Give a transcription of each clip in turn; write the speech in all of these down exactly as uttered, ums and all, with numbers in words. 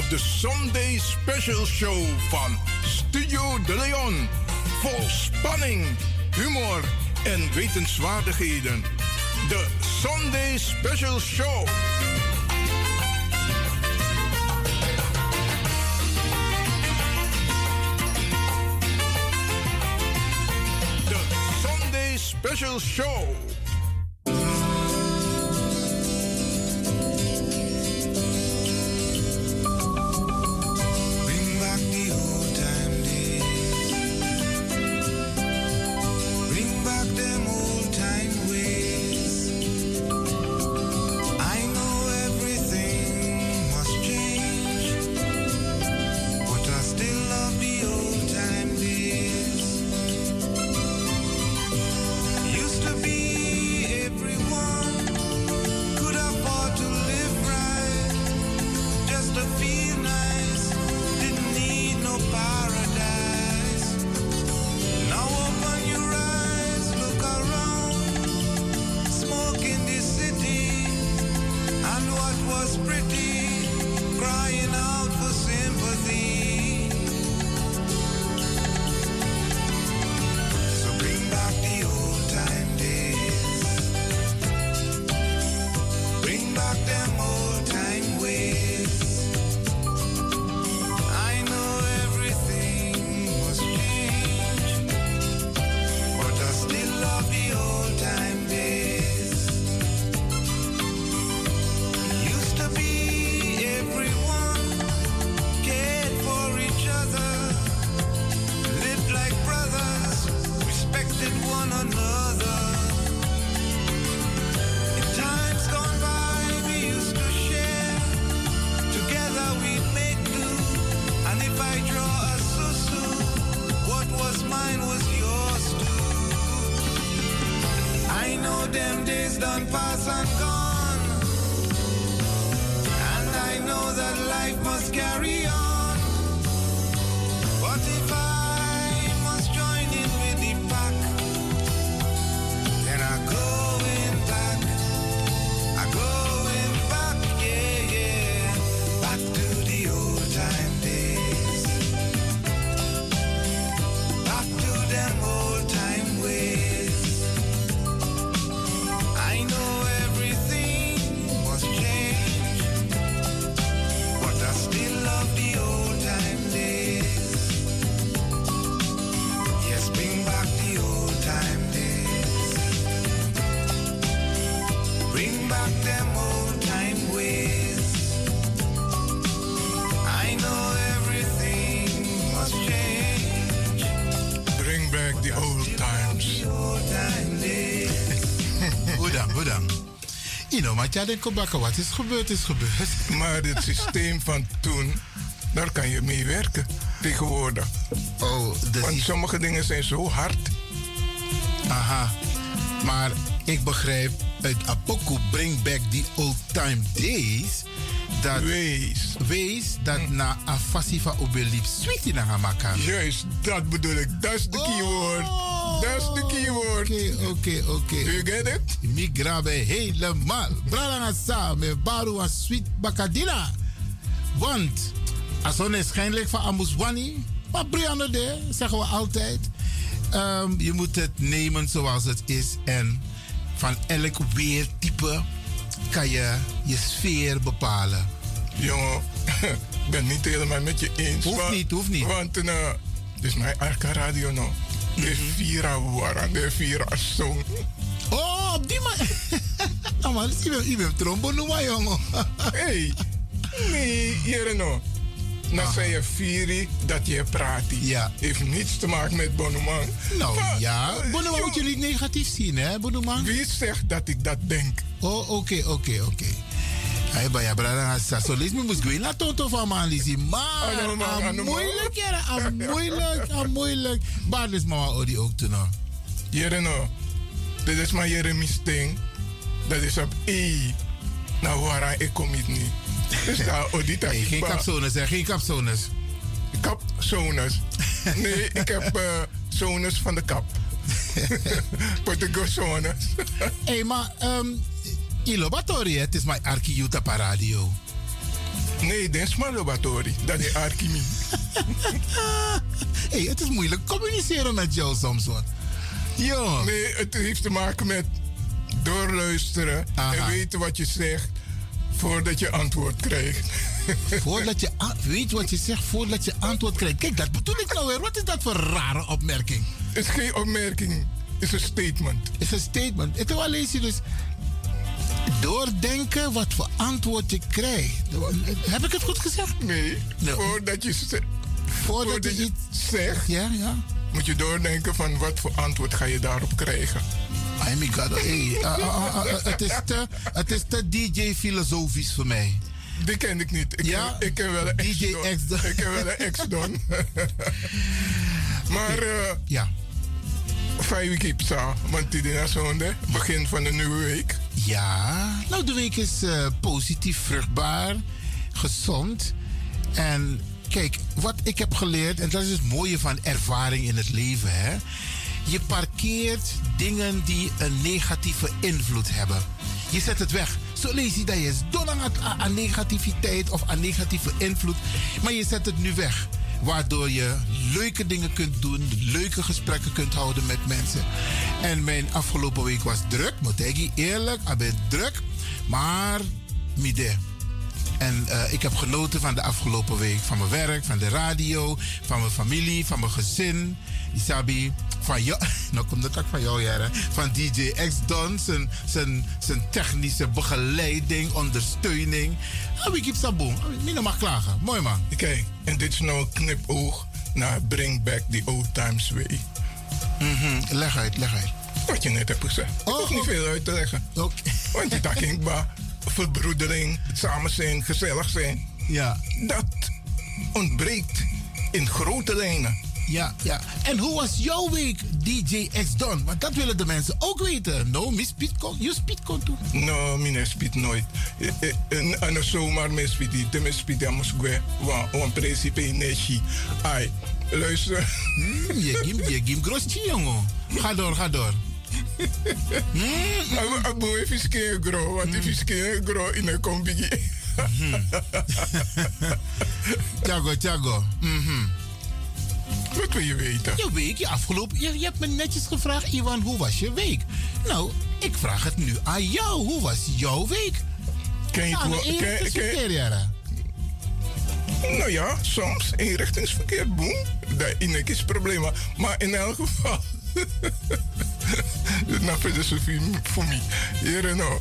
op de Sunday Special Show van Studio De Leon. Vol spanning, humor en wetenswaardigheden. De Sunday Special Show. De Sunday Special Show. Ja, denk ik, wat is gebeurd, is gebeurd. Maar het systeem van toen, daar kan je mee werken tegenwoordig. Oh, dus Want sommige dingen zijn zo hard. Aha, maar ik begrijp uit Apoku Bring Back the Old Time Days. Dat wees. Wees dat mm. na afasifa obeliep sweetie na hamakan. Juist, dat bedoel ik. Dat is de oh. keyword. Dat is de keyword. Oké, oké, oké. Do you get it? Mi grabe helemaal. Brada sa me baru a sweet bakadina. Want als onwaarschijnlijk van Amuswani, maar Brianna de, zeggen we altijd. Um, je moet het nemen zoals het is. En van elk weertype kan je je sfeer bepalen. Jongen, ik ben niet helemaal met je eens. Hoeft maar, niet, hoeft niet. Want uh, dit is mijn Arca Radio nou. De Vira Wara, de Vira Song. Oh, op die manier. Nou man, je bent trombo noemen, jongen. Hey, nee, hier nou. Dan zei je Viri dat je praat. Ja. Heeft niets te maken met Bonoman. Nou maar, ja, Bonoman moet je niet negatief zien, hè, Bonoman? Wie zegt dat ik dat denk? Oh, oké, okay, oké, okay, oké. Okay. Hij bij je brada solisme moest gaan naar Tonto van man Lizzie. Maar aan moeilijk, ja, aan moeilijk, aan moeilijk. Maar is mama Odi ook toen nog. Jere no, dit is maar Jeremy's ding. Dat is op E. Nou waar ik kom niet niet. Dus daar Odi tak. Hey, geen kapzones, hè, geen kapzones. Kapzones. Nee, ik heb uh, zones van de kap. Portugozones. Hé, hey, maar um, Ilobatori, het is mijn Archie Utah Radio. Nee, dit is maar laboratorie. Dat is alchemie. Hey, het is moeilijk communiceren met jou soms hoor. Jo. Nee, het heeft te maken met doorluisteren Aha. en weten wat je zegt voordat je antwoord krijgt. Voordat je a- weet wat je zegt, voordat je antwoord krijgt. Kijk, dat bedoel ik nou weer. Wat is dat voor een rare opmerking? Het is geen opmerking, het is een statement. Het is een statement. En terwijl lees je dus doordenken wat voor antwoord je krijgt. Heb ik het goed gezegd? Nee, No. voordat je, ze- Voordat, voordat je je iets zegt, Ja, ja. moet je doordenken van wat voor antwoord ga je daarop krijgen. Oh my god, hey, uh, uh, uh, uh, het, is te, het is te D J-filosofisch voor mij. Die ken ik niet. Ik, Ja? ken, ik ken wel een ex. D J X-Don. Ik ken wel een ex-don. Maar uh, Ja. vijf kipsa, want die is zonde, begin van de nieuwe week. Ja, nou de week is uh, positief, vruchtbaar, gezond. En kijk, wat ik heb geleerd, en dat is het mooie van ervaring in het leven, hè. Je parkeert dingen die een negatieve invloed hebben. Je zet het weg. Zo lees je dat je is dol aan, aan negativiteit of aan negatieve invloed. Maar je zet het nu weg. Waardoor je leuke dingen kunt doen, leuke gesprekken kunt houden met mensen. En mijn afgelopen week was druk, moet ik eerlijk, ik ben druk. Maar, midden. En uh, ik heb genoten van de afgelopen week. Van mijn werk, van de radio, van mijn familie, van mijn gezin. Isabi, van jou. Nou komt het ook van jou, Jere. Van D J X-Don, zijn, zijn, zijn technische begeleiding, ondersteuning. En wie kiep saboom? Mina mag klagen. Mooi man. Kijk, en dit is nou een knipoog naar Bring Back the Old Times Way. Mm-hmm. Leg uit, leg uit. Wat je net hebt gezegd. Ik Oh, hoef niet oh. veel uit te leggen. Okay. Want je dacht, ik ba, verbroedering, samen zijn, gezellig zijn. Ja, Dat ontbreekt in grote lijnen. ja, ja. En hoe was jouw week, D J X-Don? Want dat willen de mensen ook weten. No, miss Pietcon, you speed toe. No, mine spit nooit. En dan zomaar me spit niet. Me spit ja moest gwe. Want principe neshi. Ai, luister. Mm, je gim, je gim grosje, jongen. Ga door, ga door. Abo even skeen gro, want if skeen gro in een combi. Tiago, Tiago. Mm-hmm. Wat wil je weten? Je week, je afgelopen... Je, je hebt me netjes gevraagd, Iwan, hoe was je week? Nou, ik vraag het nu aan jou. Hoe was jouw week? Ken je Nou, het wel? de Ken- ken- eerste Nou ja, soms inrichtingsverkeer, boem. Dat is een probleem. Maar in elk geval. Nou, filosofie voor mij. Hier nou.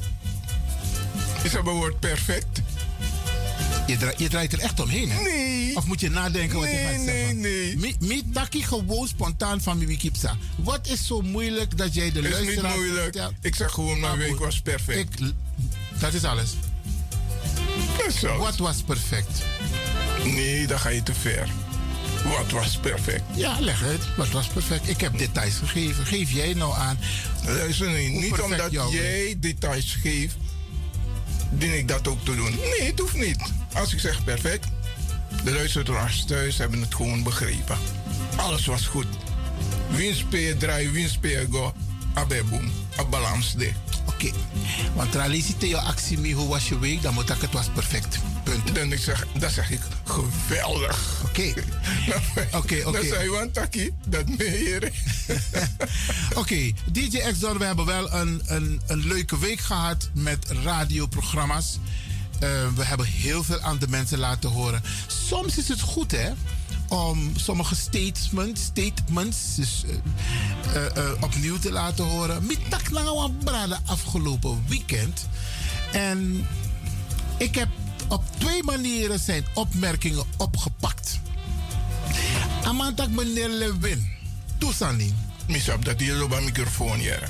Is dat woord perfect? Je, dra je draait er echt omheen, hè? Nee. Of moet je nadenken wat je Nee, gaat zeggen? nee, nee. Mi, mi taki gewoon spontaan van mi kipsa. Wat is zo moeilijk dat jij de Het is niet luisteraar... moeilijk. vertelt? Ik zeg gewoon, mijn Ah, week goed. was perfect. Ik, dat is alles. Dat is zo. Wat was perfect? Nee, dan ga je te ver. Wat was perfect? Ja, leg het. Wat was perfect? Ik heb details gegeven. Geef jij nou aan. Luister nee, Hoe niet perfect omdat jouw jij details geeft, dien ik dat ook te doen. Nee, het hoeft niet. Als ik zeg perfect, de luisteraars thuis hebben het gewoon begrepen. Alles was goed. Winspeer, draai, winspeer, go. Abeboom. Abalans de. Oké. Okay. Want Tralisi te jouw actie mee, hoe was je week? Dan moet ik het was perfect. Punt. Dan, ik zeg, dan zeg ik geweldig. Oké. Oké, oké. Dan zei je, want Taki, dat meer. Oké, okay. D J X-Don, we hebben wel een, een, een leuke week gehad met radioprogramma's. Uh, we hebben heel veel aan de mensen laten horen. Soms is het goed, hè? Om sommige statements, statements dus, uh, uh, uh, opnieuw te laten horen. Mitak na brada afgelopen weekend. En ik heb op twee manieren zijn opmerkingen opgepakt. Amantak meneer Lewin. Toesani. Misap dat hier op een microfoon, ja.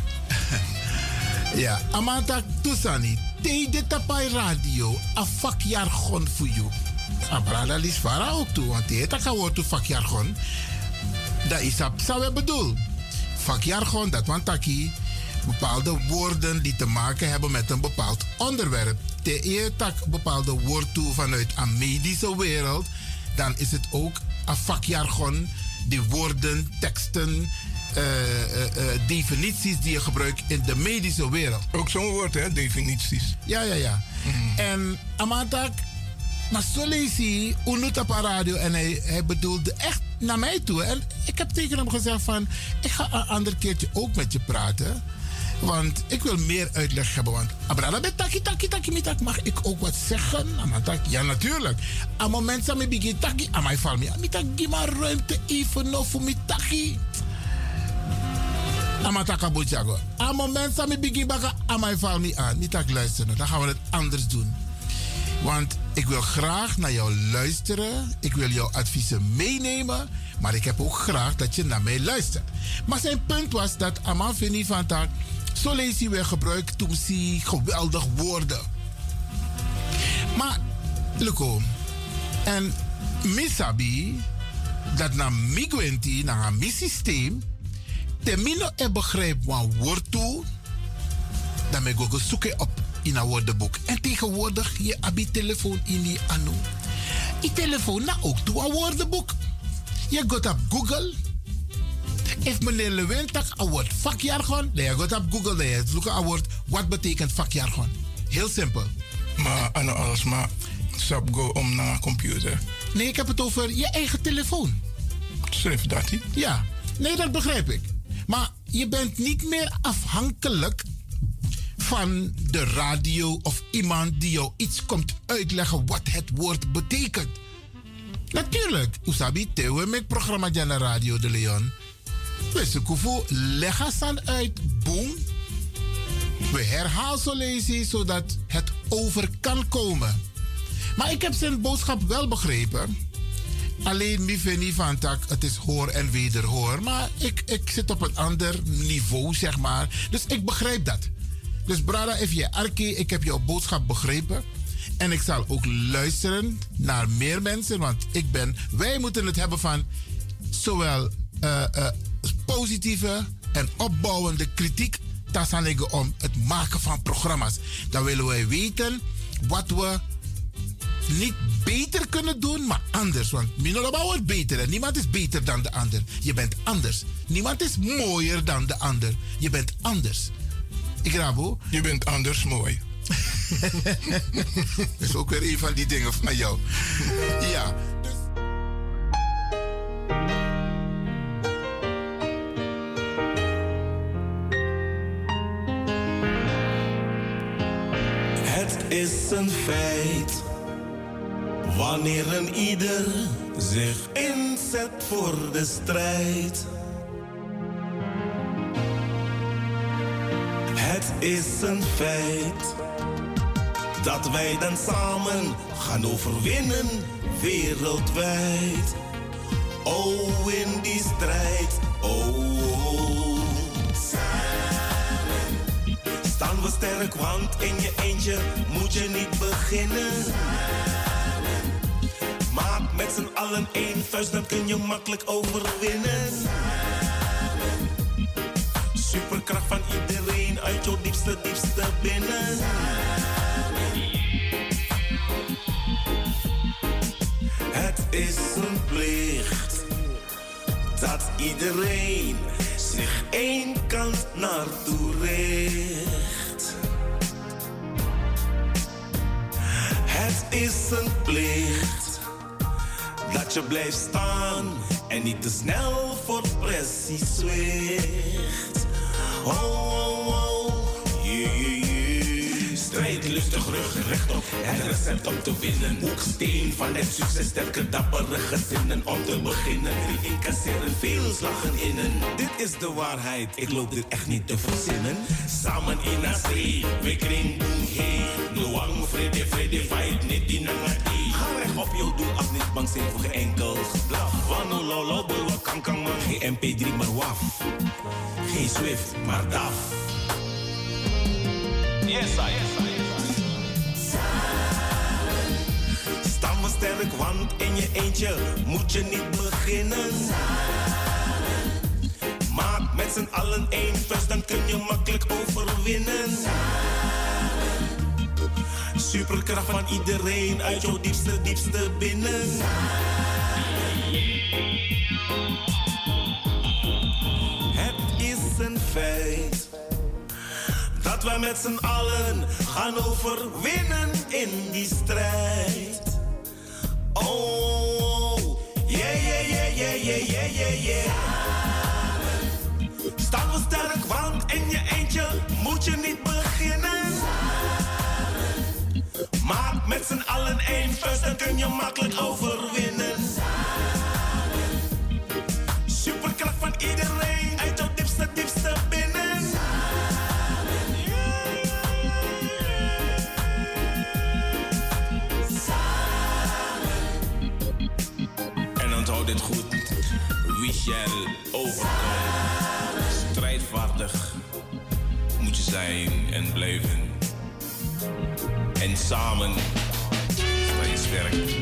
Ja, Amantak Toesani. Tee de tapai radio. A vakjargon voor jou. Abrada lis vara ook toe. Want die het woord toe vakjargon. Dat is dat we bedoel. Vakjargon, dat want taki bepaalde woorden die te maken hebben met een bepaald onderwerp. Te eer tak bepaalde woord toe vanuit een medische wereld, dan is het ook een vakjargon, die woorden, teksten, uh, uh, uh, definities die je gebruikt in de medische wereld. Ook zo'n woord, hè, definities. Ja, ja, ja. Mm. En Amatak, Maar zo lees hij Unuta op radio en hij, hij bedoelde echt naar mij toe. En ik heb tegen hem gezegd van, ik ga een ander keertje ook met je praten. Want ik wil meer uitleg hebben. Want abrada bet taki taki taki mitak, mag ik ook wat zeggen? Ja, natuurlijk. Aan het moment dat ik begin taki, aan mij val me. Mitak, geef maar ruimte even nog voor mijn taki. Amataka Bojago. Aan het moment dat ik begin bakken, aan mij val me aan. Mitak luisteren, dan gaan we het anders doen. Want ik wil graag naar jou luisteren. Ik wil jouw adviezen meenemen. Maar ik heb ook graag dat je naar mij luistert. Maar zijn punt was dat Aman Fini van tak. Zo lees hij weer gebruikt toen ze geweldig woorden. Maar, Luko. En misabi. Dat na migwenti, na mijn systeem. Termino e begrijp wat woord toe. Dan me go zoeken op in een woordenboek. En tegenwoordig je abi telefoon in die anu. Die telefoon na ook toe een woordenboek. Je gaat op Google. If meneer Lewintak een woord vakjargon, dan je gaat op Google, dan je zoekt een woord wat betekent vakjargon. Heel simpel. Maar ano alles maar sap go om naar een computer. Nee, ik heb het over je eigen telefoon. Schrijf dat hij? Ja, nee, dat begrijp ik. Maar je bent niet meer afhankelijk van de radio of iemand die jou iets komt uitleggen wat het woord betekent. Natuurlijk, Usabi Tewe met programma Jana Radio de Leon. We zoeken leggen uit, boom. We herhalen zo lezen zodat het over kan komen. Maar ik heb zijn boodschap wel begrepen. Alleen mi vind niet van tak, het is hoor en wederhoor. Maar ik, ik zit op een ander niveau, zeg maar. Dus ik begrijp dat. Dus Brada, if je arke, ik heb jouw boodschap begrepen. En ik zal ook luisteren naar meer mensen. Want ik ben, wij moeten het hebben van zowel uh, uh, positieve en opbouwende kritiek. Dat zal om het maken van programma's. Dan willen wij weten wat we niet beter kunnen doen, maar anders. Want Minolaba wordt beter en niemand is beter dan de ander. Je bent anders. Niemand is mooier dan de ander. Je bent anders. Ik rabo. Je bent anders mooi. Dat is ook weer een van die dingen van jou. Ja. Dus... Het is een feit. Wanneer een ieder zich inzet voor de strijd. Het is een feit dat wij dan samen gaan overwinnen wereldwijd. Oh, in die strijd, oh, oh. Samen staan we sterk, want in je eentje moet je niet beginnen. Samen maak met z'n allen één vuist, dan kun je makkelijk overwinnen. Samen superkracht van iedereen uit jouw diepste, diepste binnen. Het is een plicht dat iedereen zich één kant naartoe richt. Het is een plicht dat je blijft staan en niet te snel voor pressie zwicht. Oh, oh, oh, yeah, yeah, yeah. Strijd lustig, rug rechtop, het recept om te winnen. Hoeksteen van het succes, sterke dappere gezinnen. Om te beginnen, drie incasseren, veel slagen innen. Dit is de waarheid, ik loop dit echt niet te verzinnen. Samen in een zee, we kring boem hey. Noang, vrede, vrede, fight, niet die nangati. Ga recht op jouw doel af, niet bang zijn voor geen enkel geblaf. Wano, lolo, bulwa, kankang, man, geen M P drie, maar waf. Geen Swift, maar D A F. Yes, I, yes, I, yes, I. Samen staan we sterk, want in je eentje moet je niet beginnen. Samen maak met z'n allen één vuist, dan kun je makkelijk overwinnen. Samen superkracht van iedereen uit jouw diepste, diepste binnen. Het is een feit dat wij met z'n allen gaan overwinnen in die strijd. Oh, yeah, yeah, yeah, yeah, yeah, yeah, yeah, yeah. Staan we sterk, want in je eentje moet je niet beginnen. Maak met z'n allen één vuist, dan kun je makkelijk overwinnen. Superkracht van iedereen, uit jouw diepste, diepste binnen. En onthoud dit goed, wie shall overkomen. Strijdvaardig moet je zijn en blijven. En samen sta je sterk.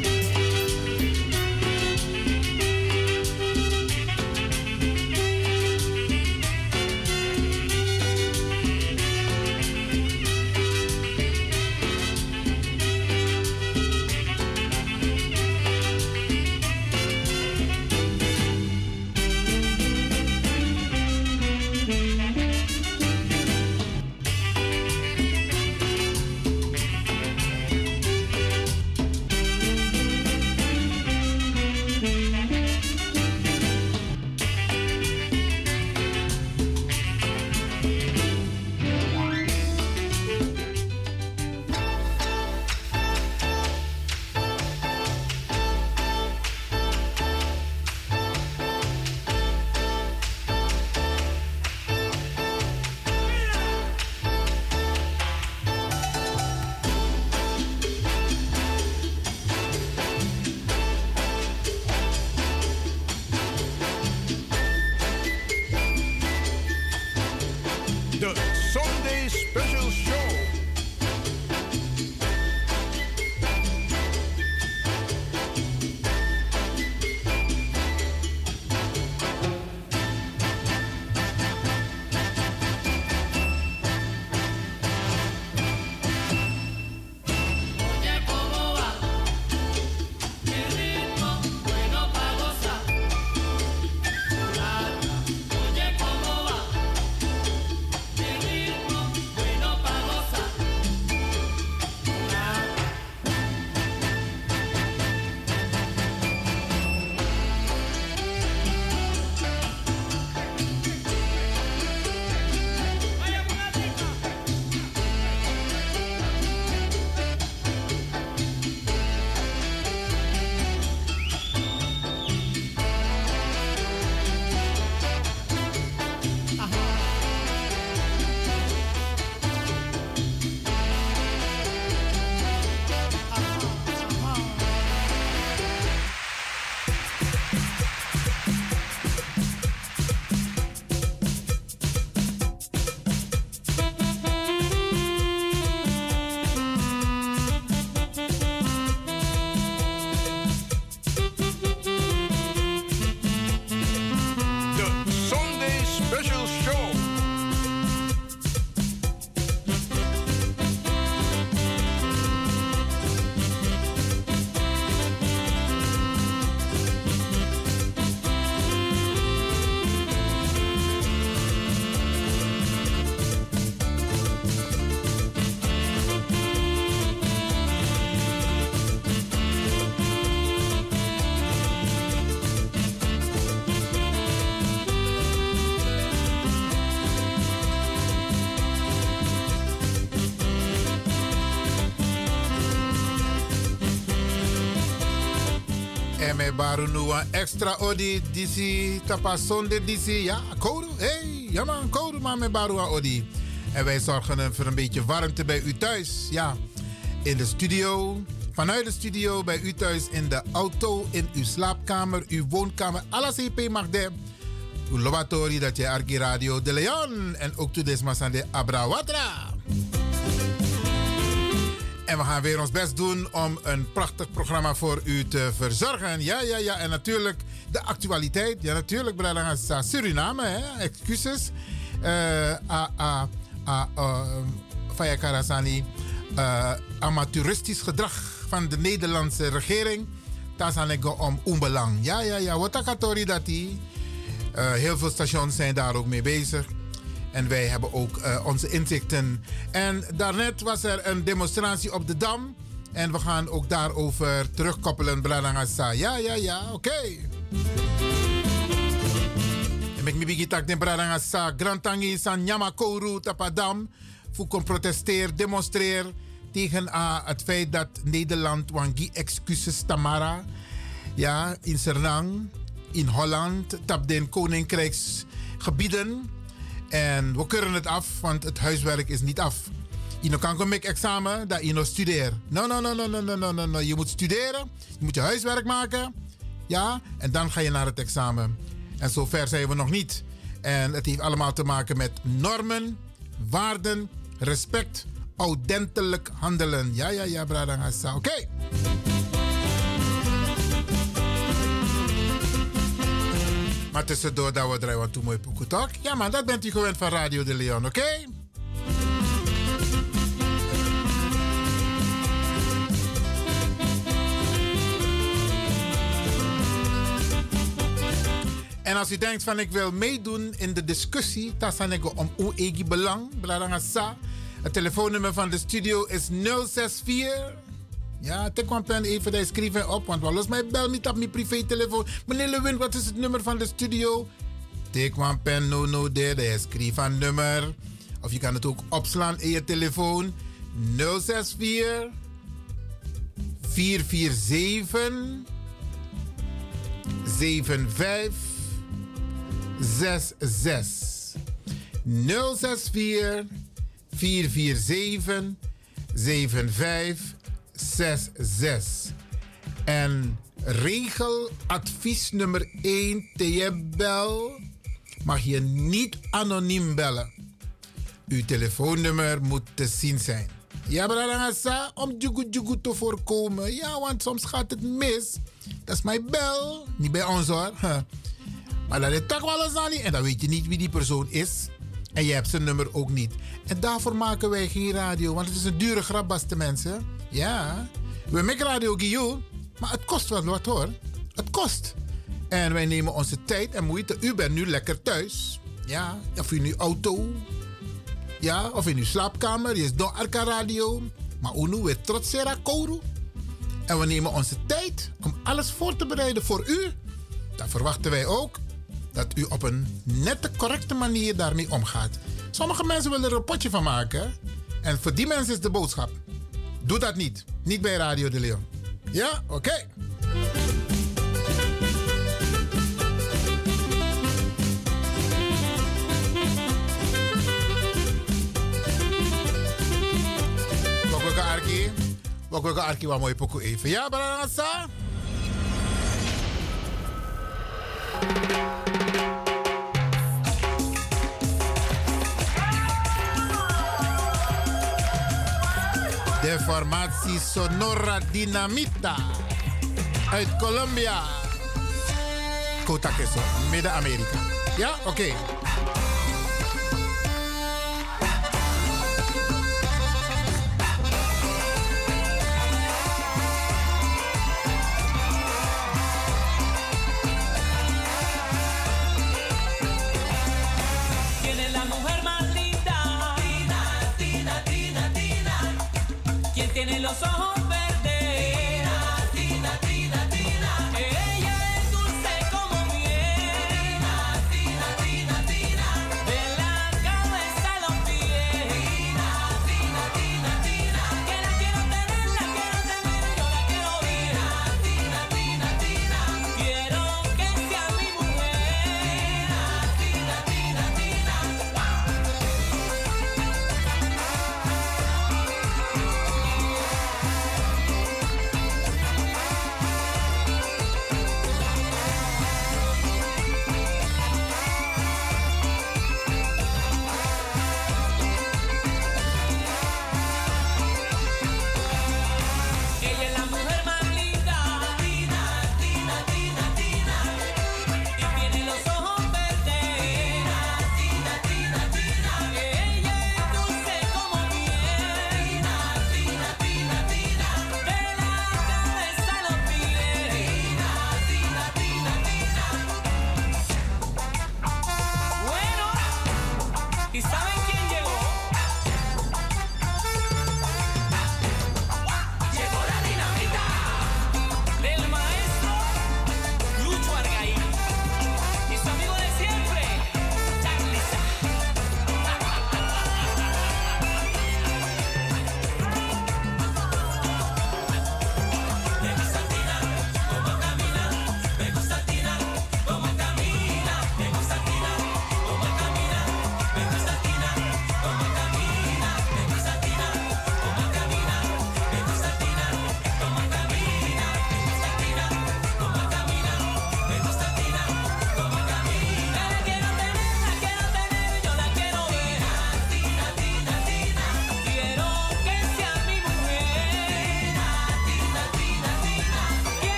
me baru nuwa extra odi disi tapa sonde disi. Ja, code. Hey, ja man, code maar me baru odi. En wij zorgen voor een beetje warmte bij u thuis. Ja, in de studio, vanuit de studio, bij u thuis, in de auto, in uw slaapkamer, uw woonkamer. Alles C P mag de. Uw laboratorium dat je Arki Radio de Leon. En ook to desmasande Abrawatra. En we gaan weer ons best doen om een prachtig programma voor u te verzorgen. Ja, ja, ja. En natuurlijk de actualiteit. Ja, natuurlijk. Brada Suriname, hè. Excuses. Uh, a, a, a, uh, Faya Karasani. Uh, amateuristisch gedrag van de Nederlandse regering. Dat is om onbelang. Ja, ja, ja. Wat akatori dat die. Uh, heel veel stations zijn daar ook mee bezig. En wij hebben ook uh, onze inzichten. En daarnet was er een demonstratie op de Dam. En we gaan ook daarover terugkoppelen, Bradangasa. Ja, ja, ja, oké. Okay. En ik me tak den Bradangasa, Grantangi, San Nyamakoru, Tapadam. Voor kon protesteer, demonstreer tegen uh, het feit dat Nederland wangi excuses Tamara. Ja, in Sernang, in Holland, tap den koninkrijksgebieden. En we keuren het af, want het huiswerk is niet af. Je kan gewoon make examen dat je nog studeert. No, no, no, no, no, no, no, no, no. Je moet studeren, je moet je huiswerk maken. Ja, en dan ga je naar het examen. En zover zijn we nog niet. En het heeft allemaal te maken met normen, waarden, respect, ordentelijk handelen. Ja, ja, ja, Bradangasa. Oké. Okay. Maar tussendoor dat we draaien toe mooi pokoe toch? Ja man, dat bent u gewend van Radio de Leon, oké? Okay? En als u denkt van ik wil meedoen in de discussie, dan zijn ik om uw eigen belang. Het telefoonnummer van de studio is nul zes vier. Ja, tik een pen even, daar schrijven op, want los mij bel niet op mijn privé-telefoon. Meneer Lewin, wat is het nummer van de studio? Tik een pen, no, no, there, daar schrijf een nummer. Of je kan het ook opslaan in je telefoon. nul zes vier, vier vier zeven, zeven vijf zes zes. nul zes vier, vier vier zeven, zeven vijf zes zes. En regel advies nummer één te je bel mag je niet anoniem bellen. Uw telefoonnummer moet te zien zijn. Ja, Bradangasa, om jugu jugu te voorkomen. Ja, want soms gaat het mis. Dat is mijn bel. Niet bij ons hoor. Huh. Maar dat is toch wel eens aan niet. En dan weet je niet wie die persoon is. En je hebt zijn nummer ook niet. En daarvoor maken wij geen radio. Want het is een dure grap, beste mensen. Ja. We maken radio Gio. Maar het kost wel wat hoor. Het kost. En wij nemen onze tijd en moeite. U bent nu lekker thuis. Ja. Of in uw auto. Ja. Of in uw slaapkamer. Je is door Arca Radio. Maar Unu weer trots Kouru. En we nemen onze tijd om alles voor te bereiden voor u. Dan verwachten wij ook dat u op een nette, correcte manier daarmee omgaat. Sommige mensen willen er een potje van maken. En voor die mensen is de boodschap. Doe dat niet. Niet bij Radio de Leon. Ja? Oké. Okay. Wakweka Arki. Wakweka Arki wa mooi pokoe even. Ja, Baranasa? De formatie Sonora Dinamita uit Colombia. Cotaqueso, Midden-Amerika. Ja, oké. Okay. Tiene los ojos verdes. Tina, Tina, Tina, Tina. Ella es dulce como miel. Tina, Tina, Tina, Tina. De la cabeza a los pies. Tina, Tina, Tina, Tina. Que la quiero tener, la quiero tener, yo la quiero ver. Tina, Tina, Tina. Quiero que sea mi mujer. Tina, Tina, Tina.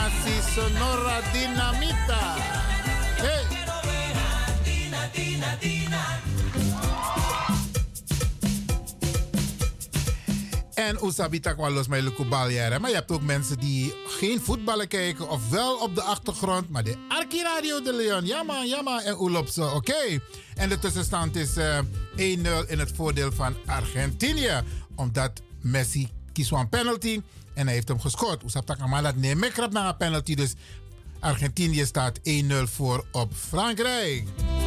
Nasi Sonora Dinamita. Hey. Dina, Dina, Dina. En Oesabita kwam los met Lukubalja. Maar je hebt ook mensen die geen voetballen kijken of wel op de achtergrond. Maar de Arki Radio de Leon. Jamma, jamma en Oelopse. Oké. Okay. En de tussenstand is uh, één nul in het voordeel van Argentinië. Omdat Messi kiest voor een penalty. En hij heeft hem gescoord. Oesabita kan dat neem ik krap naar een penalty. Dus Argentinië staat één nul voor op Frankrijk.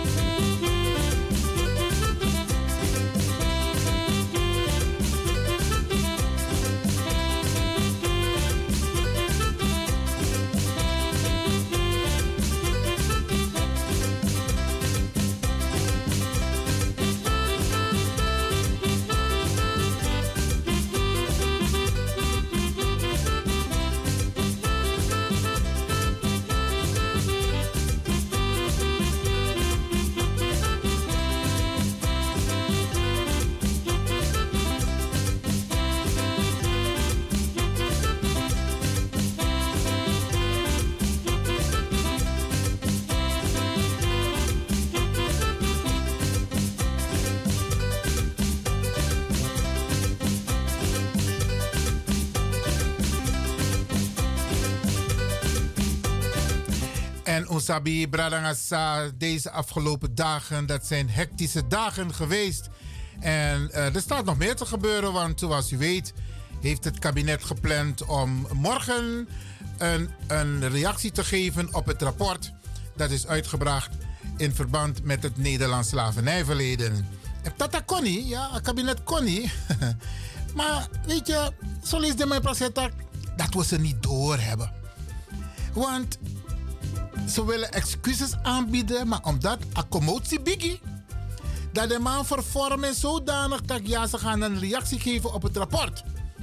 Sabi Bradangasa, deze afgelopen dagen, dat zijn hectische dagen geweest. En uh, er staat nog meer te gebeuren, want zoals u weet heeft het kabinet gepland om morgen een, een reactie te geven op het rapport dat is uitgebracht in verband met het Nederlands slavernijverleden. En dat kon niet, ja, het kabinet kon niet. Maar weet je, zo lees de mijn procent dat we ze niet doorhebben. Want ze willen excuses aanbieden, maar omdat accommodatie biggie, dat de man vervormen zodanig dat ja, ze gaan een reactie geven op het rapport.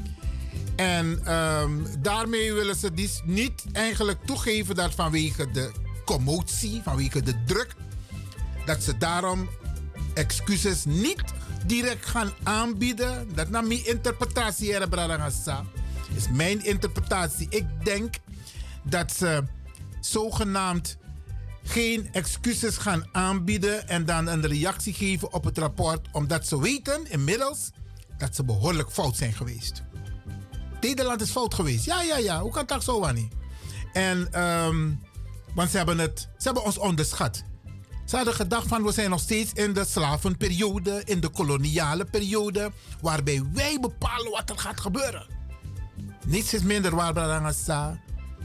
En um, daarmee willen ze dus niet eigenlijk toegeven dat vanwege de commotie, vanwege de druk, dat ze daarom excuses niet direct gaan aanbieden. Dat is mijn interpretatie, Heer Bradangasa. Dat is mijn interpretatie. Ik denk dat ze zogenaamd geen excuses gaan aanbieden en dan een reactie geven op het rapport, omdat ze weten inmiddels dat ze behoorlijk fout zijn geweest. Nederland is fout geweest. Ja, ja, ja. Hoe kan dat zo, Wannie? En, um, want ze hebben, het, ze hebben ons onderschat. Ze hadden gedacht van, we zijn nog steeds in de slavenperiode, in de koloniale periode, waarbij wij bepalen wat er gaat gebeuren. Niets is minder waar, Bradangasa.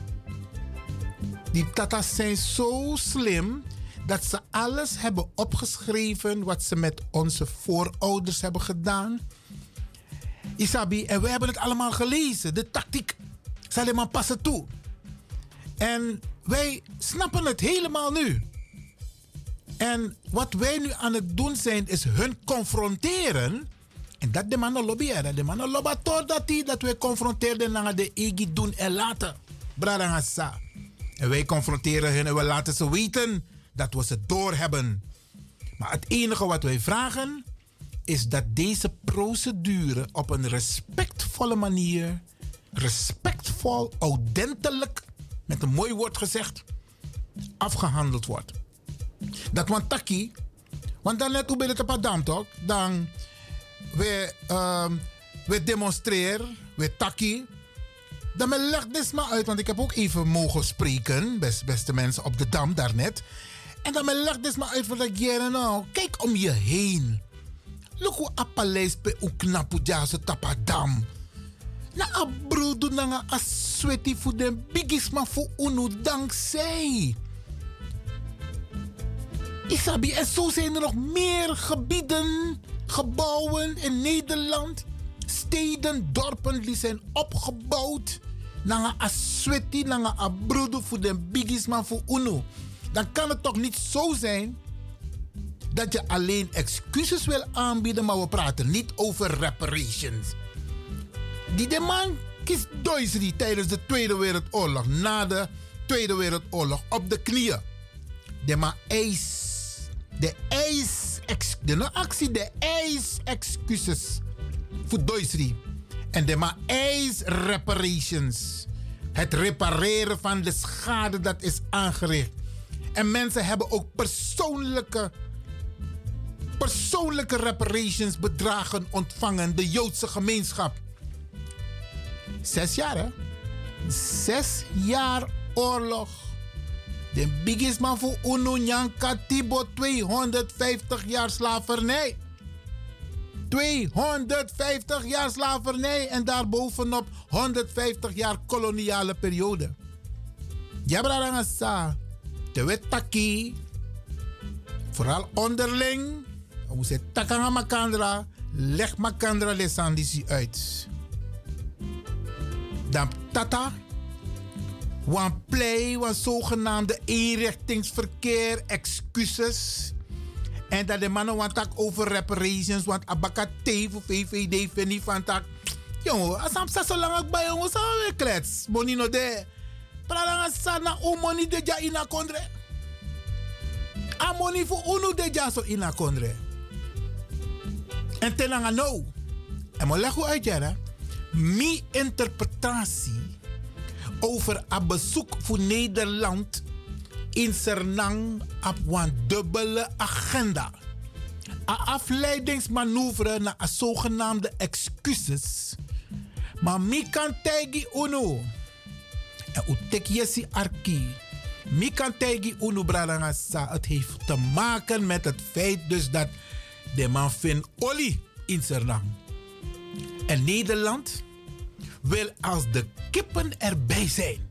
Die tatas zijn zo slim dat ze alles hebben opgeschreven wat ze met onze voorouders hebben gedaan. Isabi, en wij hebben het allemaal gelezen. De tactiek. Zal je maar passen toe. En wij snappen het helemaal nu. En wat wij nu aan het doen zijn, is hun confronteren. En dat de mannen lobbyen. De mannen lobbyen dat die dat wij confronteren naar de egi doen en laten. Bradangasa. En wij confronteren hen en we laten ze weten dat we ze doorhebben. Maar het enige wat wij vragen is dat deze procedure op een respectvolle manier, respectvol, ordentelijk, met een mooi woord gezegd, afgehandeld wordt. Dat want taki, want dan net hoe ben het op dam toch? Dan we, uh, we demonstreren, we taki. Dan me legt dit maar uit, want ik heb ook even mogen spreken, best, beste mensen op de dam daarnet. En dan me legt dit maar uit wat ik hier nou. Kijk om je heen. Look hoe a paleis pe u knapu jaso tapadam. Na a brodo na a sweaty voor de bigisma voor unu dankzij. Isabi, en zo zijn er nog meer gebieden, gebouwen in Nederland. Steden, dorpen die zijn opgebouwd. Naar a sweaty, naar a brodo voor de bigisma voor unu. Dan kan het toch niet zo zijn dat je alleen excuses wil aanbieden, maar we praten niet over reparations. Die de man kiest Duitsland tijdens de Tweede Wereldoorlog, na de Tweede Wereldoorlog, op de knieën. De man eis, de eis, de actie, de eis excuses voor Duitsland. En de man eis reparations Het repareren van de schade dat is aangericht. En mensen hebben ook persoonlijke, persoonlijke reparations bedragen ontvangen. De Joodse gemeenschap. Zes jaar, hè? Zes jaar oorlog. De biggest man voor Uno Nyanka Tibo, tweehonderdvijftig jaar slavernij. tweehonderdvijftig jaar slavernij en daarbovenop honderdvijftig jaar koloniale periode. Jabra sa, te wet taki, vooral onderling, we moeten takanga makandra, leg makandra lesandisi uit. Dan tata, wan play, wan zogenaamde eenrichtingsverkeer, excuses. En dat de mannen want tak over reparations, want abakate voor V V D vind niet van tak. Jongen, als ik zo lang bij jongens, zou we klets. Monino de. Pralang sana o money de ja ina kondre. A money voor unu de ja so ina kondre. En tenanga no. En mo leg hoe uit ja. Mi interpretatie over een bezoek voor Nederland in Sernang op een dubbele agenda. Een afleidingsmanoeuvre naar een zogenaamde excuses. Maar mi kan tegi uno. En u tek yesi arki. Mi kan tegi uno bradangasa. Het heeft te maken met het feit dus dat de man vindt olie in Sernang. En Nederland wil als de kippen erbij zijn.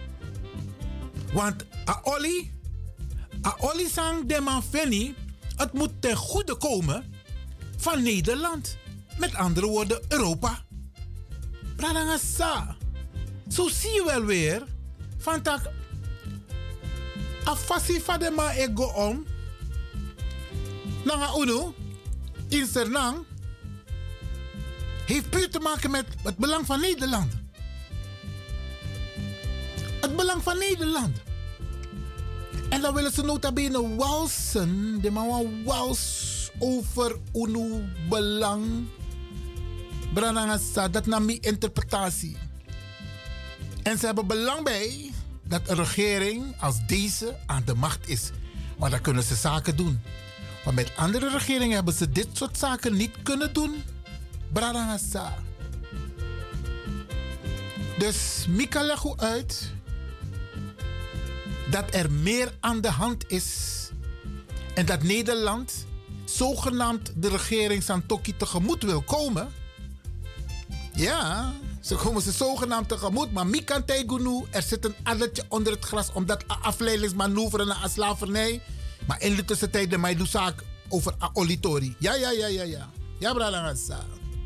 Want a olie, a olie sang de man Fanny, het moet ten goede komen van Nederland. Met andere woorden, Europa. Bradangasa. Zo zie je wel weer, van tak, a fasi van de man ego om, nanga uno, in Sernang, heeft puur te maken met het belang van Nederland. Het belang van Nederland. En dan willen ze nota bene walsen. De man wals over unu belang. Branangasa, dat nam mijn interpretatie. En ze hebben belang bij dat een regering als deze aan de macht is. Want dan kunnen ze zaken doen. Maar met andere regeringen hebben ze dit soort zaken niet kunnen doen. Branangasa. Dus Mika legt u uit dat er meer aan de hand is en dat Nederland zogenaamd de regering Santoki tegemoet wil komen. Ja, ze komen ze zogenaamd tegemoet, maar Mika Tegunu, er zit een addertje onder het gras omdat een afleidingsmanoeuvre naar slavernij. Maar in de tussentijd de mij zaak over Olitori. Ja, ja, ja, ja, ja. Ja, Bralangasa.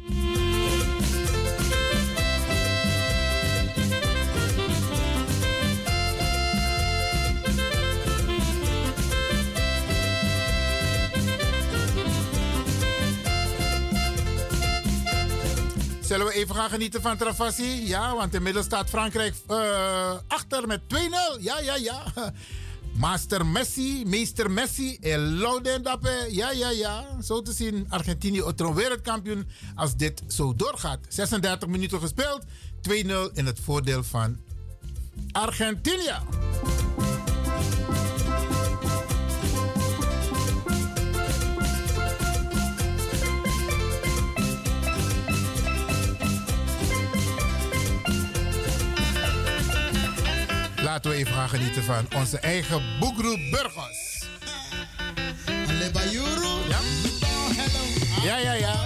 Zullen we even gaan genieten van Travassi? Ja, want inmiddels staat Frankrijk uh, achter met twee nul. Ja, ja, ja. Master Messi, meester Messi, en Louden Dappe. Ja, ja, ja. Zo te zien, Argentinië wordt wereldkampioen als dit zo doorgaat. zesendertig minuten gespeeld, twee nul in het voordeel van Argentinië. Laten we even gaan genieten van onze eigen Boegro Burgos. Ja, ja, ja.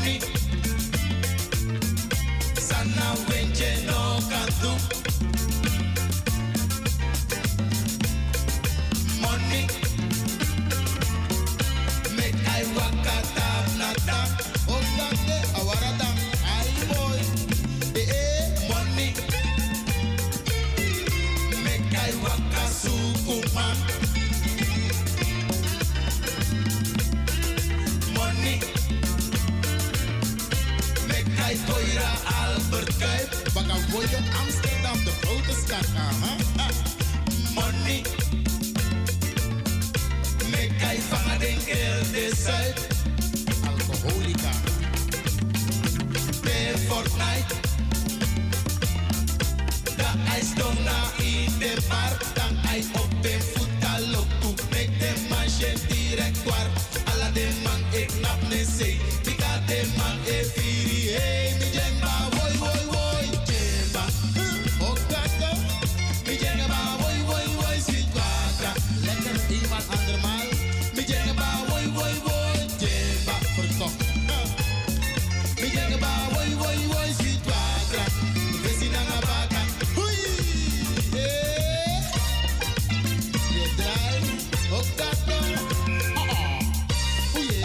money. Sana wenje no kantu. Money. Make I waka tap na tap. Okate awarata. Ay boy. Eh eh. Money. Make I waka sukuma. Money. Make I koira Albert Kuip. Baka voje Amsterdam, de grote stad. Aha. Ah. Money. Make I vangen den heel de Zuid. Alcoholica. Bij Fortnite. Da I stond na in de park. Dan I op de voet al toe. Make de man shen direct war. Alla de man ik nap ne say. Pika de man e firi. Hey, mi jemba, boy, boy, boy. Jemba. Okate. Mi jemba, boy, boy, boy. Sweet water. Lekker iemand andermaal. Mi jemba, boy, boy, boy. Jemba. Verkocht. Mi jemba, boy, boy, boy. Sweet water. Vecina na baka. Hui. Eh. Je draait. Okate. Oh. Oei.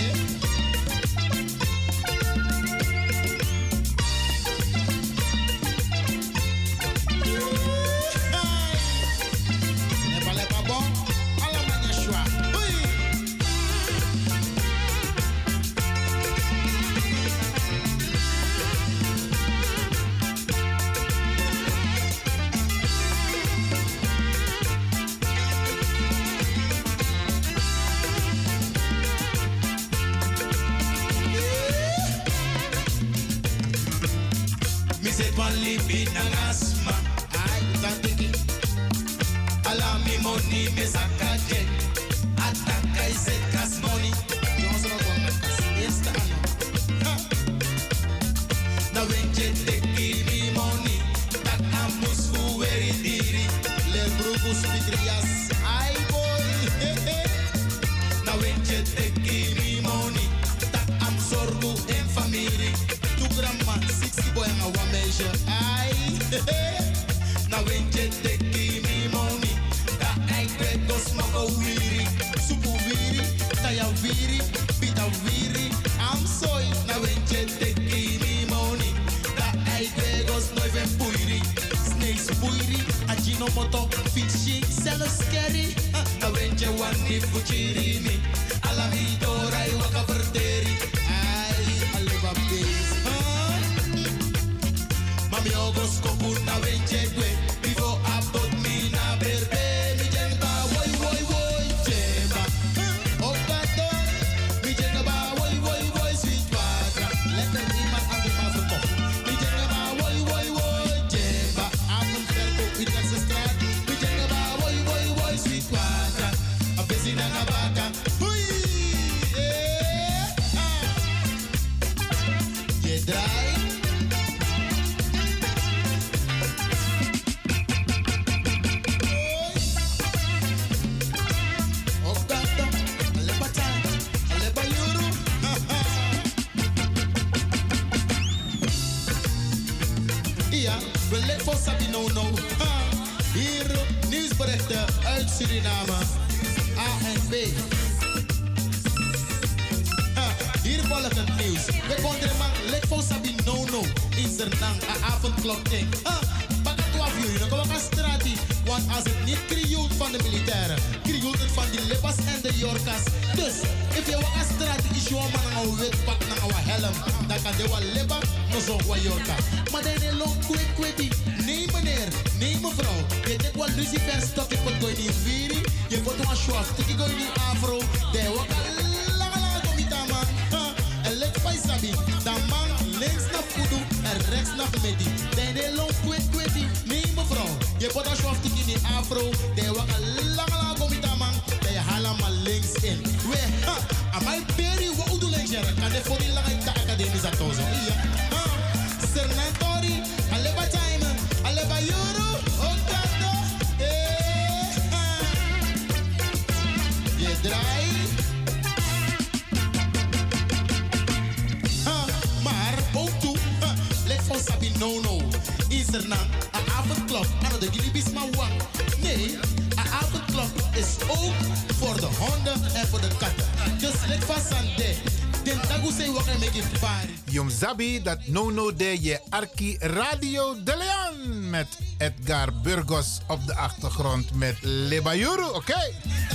Lepa lepa bon. Alla manya shwa. Hui. Mi zet van libi na asma. Ai, dan tiki. Ala mi money me zakaje. Ataka is it kas money. Jongens, nog wel met kas. Eerste ano. Ha. Na wenje teki mi money. Tak amus fueri diri. Leer broekus pitrias. Ai, boy. Na wenje teki mi money. Tak am zorgu en familie. Tu grandma, sixty boy en een meisje. Ai. Na wenje teki mi money. Da I kwe dos moko wiri. Supu viri, taya viri, pita viri. I'm sorry. Na wenje teki mi money. Da I kwe dos noive puiri. Snakes puiri, ajinomoto, fishy, zelfs scary. Na wenje wani fuchirini. Ala mi dorai waka verteri. Ai, aleba base. Mami ogos kopu na wenje kwe. Before abot mi na berde. Mi jemba woi woi woi jemba. Okato, Mi jemba woi woi woi sweet water. lekker iemand aan de man verkocht. Mi jemba woi woi woi jemba. Avond verkoop in deze straat. Mi jemba woi woi woi sweet water. A busy na ngabaka. Hui, eh, ah. Je draait. Okato, aleba time, aleba euro. Ja, we leven voor Sabino no. Ha. Hier nieuwsberichten uit Suriname. A N B. Ha. Hier volgt het nieuws. We konden man lek voor Sabino no. In Zernang, a avondklok ding. Ha. Pak het af jullie, dan komen we aan straat. Want als het niet krioelt van de militairen, krioelt het van die Lepas en de Yorkas. Dus, if je wat aan straat is, je man een wit pak naar een helm. Dan kan je wat Leba, nog zo'n wat Yorka. Maar dan is long quick quickie. Nee meneer, nee mevrouw. Je denkt wel Lucifer stop, ik moet go in die viri. Je moet een schwaf, ik go in die afro. De waka lange lange komita man. En let bij sabi. Dan man links naar Fudu en rechts naar Medi. Dan is long quick quickie. Nee mevrouw. Je moet een schwaf, ik in die afro. De waka lange lange komita man. Dan je haal maar links in. We, ha, amai peri wa udu links jaren. Kan de voor die lange academie zat tozo. Ja, ha. Sernatori, aleba time, aleba euro, okato, eh, ha. Je draait, ha. Sernang, een avondklok, aan de Gilibis Mawang. Nee, een avondklok is ook voor de honden en voor de katten. Dus let vast aan de. Den tagu say wat make it party. Jom Zabi dat no no de je Arki Radio de Leon met Edgar Burgos op de achtergrond met Lebayuru, oké? Okay?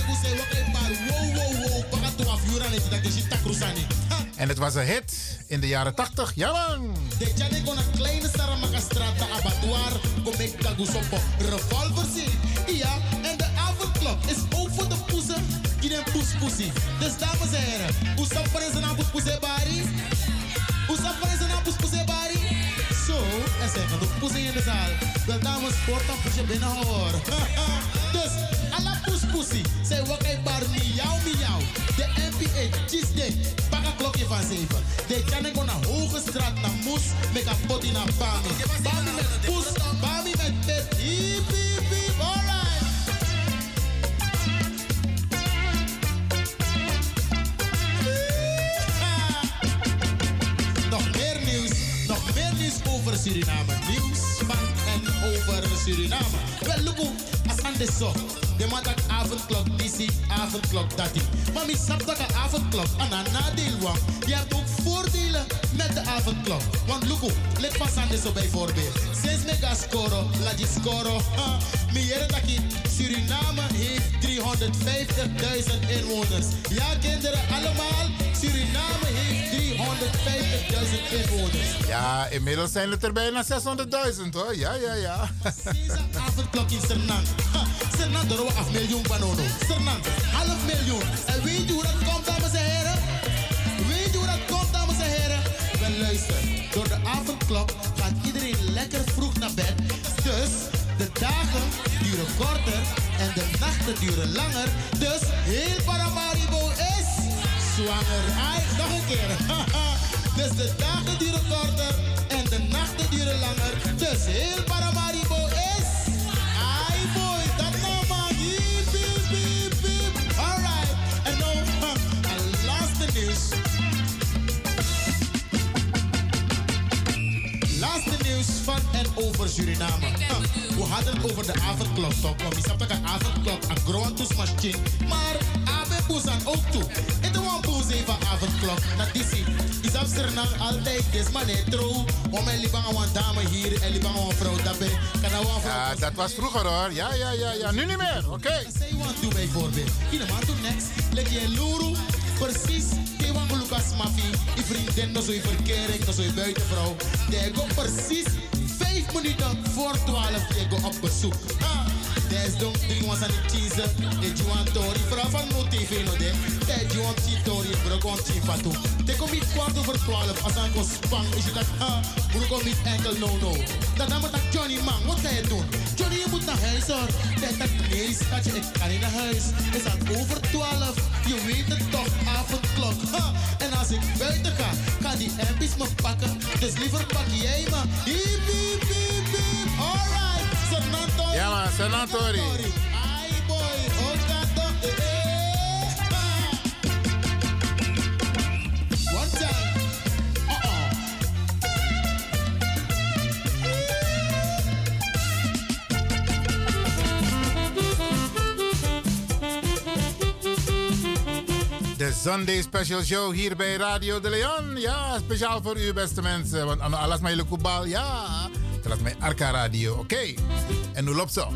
En het was een hit in de jaren tachtig, ja man! De jane kon een kleine Saramakastrata abattoir kom ik tagu sopo revolver zie. Ja, en de avondklok is ook voor de poezen die den poespoesie. Dus dames en heren, hoe stap voor eens een poespoesie bari? Hoe stap voor eens een poespoesie bari? Zo, en zijn genoeg poezen in de zaal. Wel dames, voort dan poesje binnen hoor. Dus, alla poespoesie, zij wakker bar miauw miauw. De M P A, cheese day, pak een klokje van zeven. De jane kon naar Hoge Straat, naar Moes, met een pot in een bami. Bami met poes, bami met pet, hiep hiep hiep, alright. Nog meer nieuws, nog meer nieuws over Suriname. Nieuws van en over Suriname. Wel, look hoe, als aan de zo. De man dat avondklok, die ziet avondklok, dat die. Maar mi sap dat een avondklok aan een nadeel was. Je hebt ook voordelen met de avondklok. Want look hoe, let pas aan de zo bijvoorbeeld. Sinds mega scoro, laat je scoro. Mi jere dat je, Suriname heeft driehonderdvijftigduizend inwoners. Ja kinderen, allemaal, Suriname heeft driehonderdvijftigduizend inwoners. Ja, inmiddels zijn het er bijna zeshonderdduizend hoor. Ja, ja, ja. Sinds de avondklok in Sernang. Sernang door een half miljoen banono. Sernang, half miljoen. En weet je hoe dat komt, dames en heren? Weet je hoe dat komt, dames en heren? Wel luister, door de avondklok gaat iedereen lekker vroeg naar bed. Dus de dagen duren korter en de nachten duren langer. Dus heel Paramaribo is zwanger. Ai, nog een keer. Dus de dagen duren korter en de nachten duren langer. Dus heel Paramaribo is... Ai boy, dat nou man. Hiep, hiep, hiep, hiep. Alright. En nou, huh, een laatste nieuws. Laatste nieuws van en over Suriname. Huh, we hadden het over de avondklok, toch? Want we snappen dat een avondklok een grote machine. Maar avondpoesan ook toe. En de one poes even avondklok. Dat is het. Is op Suriname altijd des manetro. Om en liep aan een dame hier en liep aan een vrouw daarbij. Ja, dat was vroeger hoor. Ja, ja, ja, ja. Nu niet meer. Oké. Okay. Say one two bijvoorbeeld. In de maand next. Leg je Luru. Precies. Die van Lucas Mafie. Die vriendin nog zo'n verkering. Nog zo'n buitenvrouw. Die go precies. Vijf minuten voor twaalf. Die go op bezoek. Ah. Des donc drie was aan het cheese. De Juan Tori. Vooral van no T V no de. De Juan Tori. Bro kon zien van toe. De kom niet kwart over twaalf. Als aan kon spang. Is je dat ah. Bro kom niet enkel no no. Dan dan moet dat Johnny man. Wat ga je doen? Johnny je moet naar huis hoor. Dat dat nee schatje. Ik kan niet naar huis. Is dat over twaalf. Je weet het toch. Avondklok. Ha. En als ik buiten ga. Gaan die ampjes me pakken. Dus liever pak jij me. Hiep hiep hiep hiep. Alright. Senatori. Ja man, Senatori. Ai boy, Ogato. One time. Uh-oh. De Sunday Special Show hier bij Radio de Leon. Ja, speciaal voor u beste mensen. Want alles mij lekubal, ja. Dat is mijn Arca Radio, oké. Okay. En nu loopt zo.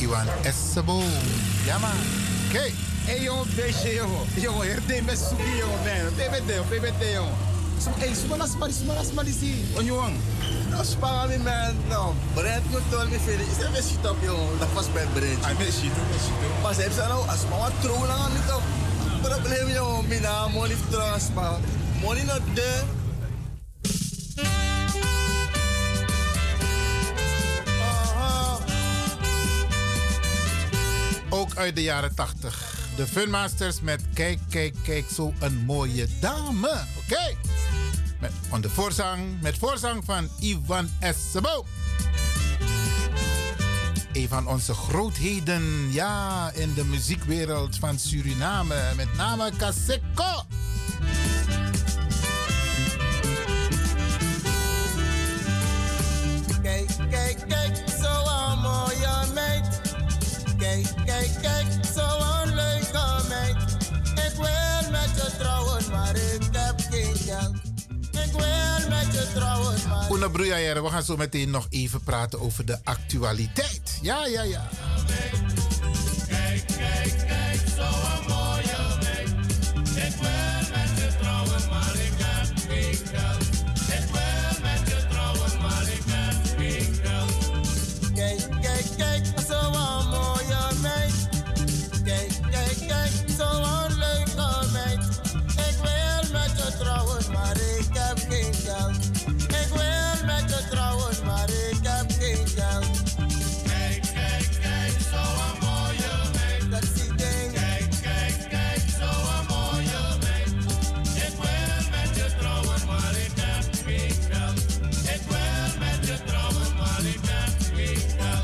Iwan Essebo. Ja, man. Oké. Okay. Hé, jongen, beestje, jongen. Jongen, herde met zoeken, jongen, man. P B T, P B T, jongen. Hé, zoek maar, zoek maar, zoek maar, zoek maar, die jongen. Nou, spaar me, man. Nou, Brent, je told me verder. Is er een shit op, jongen? Dat was bij Brent. Hij met shit, met shit. Maar ze hebben ze nou, als maar wat trouwen aan niet op. Probleem, jongen. Mina, money trouwens, maar. Money not there. Ook uit de jaren tachtig. De Funmasters met Kijk, kijk, kijk, zo een mooie dame. Oké. Okay. Met onder voorzang, met voorzang van Iwan Essebo. Een van onze grootheden, ja, in de muziekwereld van Suriname. Met name Kaseko. Kijk, kijk, kijk, zo een mooie meid. Kijk, kijk, kijk, zo'n leuke meid. Ik wil met je trouwen, maar ik heb geen geld. Ik wil met je trouwen, maar... Una Bruyere, we gaan zo meteen nog even praten over de actualiteit. Ja, ja, ja. Kijk, kijk, kijk, zo'n mooie meid. Ik wil met je trouwen, maar ik heb geen geld. Ik wil met je trouwen, maar ik heb geen geld. Kijk, kijk, kijk, zo'n mooie meid. Kijk, kijk, kijk, zo'n leuke meid. Ik wil met je trouwen, maar ik heb geen geld. Ik wil met je trouwen, maar ik heb geen geld. Kijk, kijk, kijk, zo'n mooie meid. Dat zie ding. Kijk, kijk, kijk, zo'n mooie meid. Ik wil met je trouwen, maar ik heb geen geld. Ik wil met je trouwen, maar ik heb geen geld.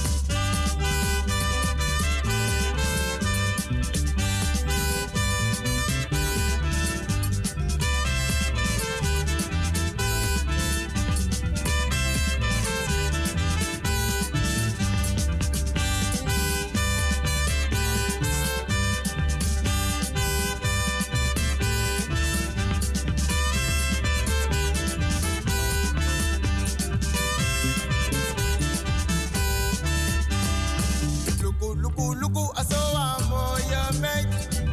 Luku, luku, luku, aso a mooie meid.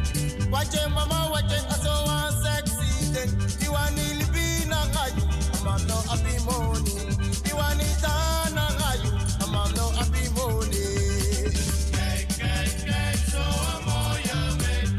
Watch je mama, watch je aso a sexy thing. Die wani libi na gayu, amam no happy money. Die wani ta na gayu, amam no happy money. Kijk, kijk, kijk, zo'n mooie meid.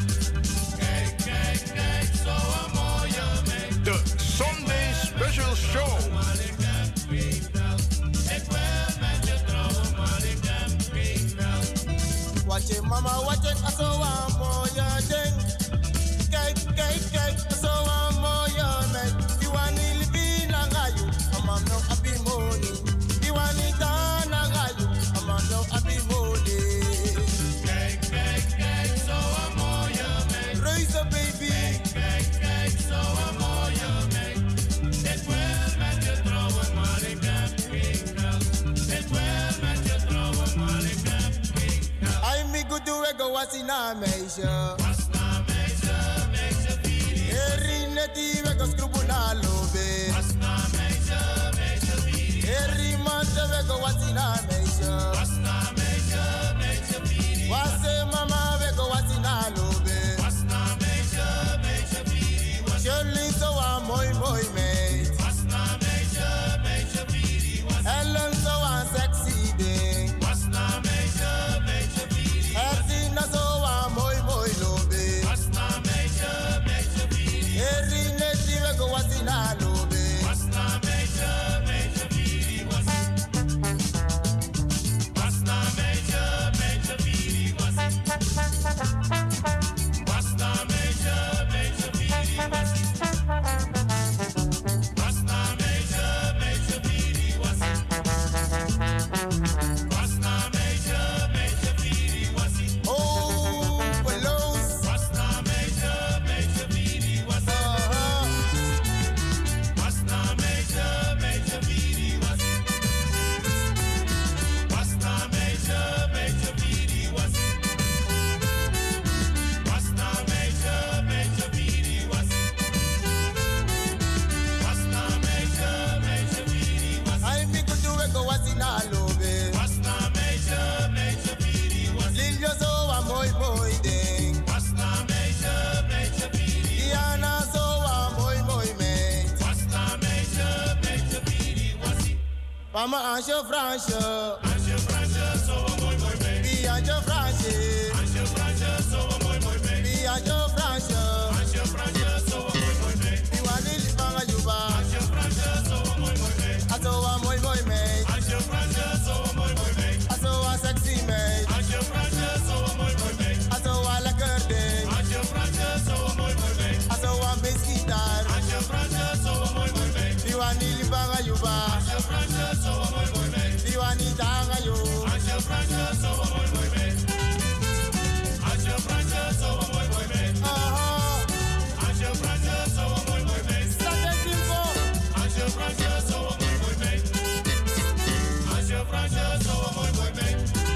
Kijk, kijk, kijk, zo'n mooie meid. De Sunday Special Show. Maar ik heb geen geld. Ik wil met je trouwen, maar ik heb geen geld. Watch je mama, watch je aso a mooie ding. Kijk, kijk, kijk, aso a mooie meid. Die wani libi na gayu, amam no happy money. Die wani ta na gayu, amam no happy money. Kijk, kijk, kijk, zo'n mooie meid. Reuze baby. Kijk, kijk, zo'n mooie meid. Ik wil met je trouwen, maar ik heb geen geld. Ik wil met je trouwen, maar ik heb geen geld. Ai mi gudu wego wasi na meisje. Was na meisje, meisje vieri. Eri neti wego skrubu na lobe. Was na meisje, meisje vieri. Eri mante wego wasi na meisje. Was na meisje, meisje vieri. Wase mama wego wasi na lobe. Was na meisje, meisje vieri. Shirley so a mooi mooi meid. Was na meisje, meisje vieri. Ellen so a sexy ding. Was na meisje, meisje vieri. Ertina so a mooi mooi lobe. Was na meisje, meisje vieri. Eri neti wego wasi na lobe. Was na meisje, meisje vieri. Mama Anjo Fransje. Asje Fransje, zo mooi mooi mee. Wie Anjo Fransje. Asje Fransje, zo mooi mooi mee. Wie Anjo Fransje. Asje Fransje, zo mooi mooi mee. Wie Wanili Banga Juba. Asje Fransje, zo mooi mooi mee. Aso wa mooi mooi mee. Asje Fransje, zo mooi mooi mee. Aso wa sexy mee. Asje Fransje, zo mooi mooi mee. Aso wa lekker ding. Asje Fransje, zo mooi mooi mee. Aso wa biscuit daar. Asje Fransje, zo mooi mooi mee. Wie Wanili Banga Juba. Asje Fransje, zo mooi mooi mee. Wie Wanili Tanga Yo. Asje Fransje, zo mooi mooi mee. Asje Fransje, zo mooi mooi mee. Aha. Asje Fransje, zo mooi mooi mee. Sate Simpo. Asje Fransje, zo mooi mooi mee. Asje Fransje, zo mooi mooi mee.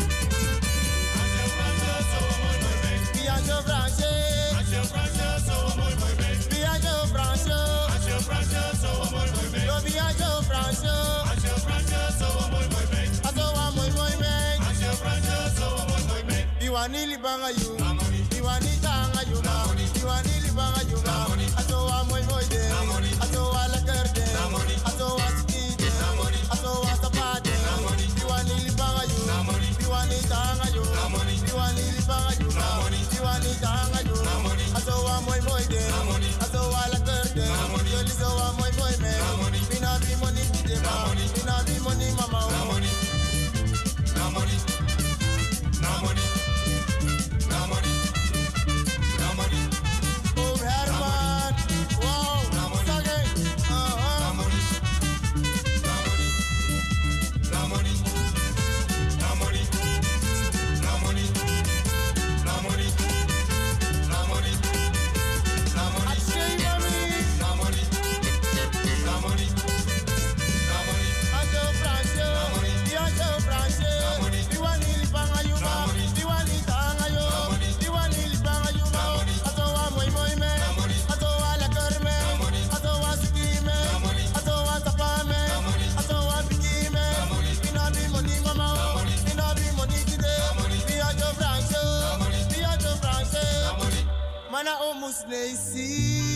Asje Fransje, zo mooi mooi mee. Wie Anjo Fransje. Asje Fransje, zo mooi mooi mee. Wie Anjo Fransje. Asje Fransje, zo mooi mooi mee. Yo wie Anjo Fransje. Asje Fransje, zo mooi mooi mee. Aso wa mooi mooi mee. Asje Fransje, zo mooi mooi mee. Wie Wanili Banga Yo. Wie Wanili Tanga Yo. Wie Wanili Banga Yo. Aso wa mooi mooi ding. Aso wa lekker ding. Aso wa ski ding. Aso wa sapa ding. Wie Wanili Banga Yo. Wie Wanili Tanga Yo. Wie Wanili Banga Yo. Wie Wanili Tanga Yo. Aso wa mooi mooi ding. Aso wa lekker ding. Jullie zo wa mooi mooi mee. Bina bi money bi de ma. Bina bi money mama. Na money, na money, na money, na money, na money. Oh Herman. Wow. Sage. Uh-huh. Na money, na money, na money, na money, na money, na money, na money, na money, Achei mami. na money, na money, na money. Anjo Fransje. Wie Anjo Fransje. Wie Wanili Banga Yo. Wie Wanili Tanga Yo. Wie Wanili Banga Yo. Aso wa mooi mooi mee. Aso wa lekker mee. Aso wa ski mee. Aso wa sapa mee. Aso wa biki mee. Bina bi money mama. Bina bi money today. Wie Anjo Fransje. Wie Anjo Fransje. Mana o musneisi.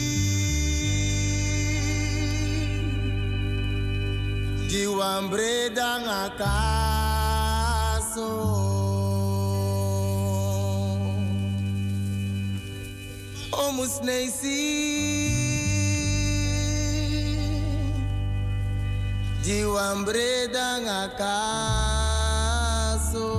Jiwambre dangakaso. O musneisi. Jiwambre dangakaso.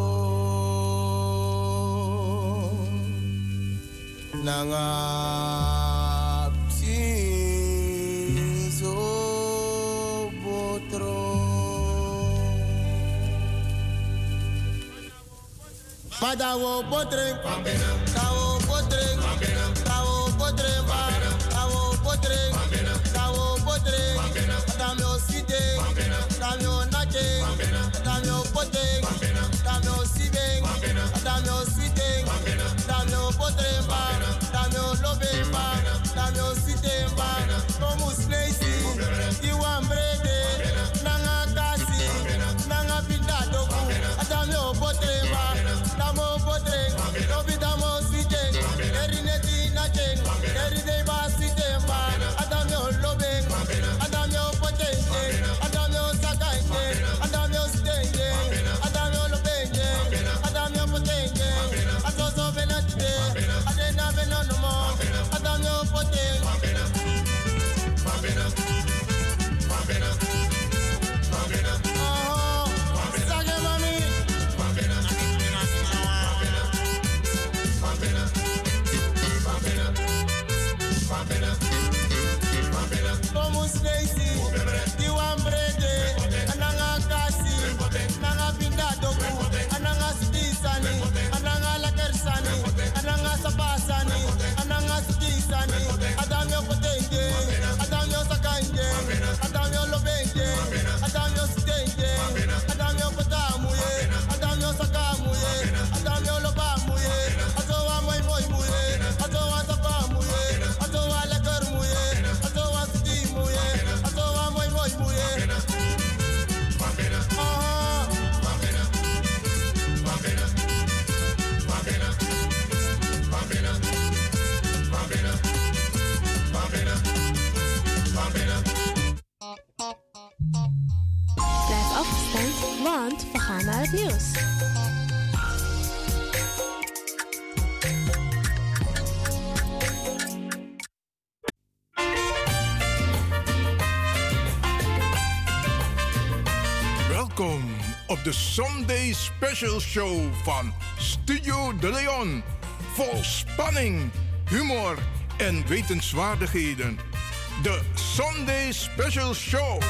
Nangap so botro. Padawo botre, kawo botre, kawo botre, kawo botre, kawo botre, tamio site, tamio nache, tamio botre, tamio sibe, tamio site, tamio botre, tamio lobe, tamio site, como sneisi, iwambrede, nanga kasi, nanga pindado, tamio botre, tamo botre, lobi tamo site, erineti nache, eride ba site, adamio lobe, adamio potente, adamio sakante, adamio stende, adamio lobenge, adamio potente, asoso benate, adena benono, adamio potente. Oh, sage mami. Como Stacy, Iwambrede, Ananga Kasi, Ananga Pindadoku, Ananga Stisani, Ananga Lakersani, Ananga Sapasani, Ananga Stisani, Adamio Potente, Adamio Sakanje, Adamio Lobenge, Adamio Stenge, Adamio Potamuye, Adamio Sakamuye, Adamio Lobamuye, Azowa Moy Moy Muye, Azowa Sapamuye, Azowa Lakermuye, Azowa Stimuye, Azowa Moy Moy Muye. Ah. is Nieuws. Welkom op de Sunday Special Show van Studio De Leon. Vol spanning, humor en wetenswaardigheden. De Sunday Special Show.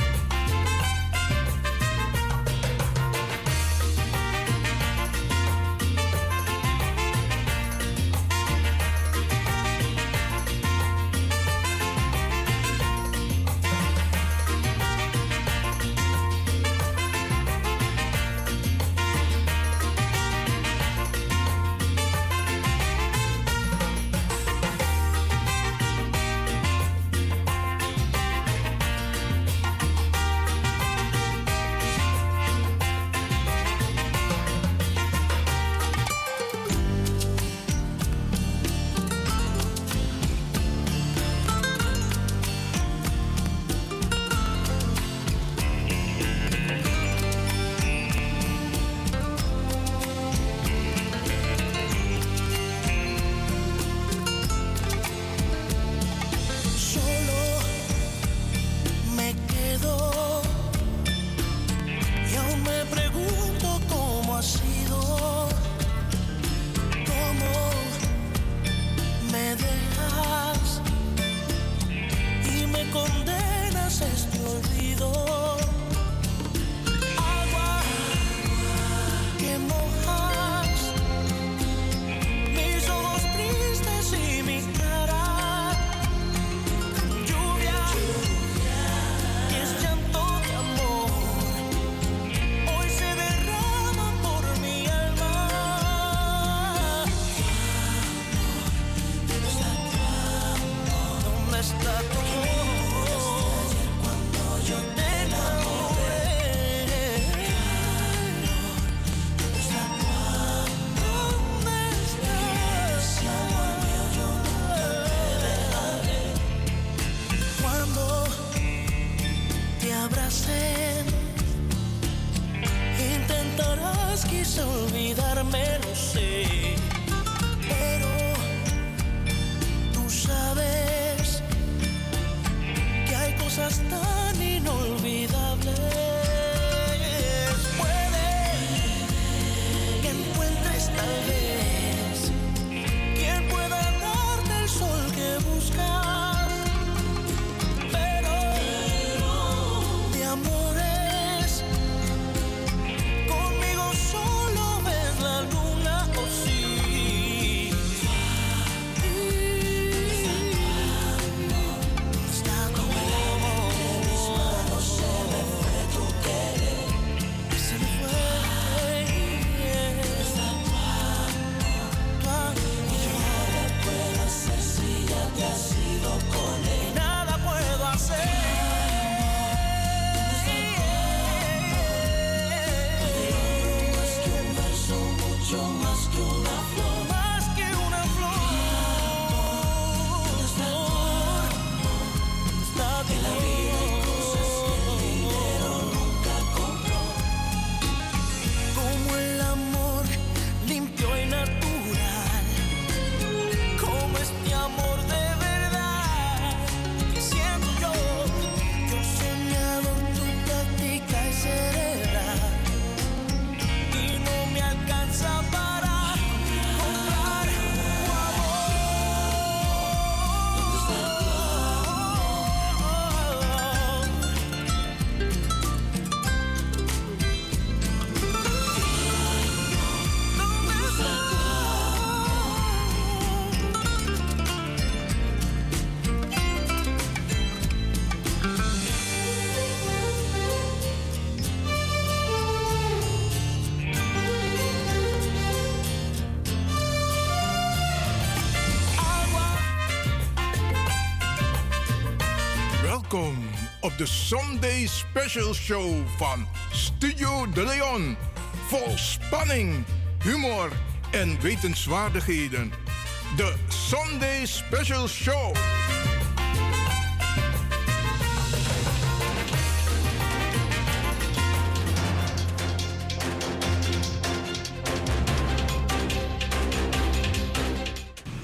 Welkom op de Sunday Special Show van Studio De Leon. Vol spanning, humor en wetenswaardigheden. De Sunday Special Show.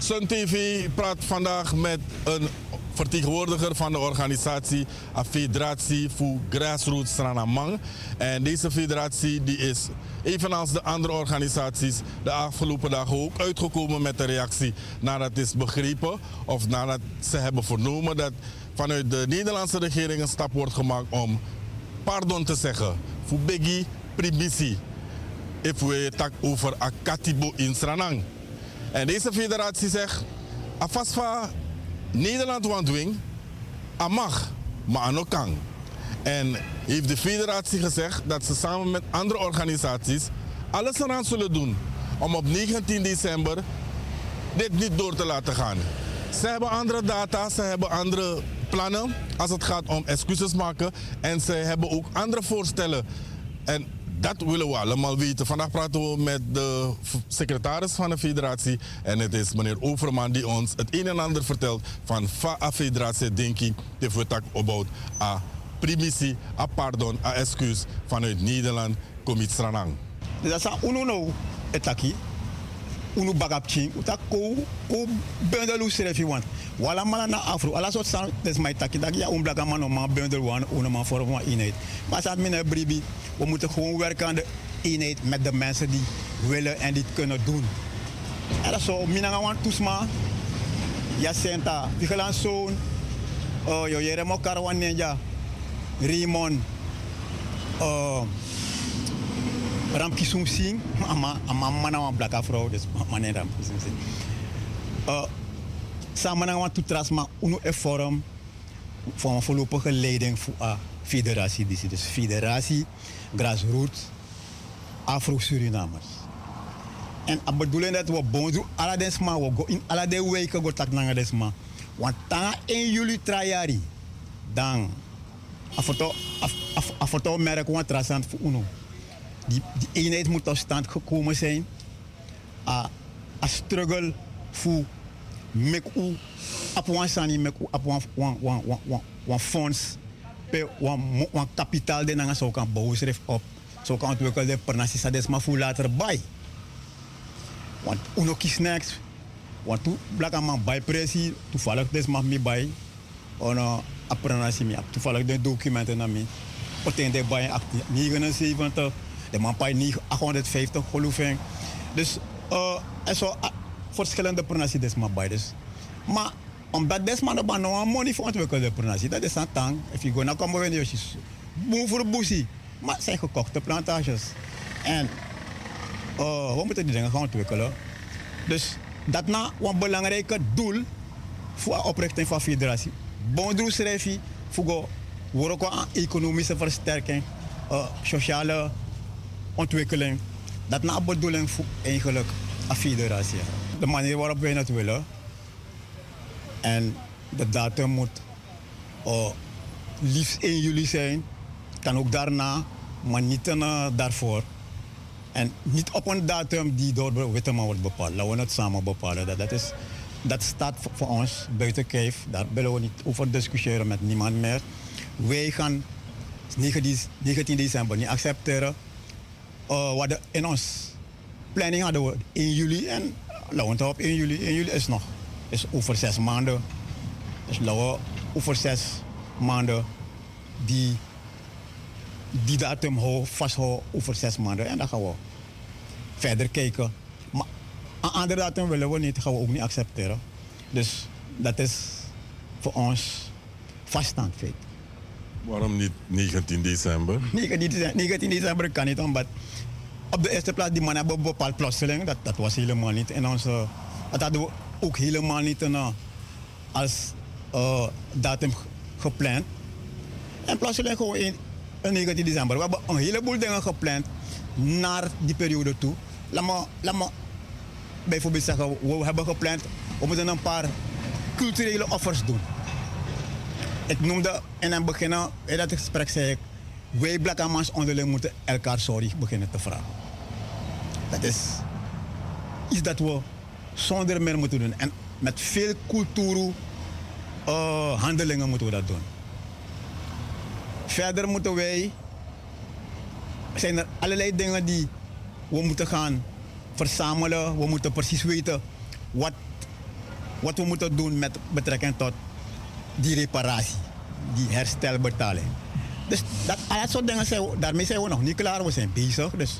Sun T V praat vandaag met een vertegenwoordiger van de organisatie, een federatie voor grassroots Sranamang. En deze federatie die is, evenals de andere organisaties, de afgelopen dagen ook uitgekomen met een reactie nadat het is begrepen of nadat ze hebben vernomen dat vanuit de Nederlandse regering een stap wordt gemaakt om pardon te zeggen voor Biggie Primisi. If we het over Akatibo in Sranang. En deze federatie zegt, afas van Nederland want dwing, a mag, maar aan ook kan. En heeft de federatie gezegd dat ze samen met andere organisaties alles eraan zullen doen om op negentien december dit niet door te laten gaan. Ze hebben andere data, ze hebben andere plannen als het gaat om excuses maken. En ze hebben ook andere voorstellen. En dat willen we allemaal weten. Vandaag praten we met de secretaris van de federatie. En het is meneer Overman die ons het een en ander vertelt van de federatie Denki. Die voor opbouwt aan primissie, aan pardon, aan excuus vanuit Nederland, Komit Sranang. Dat is uno no etaki. Uno bagapching. Uta ko ko bundelu serefi want. Wala mala na afro. Ala soort san des my taki. Dat ja onblaga man om bundel one, uno man voor een eenheid. Maar staat meneer Bribi. We moeten gewoon werken aan de eenheid met de mensen die willen en die kunnen doen. En dat is zo, minanga wan toesma, Jacinta, Vigelan Zoon, oh, yo Jeremo Karawan Ninja, Raymond, uh, Ramki Soum Singh, ama ama mana wan blaka vrouw, dus mané Ramki Soum Singh. Uh, samen aan wan toetrasma, uno e forum voor een voorlopige leiding voor a federatie, dus federatie. Grassroots, Afro-Surinamers. En ik bedoel dat we bonjour alle desma, we go in alle de weken go tak nanga desma. Want tanga in juli trajari, dan afoto afoto merk wat trasant voor uno. Die die eenheid moet tot stand gekomen zijn. A a struggle voor mek u op wan sani mek u op wan wan wan wan wan fonds. Wan wan kapitaal de nanga zo kan bouwen schrijf op. Zo kan ontwikkelen de pernasi sa desma voor later bij. Want uno kies niks. Want tu blaka man bij presie toevallig desma mi bij. Ono aprenasi mi toevallig de documenten na mi. Oten de bij negenenzeventig. De man bij achthonderdvijftig geloof ik. Dus uh, er zo uh, verschillende pernasi desma bij dus. Maar omdat desma no ban no money voor ontwikkelde pernasi, dat is aan tang. If you go naar komen we nu boom voor de boesie. Maar het zijn gekochte plantages. En uh, we moeten die dingen gaan ontwikkelen. Dus dat na een belangrijke doel voor de oprichting van de federatie. Bondroesrefi voor de economische versterking, uh, sociale ontwikkeling. Dat na een bedoeling voor eigenlijk een federatie. De manier waarop wij het willen. En de datum moet uh, liefst één juli zijn. Kan ook daarna, maar niet uh, daarvoor. En niet op een datum die door Witteman wordt bepaald. Laten we het samen bepalen. Dat, dat, is, dat staat voor, voor ons buiten kijf. Daar willen we niet over discussiëren met niemand meer. Wij gaan negentien december niet accepteren. Uh, wat de, in ons planning hadden we één juli. En laten we het op één juli. één juli is nog is over zes maanden. Dus laten we over zes maanden die, die datum houden, vasthouden over zes maanden. En dan gaan we verder kijken. Maar een andere datum willen we niet, gaan we ook niet accepteren. Dus dat is voor ons vaststaand feit. Waarom niet negentien december? negentien december kan niet, omdat op de eerste plaats die man hebben bepaald plotseling. Dat, dat was helemaal niet in onze... Dat hadden we ook helemaal niet uh, als uh, datum gepland. En plotseling gewoon in, in negentien december. We hebben een heleboel dingen gepland naar die periode toe. Laat me, laat me bijvoorbeeld zeggen, we hebben gepland, we moeten een paar culturele offers doen. Ik noemde in het begin, in dat gesprek zei ik, wij Blakkamans onderling moeten elkaar sorry beginnen te vragen. Dat is iets dat we zonder meer moeten doen. En met veel cultuur uh, handelingen moeten we dat doen. Verder moeten wij, zijn er allerlei dingen die we moeten gaan verzamelen. We moeten precies weten wat wat we moeten doen met betrekking tot die reparatie, die herstelbetaling. Dus dat, al dat soort dingen, zijn we, daarmee zijn we nog niet klaar. We zijn bezig. Dus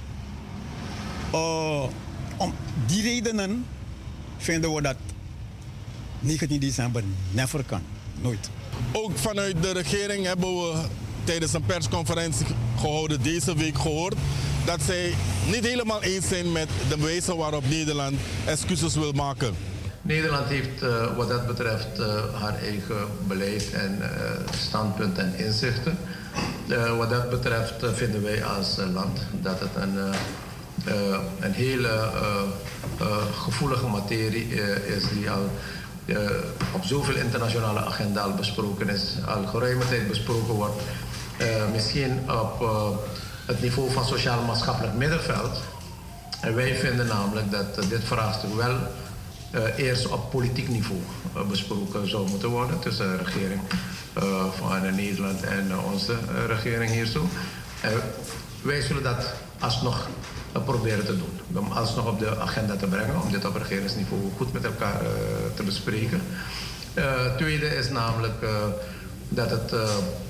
uh, om die redenen vinden we dat negentien december never kan. Nooit. Ook vanuit de regering hebben we tijdens een persconferentie gehouden deze week gehoord dat zij niet helemaal eens zijn met de wijze waarop Nederland excuses wil maken. Nederland heeft uh, wat dat betreft uh, haar eigen beleid en uh, standpunt en inzichten. Uh, wat dat betreft uh, vinden wij als uh, land dat het een, uh, uh, een hele uh, uh, gevoelige materie uh, is die al uh, op zoveel internationale agenda al besproken is, al geruime tijd besproken wordt. Uh, misschien op uh, het niveau van sociaal-maatschappelijk middenveld. En wij vinden namelijk dat uh, dit vraagstuk wel uh, eerst op politiek niveau uh, besproken zou moeten worden tussen de regering uh, van Nederland en uh, onze uh, regering hier zo. Uh, wij zullen dat alsnog uh, proberen te doen. Om alsnog op de agenda te brengen, om dit op regeringsniveau goed met elkaar uh, te bespreken. Uh, tweede is namelijk uh, dat het uh,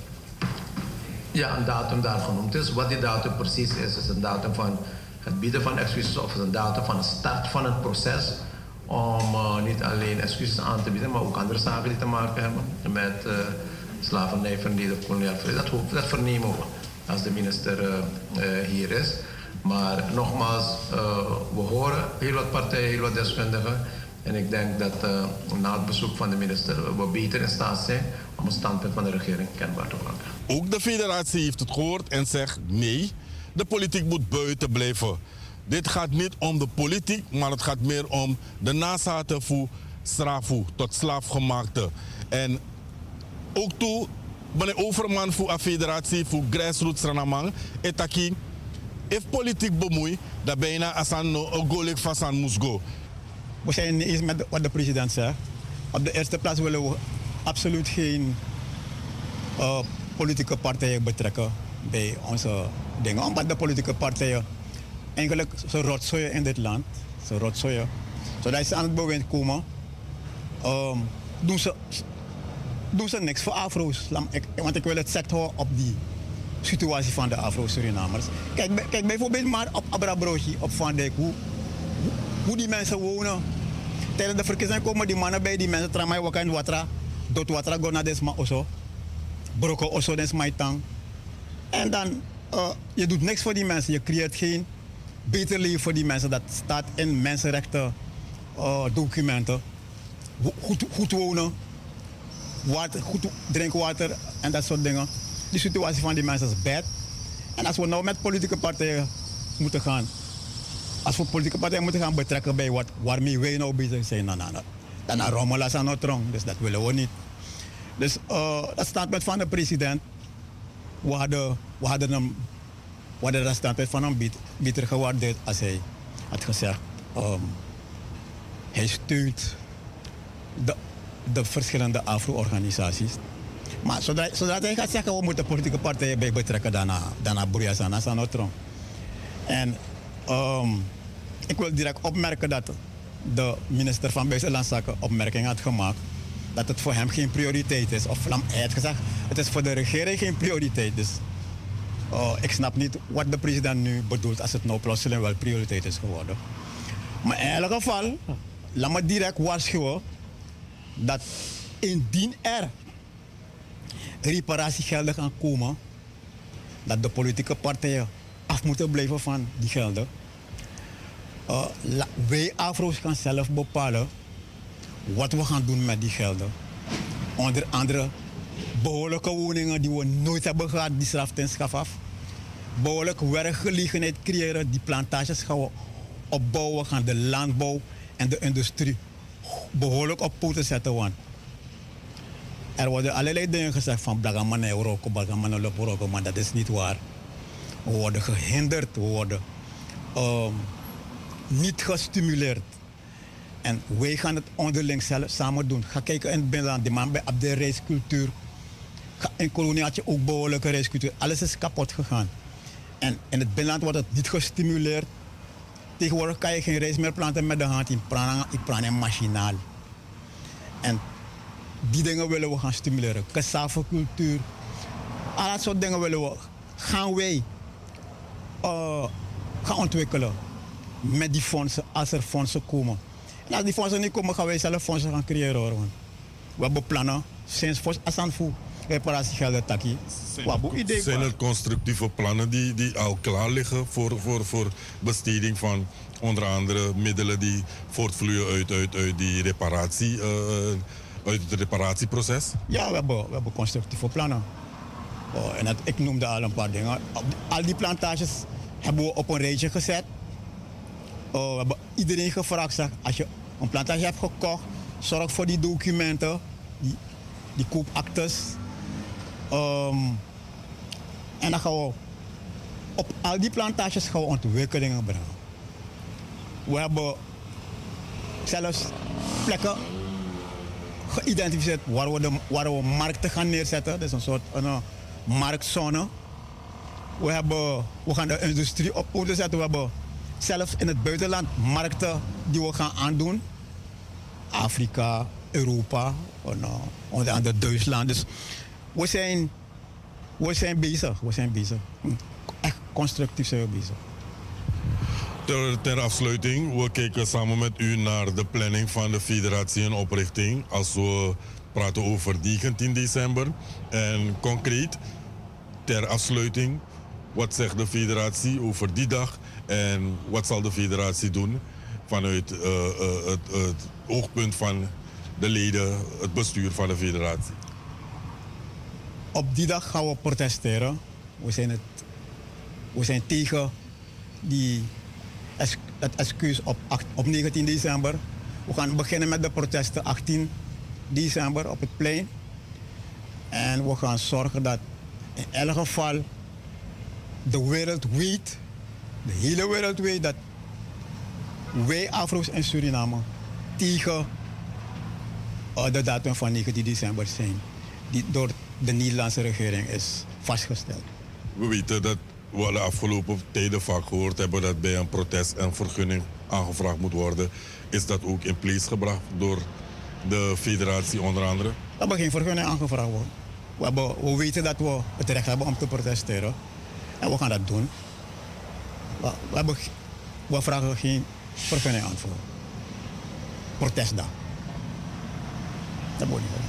ja, een datum daar genoemd is. Wat die datum precies is, is een datum van het bieden van excuses of een datum van de start van het proces om uh, niet alleen excuses aan te bieden, maar ook andere zaken die te maken hebben met uh, slavernijverleden of koloniaal verleden. Dat, dat vernemen we als de minister uh, uh, hier is. Maar nogmaals, uh, we horen heel wat partijen, heel wat deskundigen. En ik denk dat uh, na het bezoek van de minister we beter in staat zijn om het standpunt van de regering kenbaar te maken. Ook de federatie heeft het gehoord en zegt nee, de politiek moet buiten blijven. Dit gaat niet om de politiek, maar het gaat meer om de nazaten voor strafu, tot slaafgemaakte. En ook toe, meneer Overman voor de federatie, voor grassroots Ranamang, etaki, if politiek bemoei, dan bijna als een golik van moest go. We zijn niet eens met wat de president zegt. Op de eerste plaats willen we absoluut geen uh, politieke partijen betrekken bij onze dingen. Omdat de politieke partijen eigenlijk ze rotzooien in dit land. Ze rotzooien. Zodat ze aan het bewind komen, um, doen, ze, doen ze niks voor Afro's. Want ik wil het set houden op die situatie van de Afro-Surinamers. Kijk, kijk bijvoorbeeld maar op Abrabrochi, op Van Dijk, hoe, hoe die mensen wonen. Tijdens de verkiezingen komen die mannen bij die mensen tramai wakan watra, dot watra go naar desma oso, broko oso desma tang. En dan, uh, je doet niks voor die mensen, je creëert geen beter leven voor die mensen. Dat staat in mensenrechten uh, documenten. Goed, goed wonen, water, goed drinkwater en dat soort dingen. Die situatie van die mensen is bad. En als we nou met politieke partijen moeten gaan, als we politieke partijen moeten gaan betrekken bij wat, waarmee wij nou bezig zijn, dan, dan, dan, dan rommelen ze aan het rond. Dus dat willen we niet. Dus uh, dat standpunt van de president, we hadden, we hadden hem, we hadden dat standpunt van hem beter gewaardeerd als hij had gezegd, um, hij steunt de, de verschillende Afro-organisaties. Maar zodra, zodra hij gaat zeggen, we moeten politieke partijen bij betrekken, daarna, daarna broeien ze aan het rond. En um, ik wil direct opmerken dat de minister van Buitenlandse Zaken opmerking had gemaakt dat het voor hem geen prioriteit is. Of hij had gezegd, het is voor de regering geen prioriteit. Dus uh, ik snap niet wat de president nu bedoelt als het nou plotseling wel prioriteit is geworden. Maar in elk geval, laat me direct waarschuwen dat indien er reparatiegelden gaan komen, dat de politieke partijen af moeten blijven van die gelden. Uh, la, wij Afro's gaan zelf bepalen wat we gaan doen met die gelden. Onder andere behoorlijke woningen die we nooit hebben gehad, die straf ten schaf af. Behoorlijke werkgelegenheid creëren, die plantages gaan we opbouwen, gaan de landbouw en de industrie behoorlijk op poten zetten. Want er worden allerlei dingen gezegd van Blagamane Euroko, Blagamane Loporoko, maar dat is niet waar. We worden gehinderd, we worden um, niet gestimuleerd. En wij gaan het onderling zelf samen doen. Ga kijken in het binnenland, de man bij op de reiscultuur. Ga in koloniaatje ook behoorlijke reiscultuur. Alles is kapot gegaan. En in het binnenland wordt het niet gestimuleerd. Tegenwoordig kan je geen reis meer planten met de hand. Ik praat machinaal. En die dingen willen we gaan stimuleren. Cassave-cultuur. Al dat soort dingen willen we gaan wij uh, gaan ontwikkelen. Met die fondsen, als er fondsen komen. En als die fondsen niet komen, gaan wij zelf fondsen gaan creëren. Hoor, man. We hebben plannen. Sinds voor Asanfu, reparatiegelden taki. Zijn er constructieve plannen die, die al klaar liggen voor, voor, voor besteding van onder andere middelen die voortvloeien uit, uit, uit, die reparatie, uh, uit het reparatieproces? Ja, we hebben, we hebben constructieve plannen. Oh, en dat, ik noemde al een paar dingen. Al die plantages hebben we op een rijtje gezet. Oh, we hebben iedereen gevraagd, zeg, als je een plantage hebt gekocht, zorg voor die documenten, die, die koopactes. Um, en dan gaan we op al die plantages gaan we ontwikkelingen brengen. We hebben zelfs plekken geïdentificeerd waar we, de, waar we markten gaan neerzetten. Dat is een soort een, een marktzone. We, hebben, we gaan de industrie op poten zetten. We hebben zelfs in het buitenland markten die we gaan aandoen. Afrika, Europa, en, uh, onder andere Duitsland. Dus we zijn, we zijn bezig. We zijn bezig. Echt constructief zijn we bezig. Ter, ter afsluiting, we kijken samen met u naar de planning van de federatie en oprichting. Als we praten over negentien december. En concreet, ter afsluiting, wat zegt de federatie over die dag? En wat zal de federatie doen vanuit uh, uh, het, het oogpunt van de leden, het bestuur van de federatie? Op die dag gaan we protesteren. We zijn, het, we zijn tegen die, het excuus op, op negentien december. We gaan beginnen met de protesten achttien december op het plein. En we gaan zorgen dat in elk geval de wereld weet, de hele wereld weet, dat wij Afro's in Suriname tegen uh, de datum van negentien december zijn, die door de Nederlandse regering is vastgesteld. We weten dat we de afgelopen tijden vaak gehoord hebben dat bij een protest een vergunning aangevraagd moet worden. Is dat ook in place gebracht door de federatie onder andere? We hebben geen vergunning aangevraagd worden. We, hebben, we weten dat we het recht hebben om te protesteren. En we gaan dat doen. We, we, hebben, we vragen geen vergunning aan voor protestdag. Dat moet niet worden.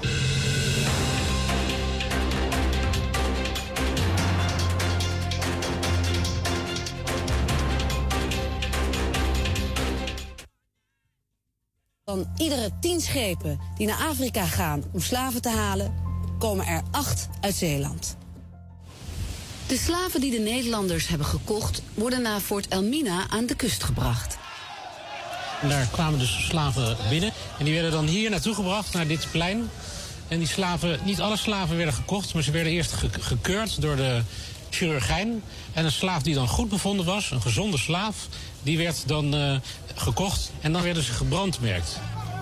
Van iedere tien schepen die naar Afrika gaan om slaven te halen, komen er acht uit Zeeland. De slaven die de Nederlanders hebben gekocht, worden naar Fort Elmina aan de kust gebracht. En daar kwamen dus slaven binnen en die werden dan hier naartoe gebracht, naar dit plein. En die slaven, niet alle slaven werden gekocht, maar ze werden eerst ge gekeurd door de chirurgijn. En een slaaf die dan goed bevonden was, een gezonde slaaf, die werd dan uh, gekocht en dan werden ze gebrandmerkt.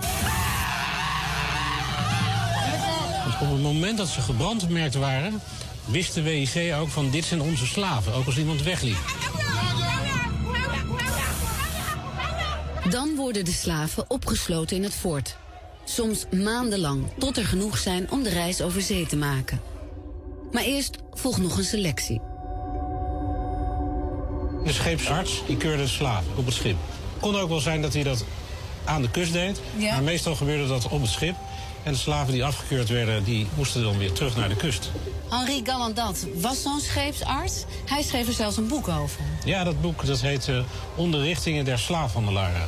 Dus op het moment dat ze gebrandmerkt waren, wist de W I C ook van dit zijn onze slaven, ook als iemand wegliep. Dan worden de slaven opgesloten in het fort. Soms maandenlang, tot er genoeg zijn om de reis over zee te maken. Maar eerst volgt nog een selectie. De scheepsarts die keurde de slaven op het schip. Het kon ook wel zijn dat hij dat aan de kust deed. Ja. Maar meestal gebeurde dat op het schip. En de slaven die afgekeurd werden, die moesten dan weer terug naar de kust. Henri Gallandat was zo'n scheepsarts. Hij schreef er zelfs een boek over. Ja, dat boek dat heet uh, Onderrichtingen der slaafhandelaren.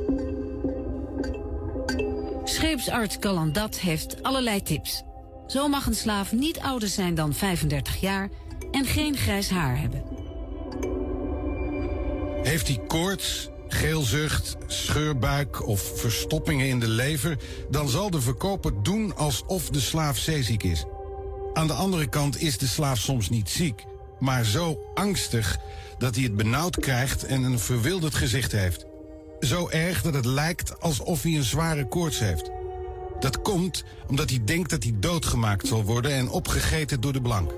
Scheepsarts Gallandat heeft allerlei tips. Zo mag een slaaf niet ouder zijn dan vijfendertig jaar en geen grijs haar hebben. Heeft hij koorts, geelzucht, scheurbuik of verstoppingen in de lever, dan zal de verkoper doen alsof de slaaf zeeziek is. Aan de andere kant is de slaaf soms niet ziek, maar zo angstig dat hij het benauwd krijgt en een verwilderd gezicht heeft. Zo erg dat het lijkt alsof hij een zware koorts heeft. Dat komt omdat hij denkt dat hij doodgemaakt zal worden en opgegeten door de blank.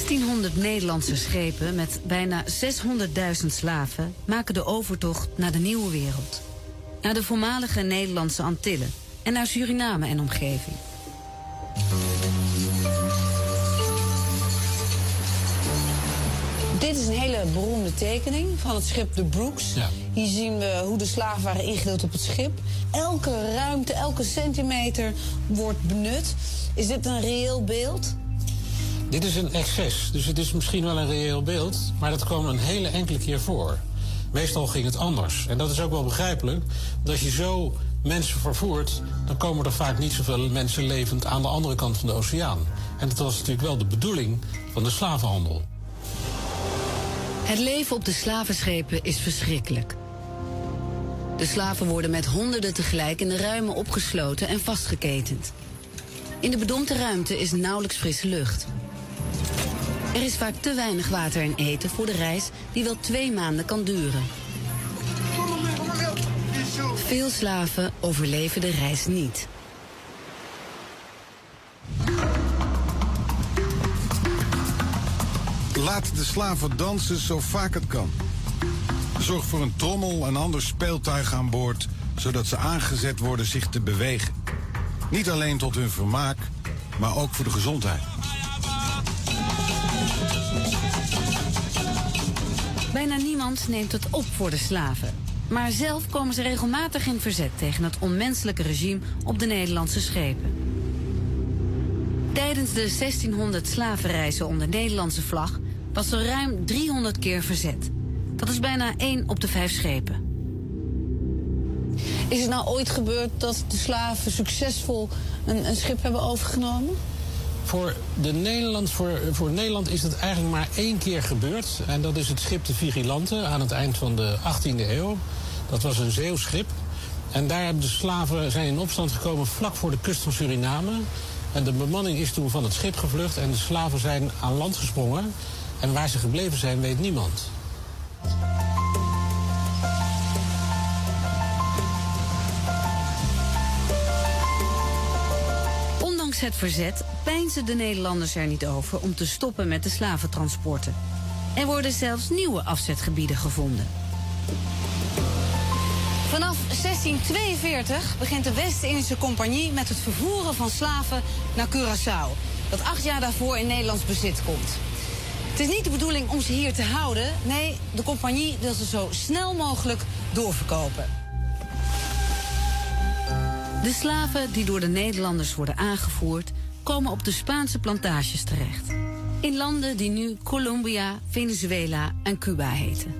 zestienhonderd Nederlandse schepen met bijna zeshonderdduizend slaven maken de overtocht naar de nieuwe wereld. Naar de voormalige Nederlandse Antillen en naar Suriname en omgeving. Dit is een hele beroemde tekening van het schip de Brooks. Ja. Hier zien we hoe de slaven waren ingedeeld op het schip. Elke ruimte, elke centimeter wordt benut. Is dit een reëel beeld? Dit is een excess, dus het is misschien wel een reëel beeld, maar dat kwam een hele enkele keer voor. Meestal ging het anders. En dat is ook wel begrijpelijk, want als je zo mensen vervoert, dan komen er vaak niet zoveel mensen levend aan de andere kant van de oceaan. En dat was natuurlijk wel de bedoeling van de slavenhandel. Het leven op de slavenschepen is verschrikkelijk. De slaven worden met honderden tegelijk in de ruimen opgesloten en vastgeketend. In de bedompte ruimte is nauwelijks frisse lucht. Er is vaak te weinig water en eten voor de reis die wel twee maanden kan duren. Veel slaven overleven de reis niet. Laat de slaven dansen zo vaak het kan. Zorg voor een trommel en ander speeltuig aan boord, zodat ze aangezet worden zich te bewegen. Niet alleen tot hun vermaak, maar ook voor de gezondheid. Bijna niemand neemt het op voor de slaven. Maar zelf komen ze regelmatig in verzet tegen het onmenselijke regime op de Nederlandse schepen. Tijdens de zestienhonderd slavenreizen onder Nederlandse vlag was er ruim driehonderd keer verzet. Dat is bijna één op de vijf schepen. Is het nou ooit gebeurd dat de slaven succesvol een, een schip hebben overgenomen? Voor, de Nederland, voor, voor Nederland is het eigenlijk maar één keer gebeurd. En dat is het schip de Vigilante aan het eind van de achttiende eeuw. Dat was een Zeeuws schip. En daar hebben de slaven zijn in opstand gekomen vlak voor de kust van Suriname. En de bemanning is toen van het schip gevlucht en de slaven zijn aan land gesprongen. En waar ze gebleven zijn, weet niemand. Ondanks het verzet peinzen de Nederlanders er niet over om te stoppen met de slaventransporten. Er worden zelfs nieuwe afzetgebieden gevonden. Vanaf zestientweeënveertig begint de West-Indische Compagnie met het vervoeren van slaven naar Curaçao, dat acht jaar daarvoor in Nederlands bezit komt. Het is niet de bedoeling om ze hier te houden. Nee, de compagnie wil ze zo snel mogelijk doorverkopen. De slaven die door de Nederlanders worden aangevoerd komen op de Spaanse plantages terecht. In landen die nu Colombia, Venezuela en Cuba heten.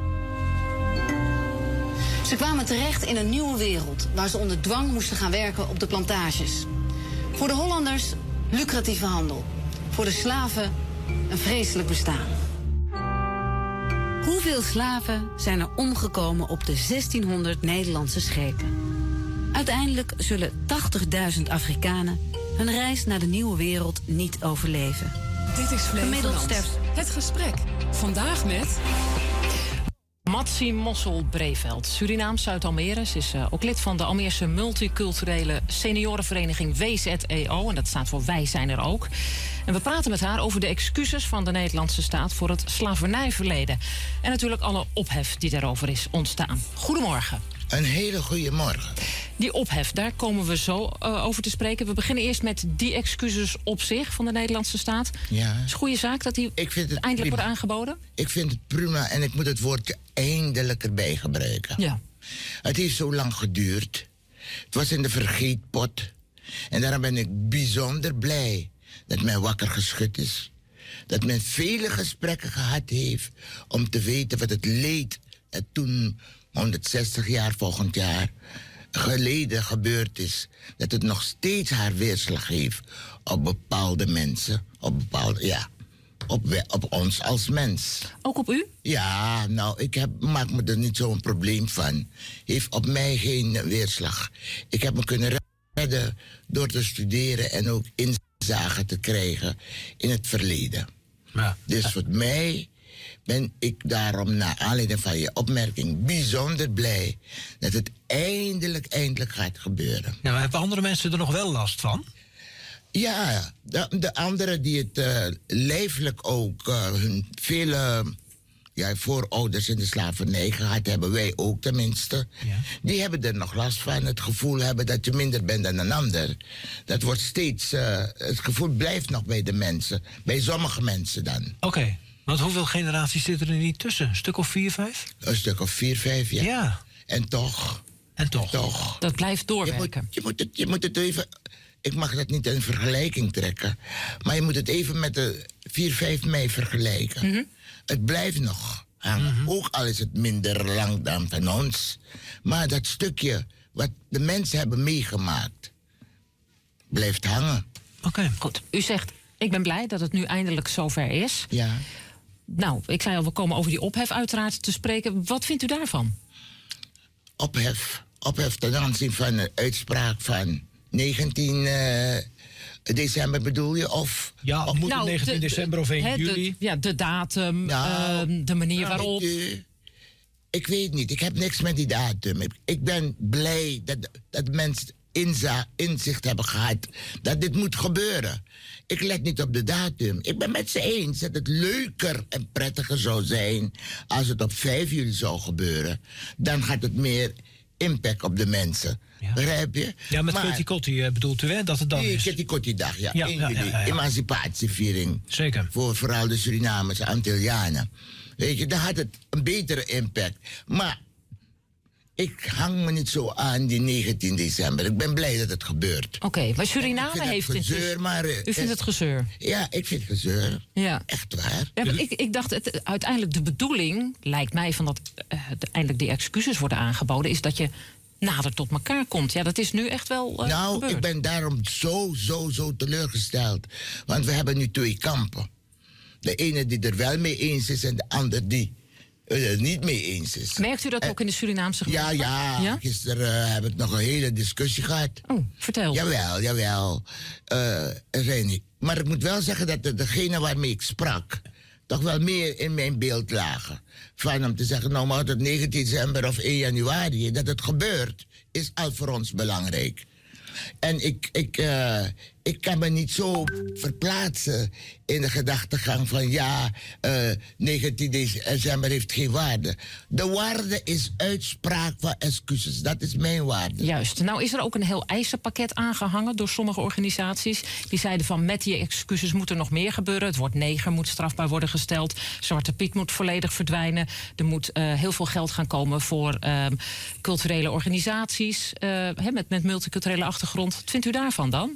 Ze kwamen terecht in een nieuwe wereld waar ze onder dwang moesten gaan werken op de plantages. Voor de Hollanders lucratieve handel. Voor de slaven een vreselijk bestaan. Hoeveel slaven zijn er omgekomen op de zestienhonderd Nederlandse schepen? Uiteindelijk zullen tachtigduizend Afrikanen hun reis naar de nieuwe wereld niet overleven. Dit is Flevoland. sterft... Het gesprek. Vandaag met... Matsi Mossel-Breveld, Surinaams uit Almere. Ze is uh, ook lid van de Almeerse multiculturele seniorenvereniging W Z E O. En dat staat voor Wij zijn er ook. En we praten met haar over de excuses van de Nederlandse staat voor het slavernijverleden. En natuurlijk alle ophef die daarover is ontstaan. Goedemorgen. Een hele goede morgen. Die ophef, daar komen we zo uh, over te spreken. We beginnen eerst met die excuses op zich van de Nederlandse staat. Ja. Het is een goede zaak dat die eindelijk prima. wordt aangeboden? Ik vind het prima en ik moet het woordje eindelijk erbij gebruiken. Ja. Het heeft zo lang geduurd. Het was in de vergeetpot. En daarom ben ik bijzonder blij dat men wakker geschud is. Dat men vele gesprekken gehad heeft om te weten wat het leed dat toen honderdzestig jaar volgend jaar geleden gebeurd is. Dat het nog steeds haar weerslag heeft op bepaalde mensen. Op bepaalde, ja, op, op ons als mens. Ook op u? Ja, nou, ik heb, maak me er niet zo'n probleem van. Heeft op mij geen weerslag. Ik heb me kunnen redden door te studeren en ook inzage te krijgen in het verleden. Ja. Dus voor mij ben ik daarom, naar aanleiding van je opmerking, bijzonder blij dat het eindelijk, eindelijk gaat gebeuren. Ja, maar hebben andere mensen er nog wel last van? Ja, de, de anderen die het uh, lijfelijk ook uh, hun vele ja, voorouders in de slavernij gehad hebben, wij ook tenminste, ja. Die hebben er nog last van. Het gevoel hebben dat je minder bent dan een ander. Dat wordt steeds, uh, het gevoel blijft nog bij de mensen, bij sommige mensen dan. Oké, okay. Want hoeveel generaties zitten er niet tussen? Een stuk of vier, vijf? Een stuk of vier, vijf, ja. Ja. En toch. En toch. En toch. Dat blijft doorwerken. Je moet, je moet, het, je moet het even... Ik mag dat niet in vergelijking trekken. Maar je moet het even met de vier, vijf mei vergelijken. Mm-hmm. Het blijft nog hangen. Mm-hmm. Ook al is het minder lang dan van ons. Maar dat stukje wat de mensen hebben meegemaakt, blijft hangen. Oké, okay. Goed. U zegt, ik ben blij dat het nu eindelijk zover is. Ja. Nou, ik zei al, we komen over die ophef uiteraard te spreken. Wat vindt u daarvan? Ophef. Ophef ten aanzien van de uitspraak van negentien december bedoel je? Of, ja, of moet het nou, negentien december of één juli? De, ja, de datum, nou, uh, de manier nou, waarop. Ik, ik weet niet, ik heb niks met die datum. Ik, ik ben blij dat, dat mensen inza, inzicht hebben gehad dat dit moet gebeuren. Ik let niet op de datum. Ik ben met ze eens dat het leuker en prettiger zou zijn als het op vijf juli zou gebeuren. Dan gaat het meer impact op de mensen. Ja. Begrijp je? Ja, met Kitty Kotti bedoelt u, hè? Dat het dan die is. Kitty Kotti dag, ja. ja, één ja, juli. Ja, ja, ja. Emancipatieviering. Zeker. Voor vooral de Surinamers, Antillianen. Weet je, dan had het een betere impact. Maar ik hang me niet zo aan die negentien december. Ik ben blij dat het gebeurt. Oké, okay, maar Suriname heeft het gezeur, maar, uh, U vindt het gezeur? Ja, ik vind het gezeur. Ja. Echt waar. Ja, maar ik, ik dacht, het, uiteindelijk de bedoeling, lijkt mij, van dat uh, eindelijk die excuses worden aangeboden, is dat je nader tot elkaar komt. Ja, dat is nu echt wel uh, Nou, gebeurd. Ik ben daarom zo, zo, zo teleurgesteld. Want we hebben nu twee kampen. De ene die er wel mee eens is en de ander die er niet mee eens is. Merkt u dat en, ook in de Surinaamse gemeenschap? Ja, ja, ja. Gisteren uh, heb ik nog een hele discussie gehad. Oh, vertel. Jawel, jawel. Uh, er zijn niet. Maar ik moet wel zeggen dat de, degene waarmee ik sprak toch wel meer in mijn beeld lagen. Van om te zeggen, nou maar tot negentien december of één januari, dat het gebeurt, is al voor ons belangrijk. En ik, ik, uh, ik kan me niet zo verplaatsen in de gedachtegang van ja, uh, negentien december heeft geen waarde. De waarde is uitspraak van excuses. Dat is mijn waarde. Juist. Nou is er ook een heel eisenpakket aangehangen door sommige organisaties. Die zeiden van met die excuses moet er nog meer gebeuren. Het woord neger moet strafbaar worden gesteld. Zwarte Piet moet volledig verdwijnen. Er moet uh, heel veel geld gaan komen voor uh, culturele organisaties. Uh, he, met, met multiculturele achtergrond. Wat vindt u daarvan dan?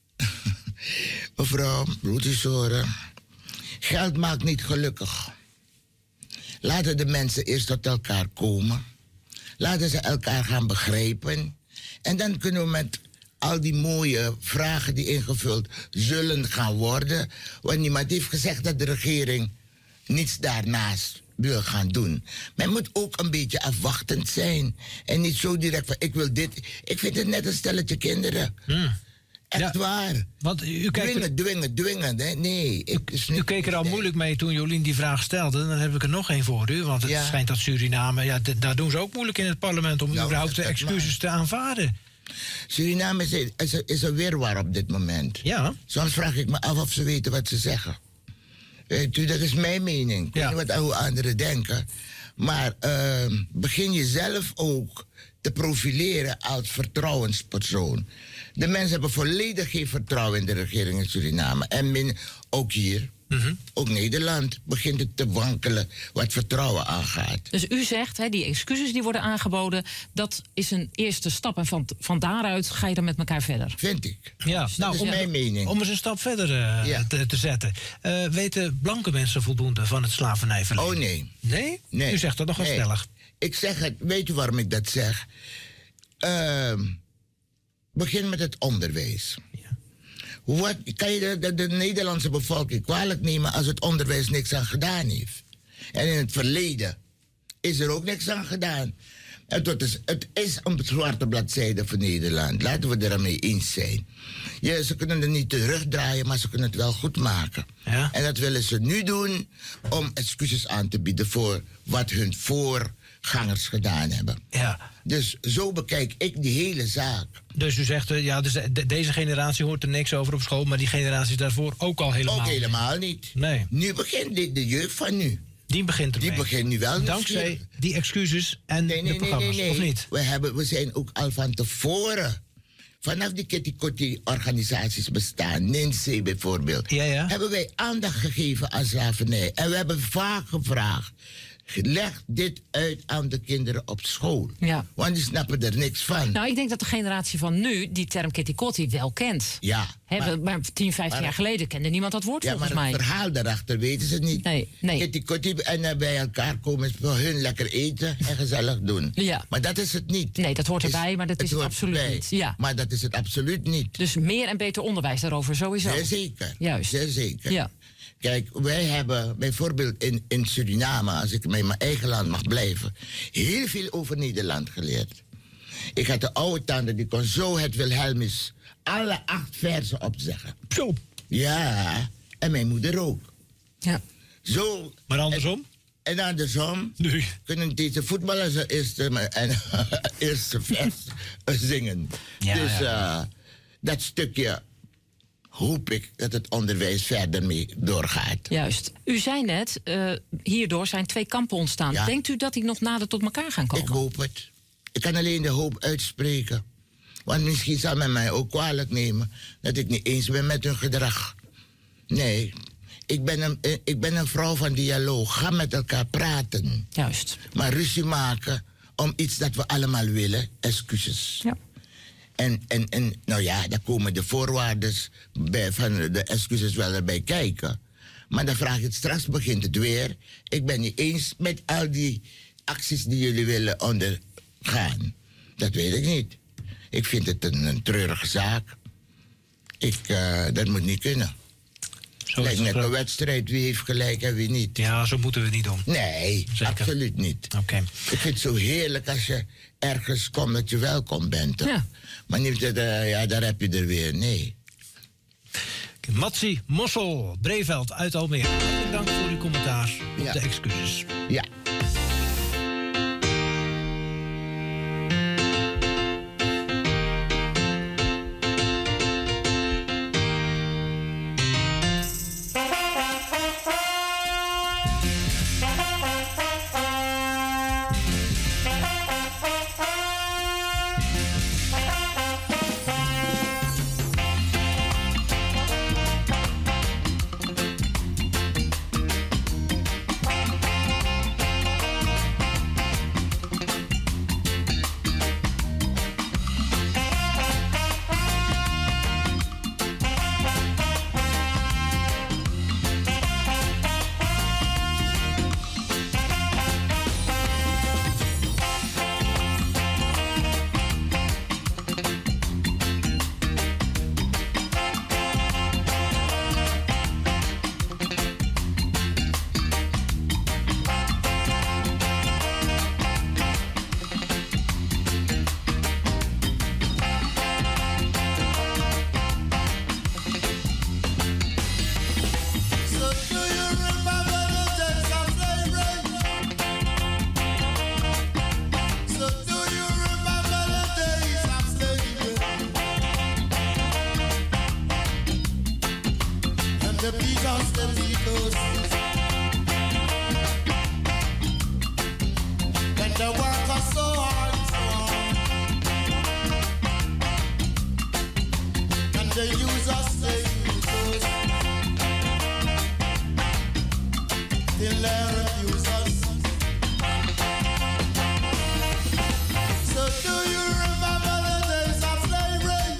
Mevrouw, moet u horen. Geld maakt niet gelukkig. Laten de mensen eerst tot elkaar komen. Laten ze elkaar gaan begrijpen. En dan kunnen we met al die mooie vragen die ingevuld zullen gaan worden. Want niemand heeft gezegd dat de regering niets daarnaast wil gaan doen. Men moet ook een beetje afwachtend zijn. En niet zo direct van, ik wil dit. Ik vind het net een stelletje kinderen. Hmm. Echt ja, waar. Want u kijkt dwingen, er... dwingen, dwingen. Hè? Nee. Ik, u, u keek er al moeilijk mee toen Jolien die vraag stelde. Dan heb ik er nog één voor u. Want het ja. schijnt dat Suriname... Ja, d- daar doen ze ook moeilijk in het parlement om nou, überhaupt de excuses maar. te aanvaarden. Suriname is, is, is een wirwar op dit moment. Ja. Soms vraag ik me af of ze weten wat ze zeggen. Weet u, dat is mijn mening. Ik ja. weet niet wat anderen denken. Maar uh, begin jezelf ook te profileren als vertrouwenspersoon. De mensen hebben volledig geen vertrouwen in de regering in Suriname. En min, ook hier, mm-hmm. ook Nederland, begint het te wankelen wat vertrouwen aangaat. Dus u zegt, hè, die excuses die worden aangeboden, dat is een eerste stap. En van, van daaruit ga je dan met elkaar verder. Vind ik. Ja, dus nou, dat is om, mijn mening. Om eens een stap verder uh, ja. te, te zetten. Uh, weten blanke mensen voldoende van het slavernijverleden? Oh nee. Nee? Nee. U zegt dat nog wel nee. stellig. Ik zeg het, weet je waarom ik dat zeg? Uh, begin met het onderwijs. Ja. Wat, kan je de, de, de Nederlandse bevolking kwalijk nemen als het onderwijs niks aan gedaan heeft? En in het verleden is er ook niks aan gedaan. Het is, het is een zwarte bladzijde voor Nederland. Laten we ermee eens zijn. Ja, ze kunnen het niet terugdraaien, maar ze kunnen het wel goed maken. Ja. En dat willen ze nu doen om excuses aan te bieden voor wat hun voor voorgangers gedaan hebben. Ja. Dus zo bekijk ik die hele zaak. Dus u zegt, uh, ja, dus de, deze generatie hoort er niks over op school, maar die generaties daarvoor ook al helemaal Ook helemaal niet. niet. Nee. Nu begint de, de jeugd van nu. Die begint ermee. Die begint nu wel. Dankzij die excuses en nee, nee, de programma's, nee, nee, nee. of niet? We, hebben, we zijn ook al van tevoren, vanaf die Kitty-Kotti-organisaties bestaan, N I N S E bijvoorbeeld, ja, ja. hebben wij aandacht gegeven aan slavernij. En we hebben vaak gevraagd, leg dit uit aan de kinderen op school. Ja. Want die snappen er niks van. Nou, ik denk dat de generatie van nu die term kitty kotti wel kent. Ja. He, maar, maar tien, vijftien maar, jaar geleden kende niemand dat woord ja, volgens mij. mij. Ja, maar het verhaal daarachter weten ze niet. Nee, nee. Kitty Kotti en uh, bij elkaar komen voor hun lekker eten en gezellig doen. Ja. Maar dat is het niet. Nee, dat hoort erbij, is, maar dat het is het absoluut erbij. niet. Ja. Maar dat is het absoluut niet. Dus meer en beter onderwijs daarover sowieso. Jazeker. Juist. Jazeker. Ja. Kijk, wij hebben bijvoorbeeld in, in Suriname, als ik in mijn eigen land mag blijven, heel veel over Nederland geleerd. Ik had de oude tante, die kon zo het Wilhelmus alle acht versen opzeggen. Zo. Ja, en mijn moeder ook. Ja. Zo. Maar andersom? En, en andersom nee. kunnen deze voetballers de eerste, en, eerste vers zingen. Ja, dus uh, ja. dat stukje hoop ik dat het onderwijs verder mee doorgaat. Juist. U zei net, uh, hierdoor zijn twee kampen ontstaan. Ja. Denkt u dat die nog nader tot elkaar gaan komen? Ik hoop het. Ik kan alleen de hoop uitspreken. Want misschien zal men mij ook kwalijk nemen dat ik niet eens ben met hun gedrag. Nee, ik ben een, ik ben een vrouw van dialoog. Ga met elkaar praten. Juist. Maar ruzie maken om iets dat we allemaal willen, excuses. Ja. En, en, en nou ja, daar komen de voorwaarden bij, van de excuses wel erbij kijken. Maar dan vraag ik, straks begint het weer. Ik ben niet eens met al die acties die jullie willen ondergaan. Dat weet ik niet. Ik vind het een, een treurige zaak. Ik, uh, dat moet niet kunnen. Zo Lijkt net een wedstrijd, wie heeft gelijk en wie niet. Ja, zo moeten we het niet doen. Nee, Zeker. absoluut niet. Okay. Ik vind het zo heerlijk als je ergens komt dat je welkom bent. Ja. Maar niet dat, uh, ja, daar heb je er weer, nee. Matsi Mossel, Breveld uit Almere. Hartelijk dank voor uw commentaar op ja. de excuses. Ja.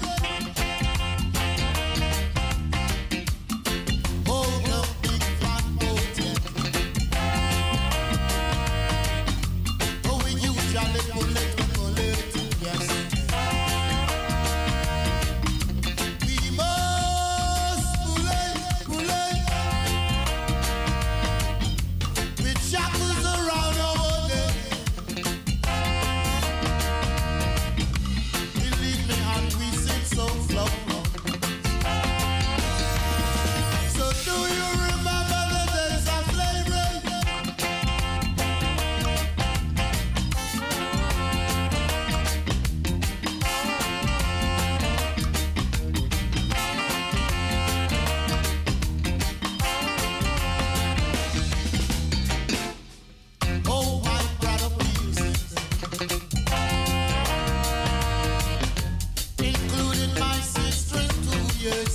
Hold the big fat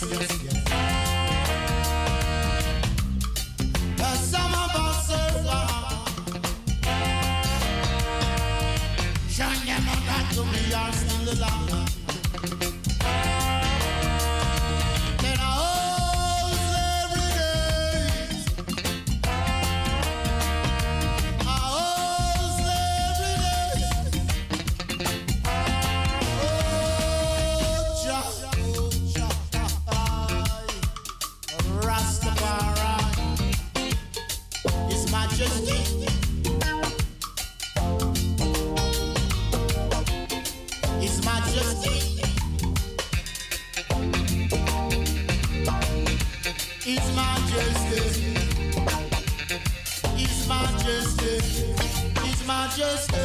yes, yes. But some of us are gone. Shine them on that to me are still alive. Then I hold every day. I hold every day. Oh, Jah, oh, Jah, Rastafari, His Majesty. His Majesty. His Majesty. His Majesty. His Majesty.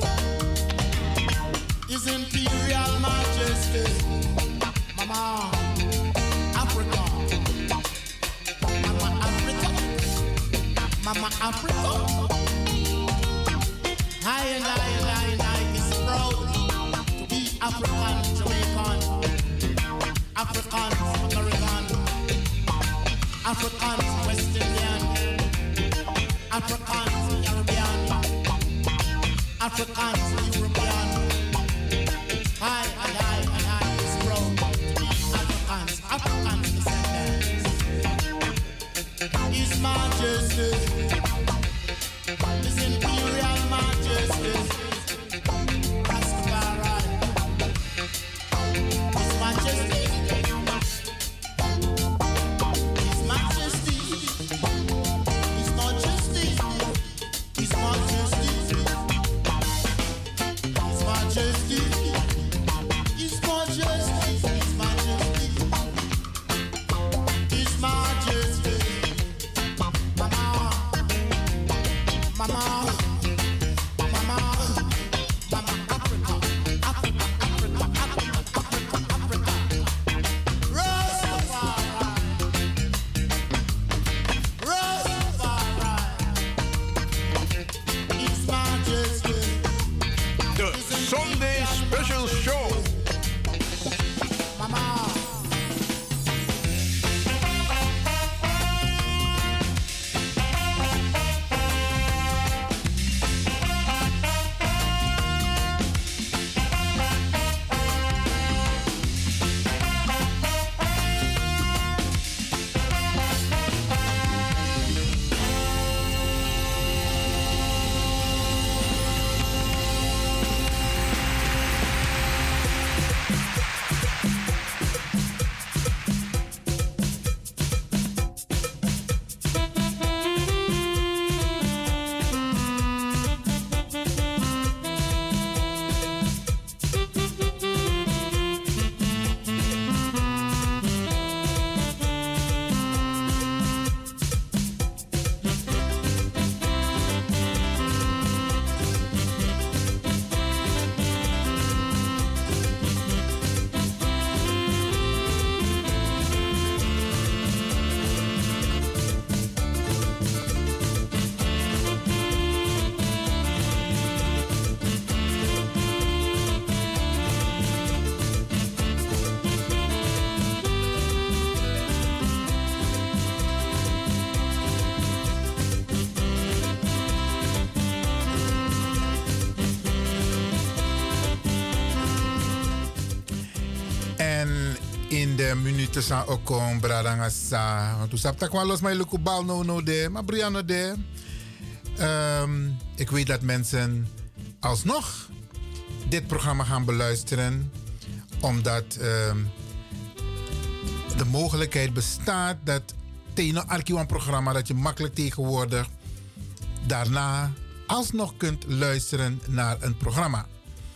His Imperial Majesty. Mama, Africa. Mama, Africa. Mama, Africa. I and I and I and I is proud to be African, Jamaican, African, American, African, West Indian, African, Caribbean, African, European. I and I and I is proud to be Africans, African descendants. His Majesty, His Imperial Majesty. His Majesty, His Majesty, His Majesty, His Majesty, His Majesty, His Majesty, His Majesty, His Majesty, Mama, Mama, Mama, Mama, Africa, Africa, Africa, Africa, Africa, Africa, Rastafari, Rastafari, His Majesty. The Sunday Special Show. Mama. In de minuten zijn ook om bradanga sa. Want toen zat ik wel los met luku bal no no de, maar Brianna de. Um, ik weet dat mensen alsnog dit programma gaan beluisteren, omdat um, de mogelijkheid bestaat dat tegen een archiefprogramma dat je makkelijk tegenwoordig daarna alsnog kunt luisteren naar een programma.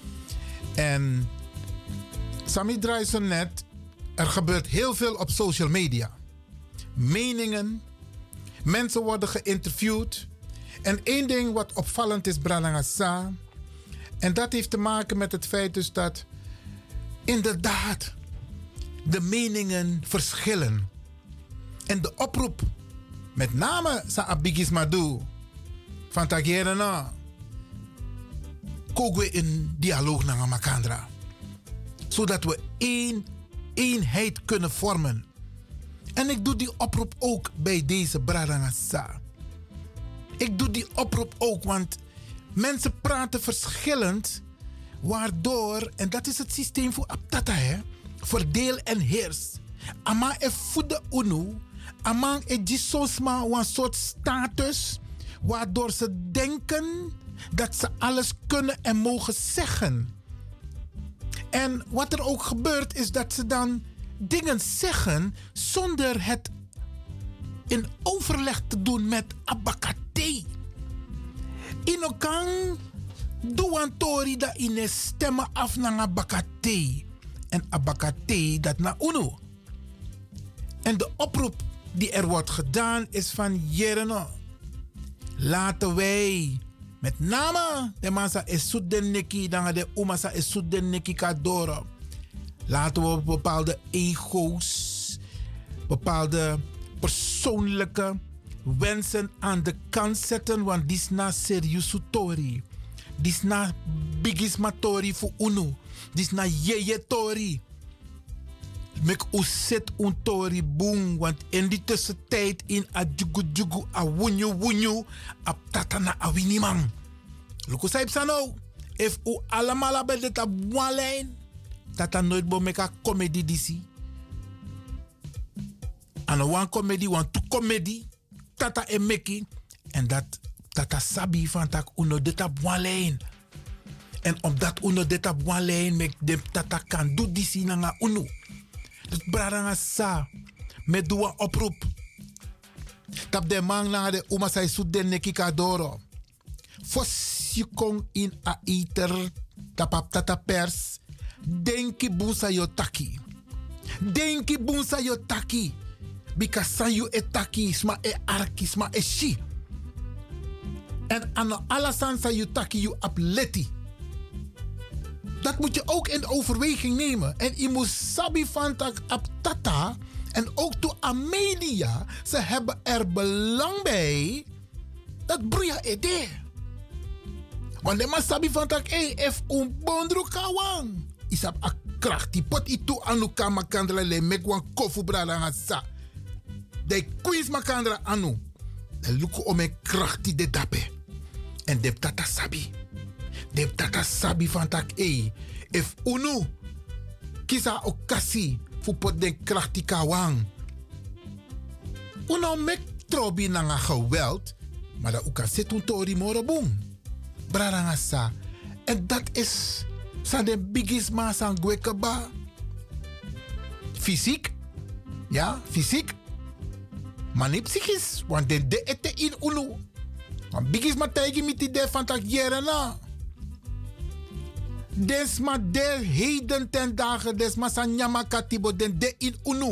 En Sami draait zo net. Er gebeurt heel veel op social media. Meningen. Mensen worden geïnterviewd. En één ding wat opvallend is, Bralangasa. En dat heeft te maken met het feit dus dat inderdaad de meningen verschillen. En de oproep, met name sa Abigis Madu, van Tagerena, kogen we in dialoog naar Makandra. Zodat we één eenheid kunnen vormen. En ik doe die oproep ook bij deze Bradangasa. Ik doe die oproep ook, want mensen praten verschillend, waardoor, en dat is het systeem voor Aptata, hè, verdeel en heers. Ama e voede unu, amang e gisosma een soort status, waardoor ze denken dat ze alles kunnen en mogen zeggen. En wat er ook gebeurt is dat ze dan dingen zeggen zonder het in overleg te doen met abakate. Inokang duantori da ine stemmen af naar abakate. En abakate dat na uno. En de oproep die er wordt gedaan is van Jereno. Laten wij, met name de massa is Soedeniki, dan de umasa is Soedeniki kadoro. Laten we bepaalde ego's, bepaalde persoonlijke wensen aan de kant zetten, want die is na serieus tori. Die is na bigismatori voor unu. Die is na yeye tori. Mek uset un tori boom, want in die tussentijd in a jugu jugu a wunyu wunyu a tatana a winimang. Luko saib sano, if u alamala bij dit op one lijn, tata nooit bo meka comedy disi. Aan one comedy, one two comedy, tata e meki, en dat tata sabi van tak uno dit op one lijn. En omdat uno dit op one lijn, mek de tata kan do disi nanga uno. Dus bradanga sa, met doa oproep. Tap de man na de uma sai suden neki kadoro. Fos je kong in a iter, tapap tata pers, denki bunsa yo taki. Denki bunsa yo taki. Bika you e taki, sma e arki, sma e shi. En ano alasan sa you taki you apleti. Dat moet je ook in overweging nemen. En je moet sabi van tak ap tata en ook to Amelia. Ze hebben er belang bij dat broeia ede. Want de man sabi van tak hey, if un bondru kawang. Isap a kracht die pot itu anu ka makandra le mek wan kofu brada ngasa. De queens makandra anu. De luku ome kracht die de dape. En de tata sabi. De tata sabi van tak e. If unu kisa okasi fu pot den krachti kawang. Uno mek trobi nanga geweld. Maar dat uka setun tori morobung. Brarangasa. En dat is sa de biggest mas aan gwekaba. Fysiek. Ja, fysiek. Maar niet psychisch. Want de de ete in unu. Want biggest ma taigi mit die de van tak jerena. Desma de heden ten dagen, desma sa nyama katibo den de in unu.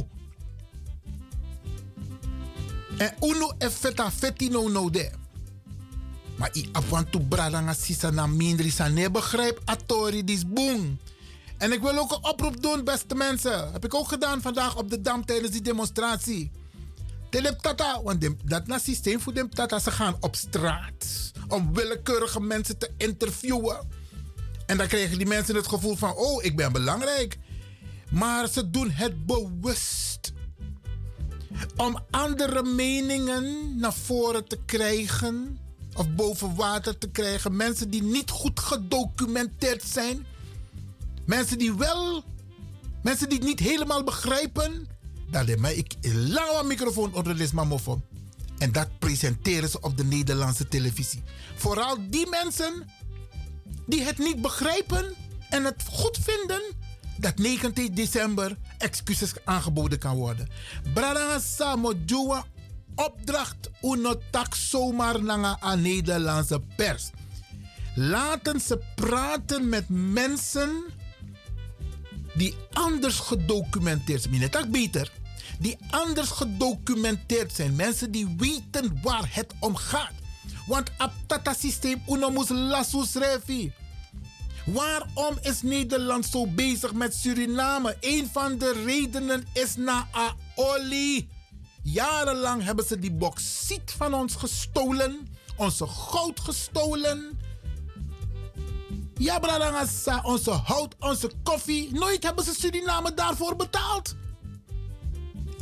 En unu e feta feti no no de. Maar i apantu brada nga sisa na mindri sa ne begrijp atori dis boom. En ik wil ook een oproep doen, beste mensen. Heb ik ook gedaan vandaag op de Dam tijdens die demonstratie. Telep tata, want de, dat na systeem voor de tata, ze gaan op straat om willekeurige mensen te interviewen. En dan krijgen die mensen het gevoel van, oh, ik ben belangrijk. Maar ze doen het bewust. Om andere meningen naar voren te krijgen. Of boven water te krijgen. Mensen die niet goed gedocumenteerd zijn. Mensen die wel... Mensen die het niet helemaal begrijpen. Dat is mij, ik laat een microfoon onder de mofo. En dat presenteren ze op de Nederlandse televisie. Vooral die mensen... die het niet begrijpen en het goed vinden dat negentien december excuses aangeboden kan worden. Brada Samo Jua opdracht unotak zomaar naar een Nederlandse pers. Laten ze praten met mensen die anders gedocumenteerd zijn. Minetak beter. Die anders gedocumenteerd zijn. Mensen die weten waar het om gaat. Want op dat systeem uno moest lasso schrijven. Waarom is Nederland zo bezig met Suriname? Een van de redenen is na olie. Jarenlang hebben ze die bauxiet van ons gestolen. Onze goud gestolen. Ja, bradangasa, onze hout, onze koffie. Nooit hebben ze Suriname daarvoor betaald.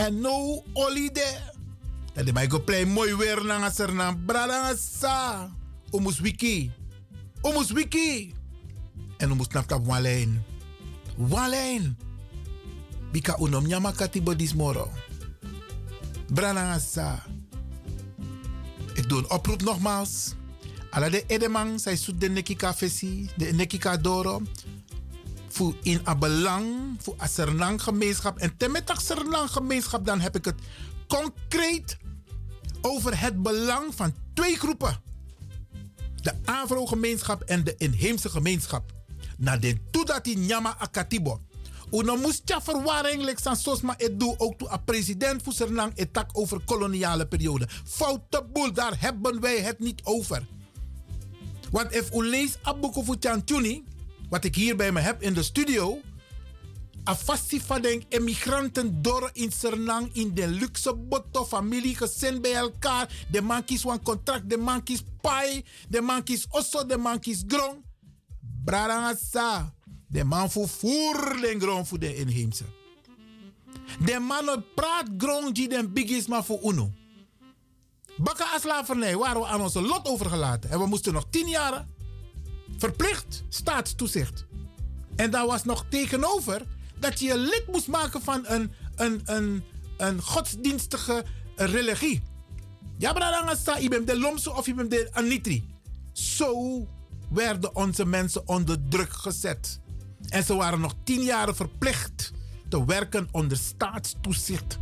En no holiday. Dat de mij go play mooi weer na Sernam. Brada sa. Omus wiki. Omus wiki. En omus snap kap walen. Walen. Bika unom nyama katibo dismoro. Brada sa. Ik doe een oproep nogmaals. Alla de edemang, zij zoet de nekika fesi, de nekika doro. Voor in a belang, voor a Sernang gemeenschap. En temetak Sernang gemeenschap, dan heb ik het concreet over het belang van twee groepen. De Afro-gemeenschap en de inheemse gemeenschap. Na de toedati nyama akatibo. Uno moest ja verwarring leksan sosma het doe ook toe a president voor Sernang etak over koloniale periode. Foute boel, daar hebben wij het niet over. Want if u leest Abuko Futjantuni, wat ik hier bij me heb in de studio, afasti van de emigranten door in Sernang in de luxe botto familie gezin bij elkaar. De man kies een contract, de man kies pai, de man kies osso, de man kies grong. Brarangasa, de man voer den grond voor de inheemse. De man praat grond die den bigis maar voor uno. Bakka als slavernij waren we aan onze lot overgelaten. En we moesten nog tien jaar verplicht staatstoezicht. En daar was nog tegenover dat je je lid moest maken van een, een, een, een godsdienstige religie. Ja, brada, je bent de Lomse of je bent de Anitri. Zo werden onze mensen onder druk gezet. En ze waren nog tien jaar verplicht te werken onder staatstoezicht.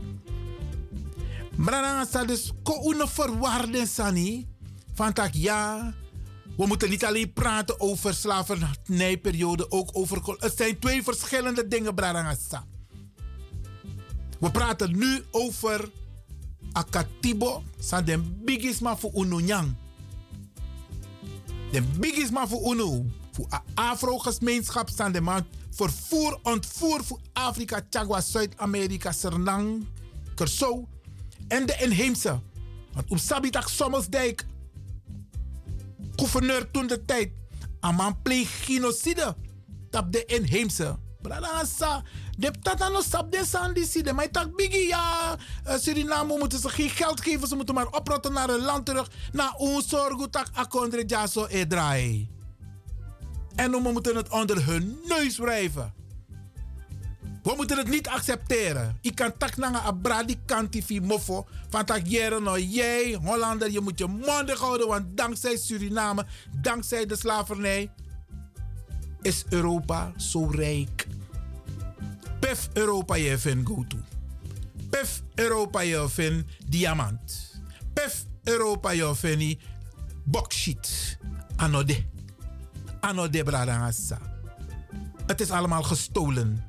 Maar dan dus koe verwarden sani van tak ja, we moeten niet alleen praten over slavernijperiode, ook over. Het zijn twee verschillende dingen, brarangasa. We praten nu over akatibo, san den bigisma voor ununyang. De bigisma voor unu, voor Afro-gemeenschap, san de man vervoer, ontvoer voor Afrika, Chagwa, Zuid-Amerika, Sernang, Kersau. En de inheemse. Want op Sabitak Sommersdijk, gouverneur toen de tijd, een man pleeg genocide. Tap de inheemse. Bradangasa, de tata no sap de sandicide. Maar tak biggie, ja, Suriname moeten ze geen geld geven. Ze moeten maar oprotten naar hun land terug. Na ons zorg tak akondre jaso e draai. En we moeten het onder hun neus wrijven. We moeten het niet accepteren. Ik kan tak nanga abradi kantifi mofo. Van tak jere no jij, Hollander, je moet je mondig houden. Want dankzij Suriname, dankzij de slavernij, is Europa zo rijk. Pef Europa je vindt go to. Pef Europa je vindt diamant. Pef Europa je vindt bauxite. Anode. Anode bradangasa. Het is allemaal gestolen.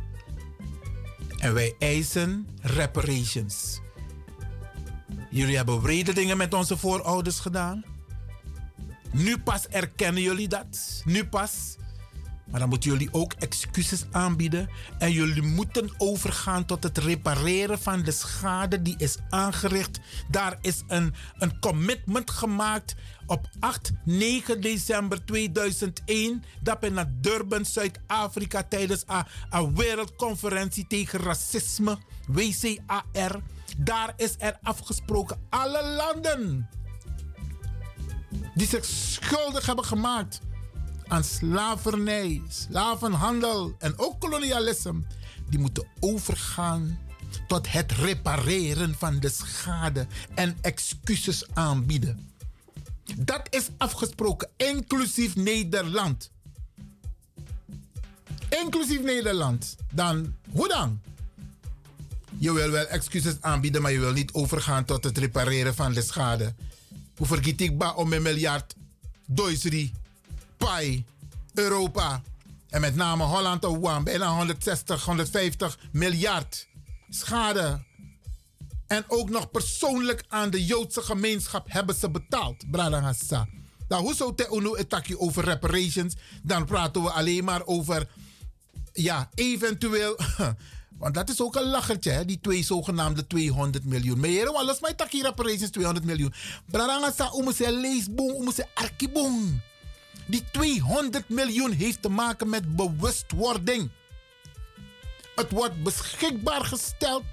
En wij eisen reparations. Jullie hebben wrede dingen met onze voorouders gedaan. Nu pas erkennen jullie dat. Nu pas. Maar dan moeten jullie ook excuses aanbieden. En jullie moeten overgaan tot het repareren van de schade die is aangericht. Daar is een, een commitment gemaakt op acht, negen december tweeduizend één. Dat we naar Durban, Zuid-Afrika, tijdens een wereldconferentie tegen racisme, W C A R. Daar is er afgesproken alle landen die zich schuldig hebben gemaakt aan slavernij, slavenhandel en ook kolonialisme, die moeten overgaan tot het repareren van de schade en excuses aanbieden. Dat is afgesproken, inclusief Nederland. Inclusief Nederland. Dan, hoe dan? Je wil wel excuses aanbieden, maar je wil niet overgaan tot het repareren van de schade. Hoe vergiet ik ba om een miljard Duitsers, Pai, Europa en met name Holland of bijna honderdzestig, honderdvijftig miljard schade. En ook nog persoonlijk aan de Joodse gemeenschap hebben ze betaald. Bradangasa. Nou, hoe zou te unu etaki over reparations? Dan praten we alleen maar over, ja, eventueel. Want dat is ook een lachertje, hè? Die twee zogenaamde tweehonderd miljoen. Maar heren, los mij taki reparations tweehonderd miljoen. Bradangasa, omme se leesboom, omme se arkiboom. Die tweehonderd miljoen heeft te maken met bewustwording. Het wordt beschikbaar gesteld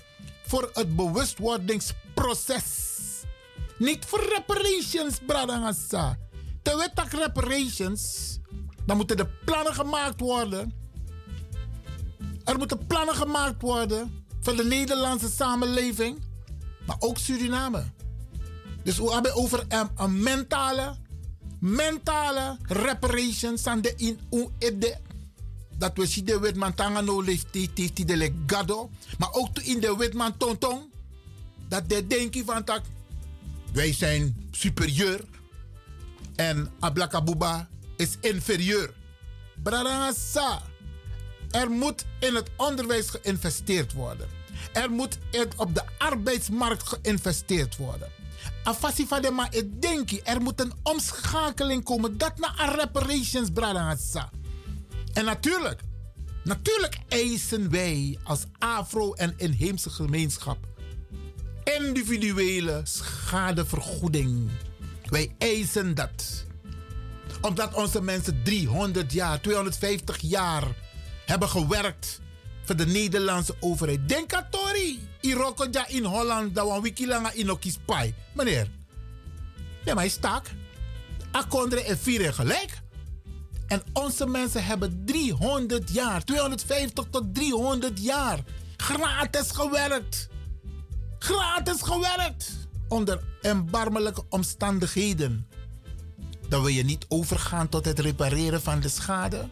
voor het bewustwordingsproces. Niet voor reparations, bradangasa. Te wetak reparations, dan moeten de plannen gemaakt worden. Er moeten plannen gemaakt worden voor de Nederlandse samenleving, maar ook Suriname. Dus we hebben over een, een mentale, mentale reparations aan de in de dat we zien de wetman tangano leeft die de legado, maar ook in de wetman tontong dat de denken van tak wij zijn superieur en Ablakabuba is inferieur. Bradangasa. Er moet in het onderwijs geïnvesteerd worden. Er moet op de arbeidsmarkt geïnvesteerd worden. Afasi van de maar ik denk er moet een omschakeling komen. Dat naar reparations, bradangasa. En natuurlijk, natuurlijk eisen wij als Afro- en inheemse gemeenschap individuele schadevergoeding. Wij eisen dat. Omdat onze mensen driehonderd jaar, tweehonderdvijftig jaar hebben gewerkt voor de Nederlandse overheid. Denk aan Tori. Irokoja in Holland, dat we wikilanga in Okispai. Meneer, ja, maar hij stak. Akondre en vier gelijk. En onze mensen hebben driehonderd jaar, tweehonderdvijftig tot driehonderd jaar gratis gewerkt. Gratis gewerkt. Onder erbarmelijke omstandigheden. Dan wil je niet overgaan tot het repareren van de schade.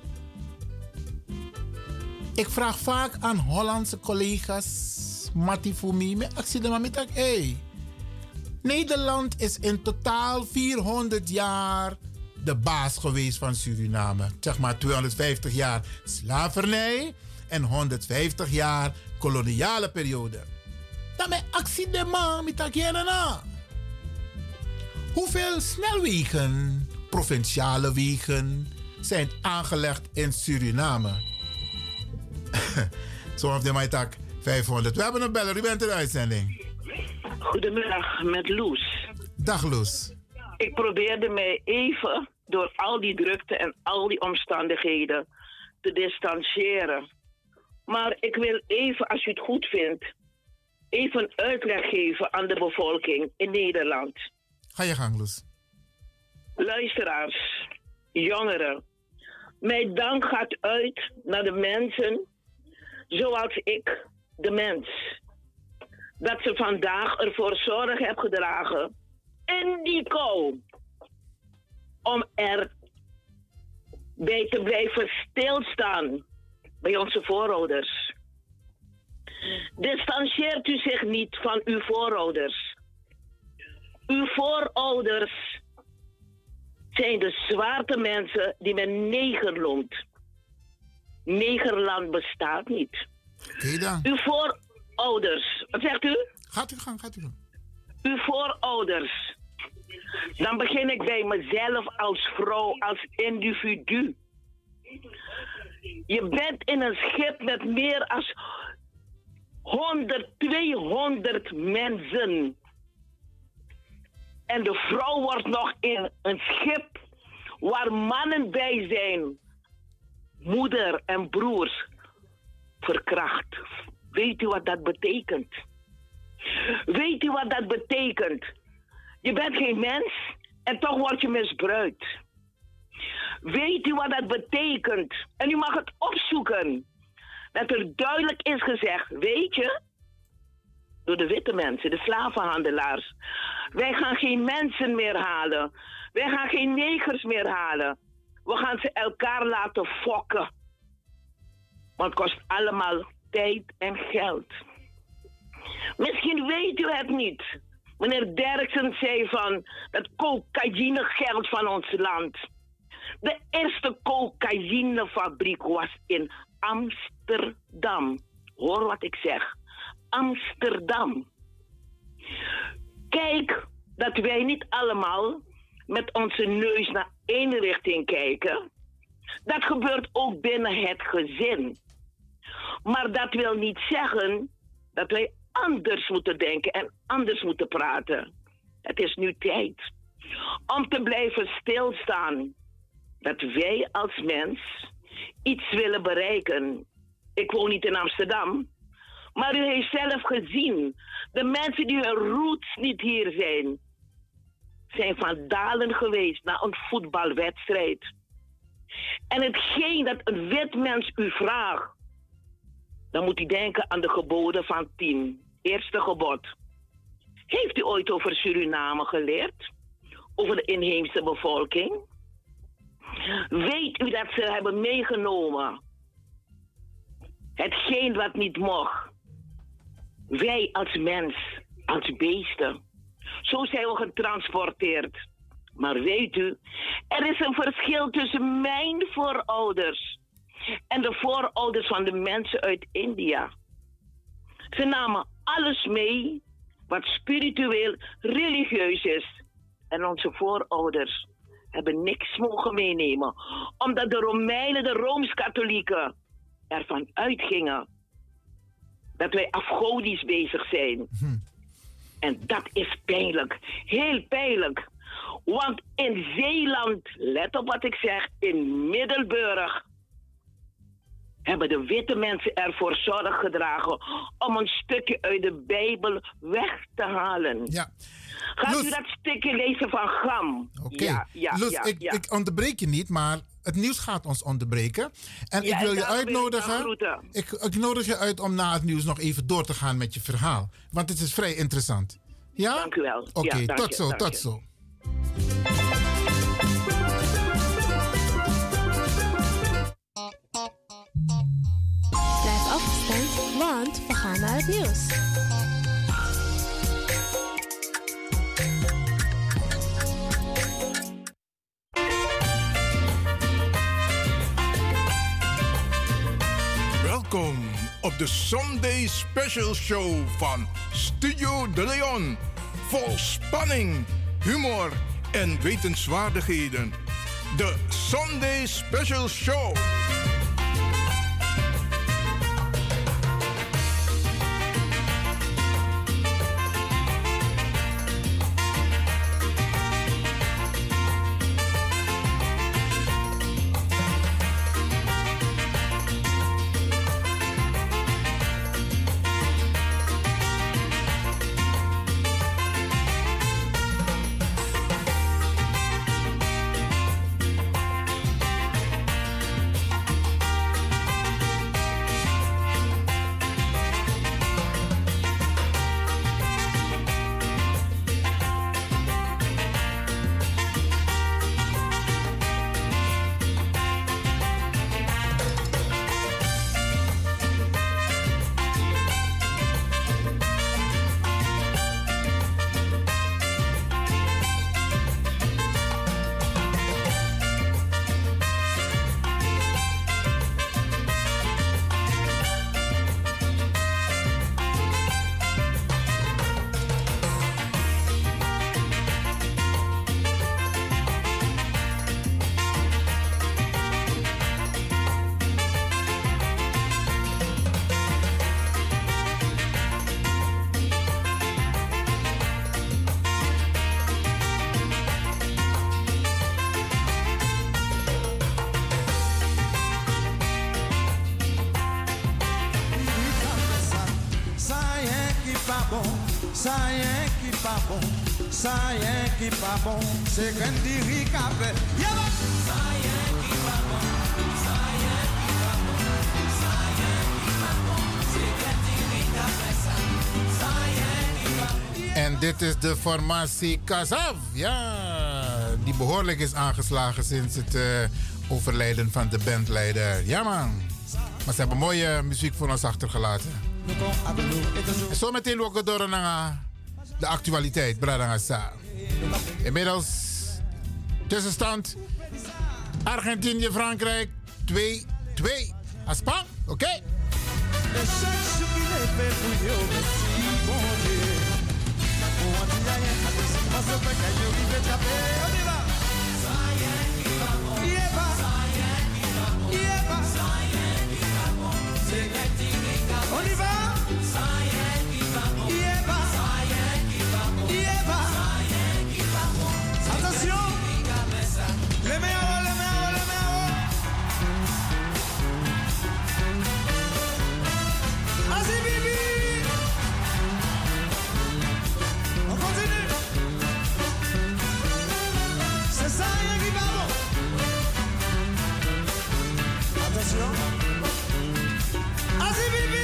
Ik vraag vaak aan Hollandse collega's, Mati Fumi, met actie de mamitak, hey, Nederland is in totaal vierhonderd jaar de baas geweest van Suriname. Zeg maar tweehonderdvijftig jaar slavernij en honderdvijftig jaar koloniale periode. Dan met actie de mamitak na. Hoeveel snelwegen, provinciale wegen, zijn aangelegd in Suriname? Zo heeft de Maitak vijfhonderd. We hebben een beller, u bent in de uitzending. Goedemiddag, met Loes. Dag Loes. Ik probeerde mij even door al die drukte en al die omstandigheden te distancieren. Maar ik wil even, als u het goed vindt, even uitleg geven aan de bevolking in Nederland. Ga je gang, Loes. Luisteraars, jongeren, mijn dank gaat uit naar de mensen zoals ik, de mens. Dat ze vandaag ervoor zorg hebben gedragen in die kou. Om er bij te blijven stilstaan bij onze voorouders. Distanceert u zich niet van uw voorouders. Uw voorouders zijn de zwarte mensen die men neger noemt. Negerland bestaat niet. Oké dan. Uw voorouders, wat zegt u? Gaat u gang, gaat u gang. Uw voorouders. Dan begin ik bij mezelf als vrouw, als individu. Je bent in een schip met meer dan honderd, tweehonderd mensen. En de vrouw wordt nog in een schip waar mannen bij zijn. Moeder en broers verkracht. Weet u wat dat betekent? Weet u wat dat betekent? Je bent geen mens en toch word je misbruikt. Weet u wat dat betekent? En u mag het opzoeken. Dat er duidelijk is gezegd, weet je, door de witte mensen, de slavenhandelaars. Wij gaan geen mensen meer halen. Wij gaan geen negers meer halen. We gaan ze elkaar laten fokken. Want het kost allemaal tijd en geld. Misschien weet u het niet. Meneer Derksen zei van dat cocaïne geld van ons land. De eerste cocaïnefabriek was in Amsterdam. Hoor wat ik zeg. Amsterdam. Kijk dat wij niet allemaal met onze neus naar één richting kijken. Dat gebeurt ook binnen het gezin. Maar dat wil niet zeggen dat wij anders moeten denken en anders moeten praten. Het is nu tijd om te blijven stilstaan. Dat wij als mens iets willen bereiken. Ik woon niet in Amsterdam, Maar u heeft zelf gezien, de mensen die hun roots niet hier zijn, zijn van Dalen geweest naar een voetbalwedstrijd. En hetgeen dat een wit mens u vraagt, dan moet u denken aan de geboden van tien. Eerste gebod. Heeft u ooit over Suriname geleerd? Over de inheemse bevolking? Weet u dat ze hebben meegenomen hetgeen wat niet mocht? Wij als mens, als beesten. Zo zijn we getransporteerd. Maar weet u, er is een verschil tussen mijn voorouders en de voorouders van de mensen uit India. Ze namen alles mee wat spiritueel, religieus is. En onze voorouders hebben niks mogen meenemen. Omdat de Romeinen, de Rooms-Katholieken, ervan uitgingen dat wij afgodisch bezig zijn. Hm. En dat is pijnlijk. Heel pijnlijk. Want in Zeeland, let op wat ik zeg, in Middelburg, hebben de witte mensen ervoor zorg gedragen om een stukje uit de Bijbel weg te halen. Ja. Gaat Loes, u dat stukje lezen van Gam? Oké. Okay. Ja, ja, Loes, ja, ik, ja. ik onderbreek je niet, maar het nieuws gaat ons onderbreken. En Ja, ik wil en je daarom wil ik uitnodigen. jou Ik, ik nodig je uit om na het nieuws nog even door te gaan met je verhaal. Want het is vrij interessant. Ja? Dank u wel. Oké, Ja, dank tot je, zo, dank tot je. zo. Blijf afgestemd, want we gaan naar het nieuws. Welkom op de Sunday Special Show van Studio De Leon. Vol spanning, humor en wetenswaardigheden. De Sunday Special Show. Sayen qui pas bon, sayen qui pas bon, c'est qu'un diri café. Sayen qui pas bon, sayen qui pas bon, sayen qui pas bon, c'est qu'un diri café. Sayen qui pas bon. En dit is de formatie Kazav. Ja, die behoorlijk is aangeslagen sinds het uh, overlijden van de bandleider. Ja man, maar ze hebben mooie muziek voor ons achtergelaten. En zometeen we door naar de actualiteit, Bradangasa. Inmiddels tussenstand Argentinië, Frankrijk twee twee. Aspan, oké? Okay. On y va! Attention! Les mains en haut, les mains en haut, les mains en haut! Vas-y, Bibi! Attention. Asi Bibi.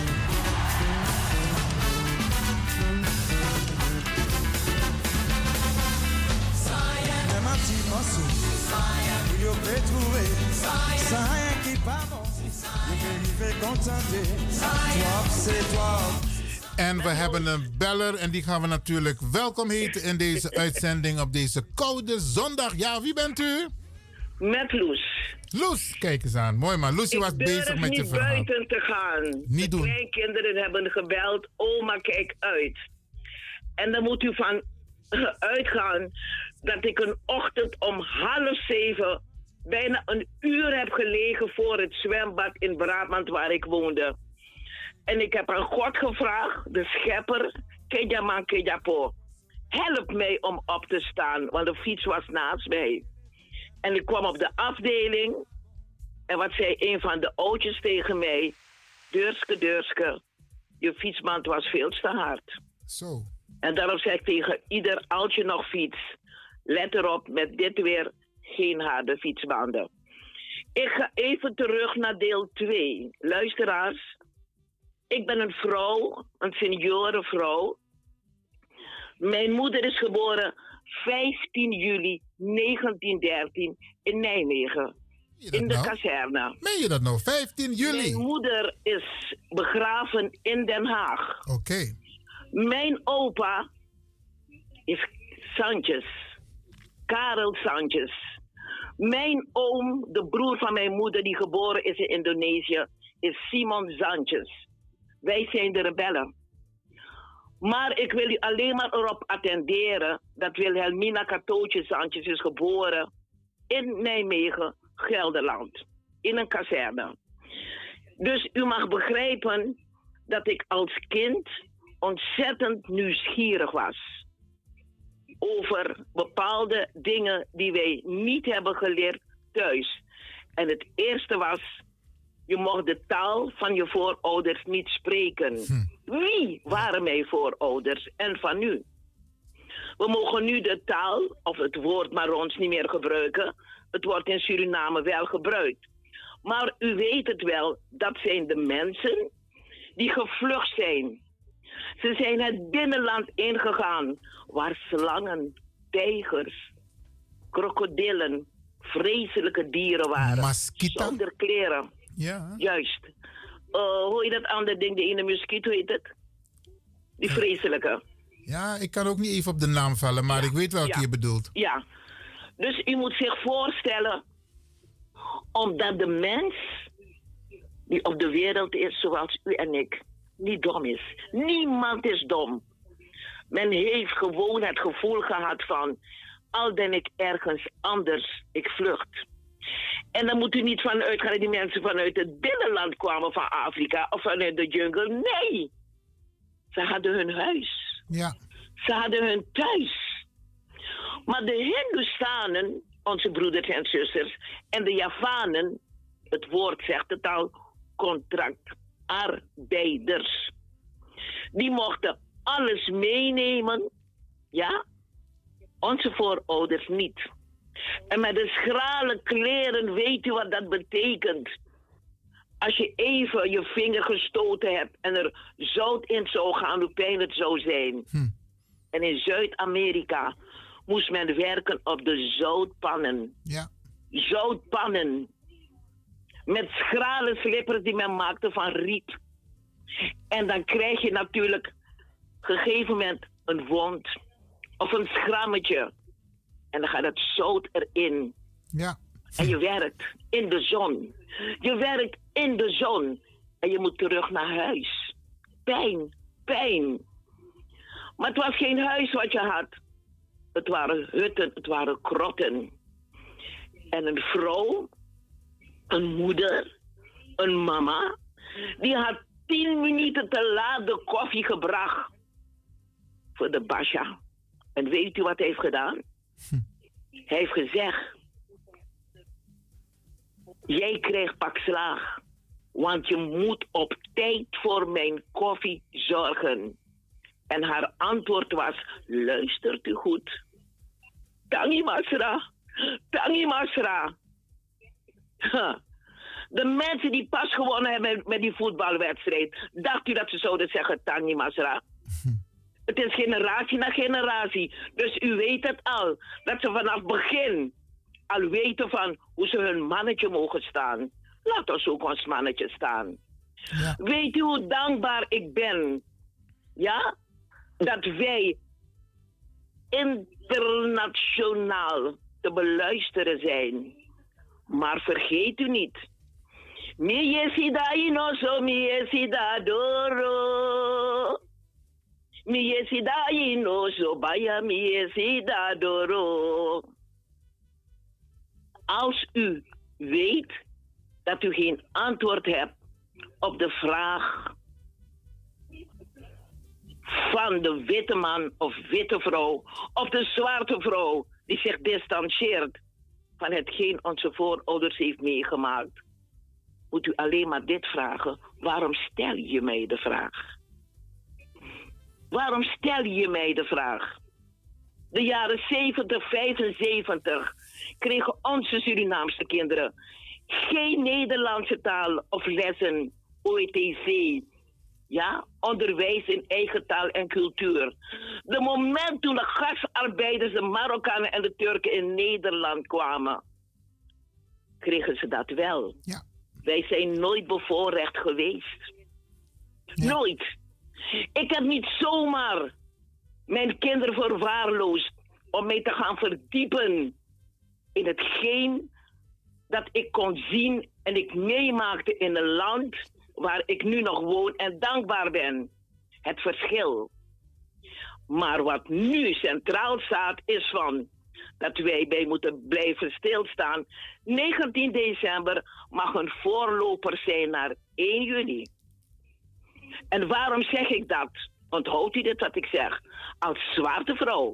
Même un petit morceau. Pour yo peut trouver. Ça rien qui pas bon. Je vais arriver contenté. Toi, c'est toi. En we hebben een beller en die gaan we natuurlijk welkom heten in deze uitzending op deze koude zondag. Ja, wie bent u? Met Loes. Loes, kijk eens aan. Mooi man. Loes, je was bezig met je verhaal. Ik durf niet buiten te gaan. Niet doen. De kleinkinderen hebben gebeld. Oma, kijk uit. En dan moet u van uitgaan dat ik een ochtend om half zeven bijna een uur heb gelegen voor het zwembad in Brabant waar ik woonde. En ik heb aan God gevraagd, de schepper, Kejaman Kejapo, help mij om op te staan, want de fiets was naast mij. En ik kwam op de afdeling en wat zei een van de oudjes tegen mij, Deurske, Deurske, je fietsband was veel te hard. Zo. En daarom zei ik tegen ieder, als je nog fiets, let erop, met dit weer geen harde fietsbanden. Ik ga even terug naar deel twee. Luisteraars. Ik ben een vrouw, een seniorenvrouw. Mijn moeder is geboren vijftien juli negentien dertien in Nijmegen. In de nou? kazerne. Meen je dat nou? vijftien juli? Mijn moeder is begraven in Den Haag. Oké. Okay. Mijn opa is Sanchez. Karel Sanchez. Mijn oom, de broer van mijn moeder die geboren is in Indonesië, is Simon Sanchez. Wij zijn de rebellen. Maar ik wil u alleen maar erop attenderen dat Wilhelmina Katootje Sanchez is geboren in Nijmegen, Gelderland. In een kazerne. Dus u mag begrijpen dat ik als kind ontzettend nieuwsgierig was. Over bepaalde dingen die wij niet hebben geleerd thuis. En het eerste was, je mocht de taal van je voorouders niet spreken. Hm. Wie waren mijn voorouders en van nu? We mogen nu de taal, of het woord Marons niet meer gebruiken. Het wordt in Suriname wel gebruikt. Maar u weet het wel, dat zijn de mensen die gevlucht zijn. Ze zijn het binnenland ingegaan, waar slangen, tijgers, krokodillen, vreselijke dieren waren. Mosquito? Zonder kleren. Ja. Juist. Uh, hoe je dat andere ding, de ene mosquito heet het? Die vreselijke. Ja, ik kan ook niet even op de naam vallen, maar ja. ik weet welke ja. je bedoelt. Ja. Dus u moet zich voorstellen, omdat de mens die op de wereld is, zoals u en ik, niet dom is. Niemand is dom. Men heeft gewoon het gevoel gehad van, al ben ik ergens anders, ik vlucht. En dan moet u niet van uitgaan dat die mensen vanuit het binnenland kwamen van Afrika of vanuit de jungle. Nee. Ze hadden hun huis. Ja. Ze hadden hun thuis. Maar de Hindustanen, onze broeders en zusters, en de Javanen, het woord zegt het al, contractarbeiders. Die mochten alles meenemen, ja? Onze voorouders niet. En met de schrale kleren weet u wat dat betekent. Als je even je vinger gestoten hebt en er zout in zou gaan, hoe pijn het zou zijn. Hm. En in Zuid-Amerika moest men werken op de zoutpannen. Ja. Zoutpannen. Met schrale slippers die men maakte van riet. En dan krijg je natuurlijk op een gegeven moment een wond. Of een schrammetje. En dan gaat het zout erin. Ja. En je werkt in de zon. Je werkt in de zon. En je moet terug naar huis. Pijn, pijn. Maar het was geen huis wat je had. Het waren hutten, het waren krotten. En een vrouw, een moeder, een mama, die had tien minuten te laat de koffie gebracht. Voor de basha. En weet u wat hij heeft gedaan? Hm. Hij heeft gezegd, jij krijgt pak slaag, want je moet op tijd voor mijn koffie zorgen. En haar antwoord was, luistert u goed. Tangi Masra, Tangi Masra. Huh. De mensen die pas gewonnen hebben met, met die voetbalwedstrijd, dacht u dat ze zouden zeggen Tangi Masra? Het is generatie na generatie. Dus u weet het al. Dat ze vanaf begin al weten van hoe ze hun mannetje mogen staan. Laat ons ook ons mannetje staan. Ja. Weet u hoe dankbaar ik ben? Ja? Dat wij internationaal te beluisteren zijn. Maar vergeet u niet. Mi yesida inoso, mi yesida doro. Mi yesida inoso, baya mi yesida doro. Als u weet dat u geen antwoord hebt op de vraag van de witte man of witte vrouw of de zwarte vrouw die zich distancieert van hetgeen onze voorouders heeft meegemaakt, moet u alleen maar dit vragen. Waarom stel je mij de vraag? Waarom stel je mij de vraag? De jaren zeventig, vijfenzeventig kregen onze Surinaamse kinderen geen Nederlandse taal of lessen, O E T C. Ja, onderwijs in eigen taal en cultuur. De moment toen de gastarbeiders, de Marokkanen en de Turken in Nederland kwamen, kregen ze dat wel. Ja. Wij zijn nooit bevoorrecht geweest. Ja. Nooit. Ik heb niet zomaar mijn kinderen verwaarloosd om mij te gaan verdiepen in hetgeen dat ik kon zien en ik meemaakte in een land waar ik nu nog woon en dankbaar ben. Het verschil. Maar wat nu centraal staat is van dat wij bij moeten blijven stilstaan. negentien december mag een voorloper zijn naar één juli. En waarom zeg ik dat? Onthoudt u dit wat ik zeg? Als zwarte vrouw.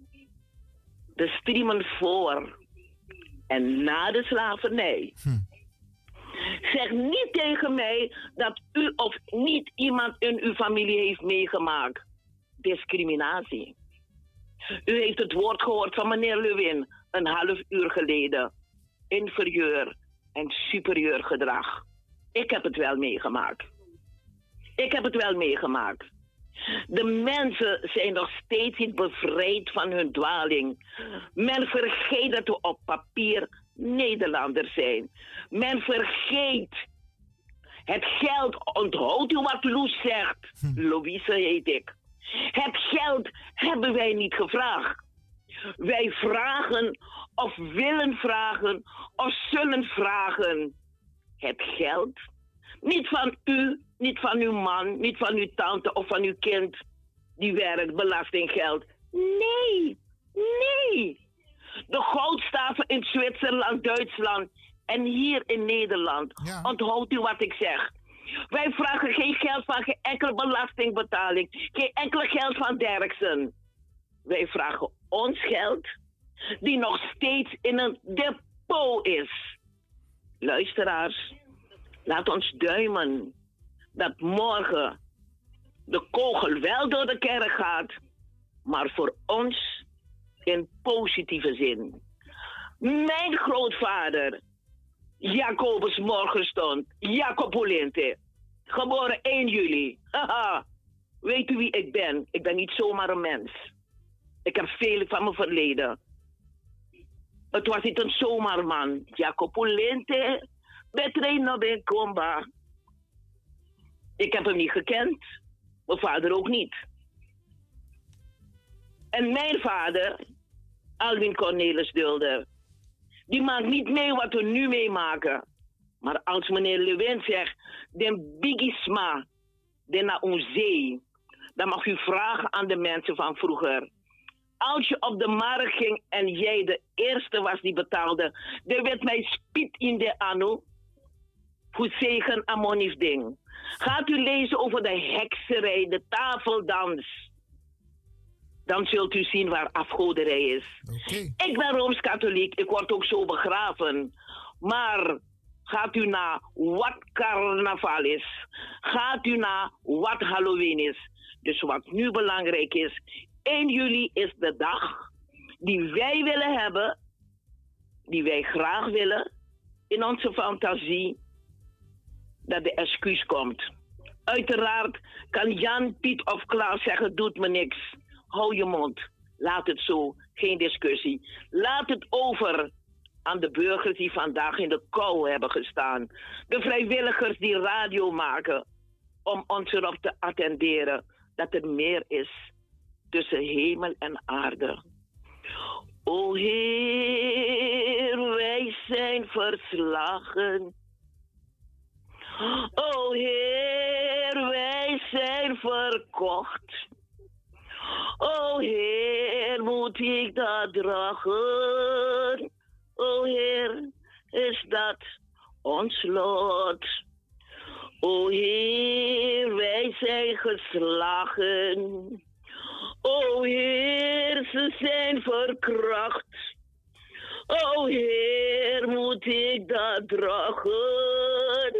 De streamen voor en na de slavernij. Hm. Zeg niet tegen mij dat u of niet iemand in uw familie heeft meegemaakt. Discriminatie. U heeft het woord gehoord van meneer Lewin een half uur geleden. Inferieur en superieur gedrag. Ik heb het wel meegemaakt. Ik heb het wel meegemaakt. De mensen zijn nog steeds niet bevrijd van hun dwaling. Men vergeet dat we op papier Nederlanders zijn. Men vergeet het geld. Onthoudt u wat Loes zegt? Hm. Louise heet ik. Het geld hebben wij niet gevraagd. Wij vragen of willen vragen of zullen vragen het geld. Niet van u, niet van uw man, niet van uw tante of van uw kind die werkt, belastinggeld. Nee, nee. De goudstaven in Zwitserland, Duitsland en hier in Nederland. Ja. Onthoudt u wat ik zeg. Wij vragen geen geld van geen enkele belastingbetaling. Geen enkele geld van Derksen. Wij vragen ons geld die nog steeds in een depot is. Luisteraars, laat ons duimen dat morgen de kogel wel door de kerk gaat, maar voor ons in positieve zin. Mijn grootvader, Jacobus Morgenstond, Jacob Olinte, geboren één juli. Haha, weet u wie ik ben? Ik ben niet zomaar een mens. Ik heb veel van mijn verleden. Het was niet een zomaar man. Jacob Olinte, Betreino Ben Komba. Ik heb hem niet gekend. Mijn vader ook niet. En mijn vader, Alwin Cornelis Dulder, die maakt niet mee wat we nu meemaken. Maar als meneer Lewin zegt, den bigisma, den na zee, dan mag u vragen aan de mensen van vroeger. Als je op de markt ging en jij de eerste was die betaalde, dan werd mij spiet in de anu. Goed zegen amonif ding. Gaat u lezen over de hekserij, de tafeldans. Dan zult u zien waar afgoderij is. Okay. Ik ben Rooms-Katholiek, ik word ook zo begraven. Maar gaat u naar wat carnaval is. Gaat u naar wat Halloween is. Dus wat nu belangrijk is, één juli is de dag die wij willen hebben, die wij graag willen, in onze fantasie, dat de excuus komt. Uiteraard kan Jan, Piet of Klaas zeggen, doet me niks. Hou je mond. Laat het zo. Geen discussie. Laat het over aan de burgers die vandaag in de kou hebben gestaan. De vrijwilligers die radio maken om ons erop te attenderen dat er meer is tussen hemel en aarde. O Heer, wij zijn verslagen. O Heer, wij zijn verkocht. O Heer, moet ik dat dragen? O Heer, is dat ons lot? O Heer, wij zijn geslagen. O Heer, ze zijn verkracht. O Heer, moet ik dat dragen?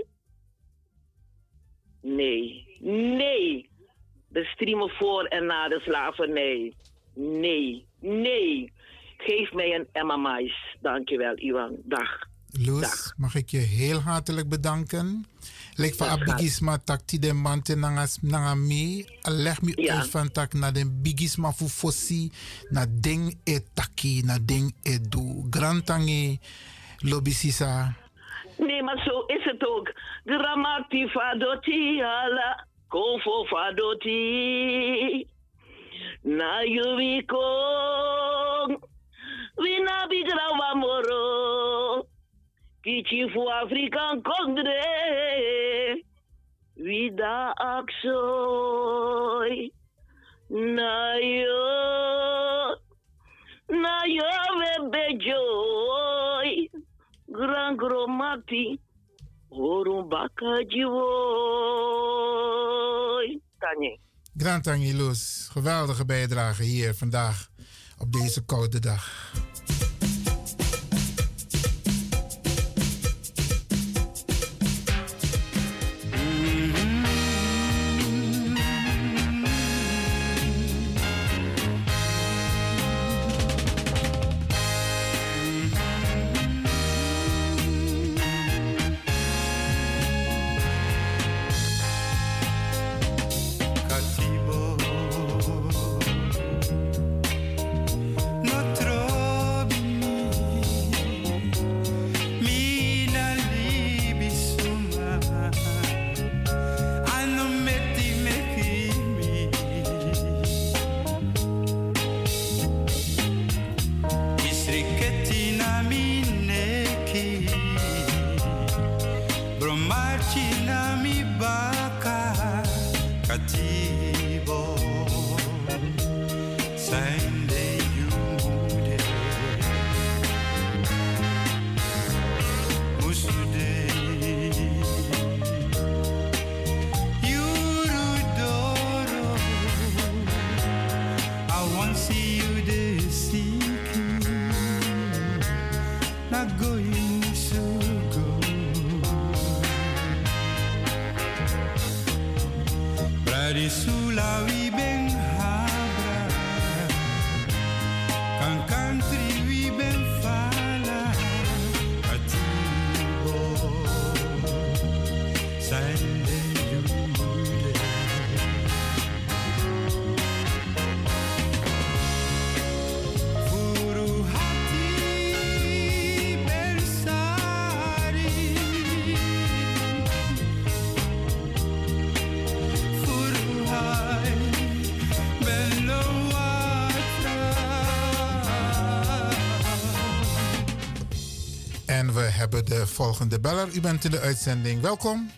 Nee, nee. De streamen voor en na de slavernij. Nee, nee. Geef mij een emmer mais. Dankjewel, Iwan. Dag. Loes, Dag. mag ik je heel hartelijk bedanken. Lek van abigisma takti de mante nanga mi. Leg me Ja. uit van tak na den bigisma fu fossi. Na ding e taki, na ding e do. Grantangi, lobisisa. Nee, maar zo is het ook. Gramati fadoti ala. Kofo fadoti. Na yubi kong. Wina bigrawa moro. Kichi fu Afrikan kongre. Vida aksoy. Na yo. Na yo we bejoy. Gran gromati. Orum bakajiwoy. Tanje. Grand Tangi Loes, geweldige bijdrage hier vandaag op deze koude dag. En we hebben de volgende beller. U bent in de uitzending. Welkom.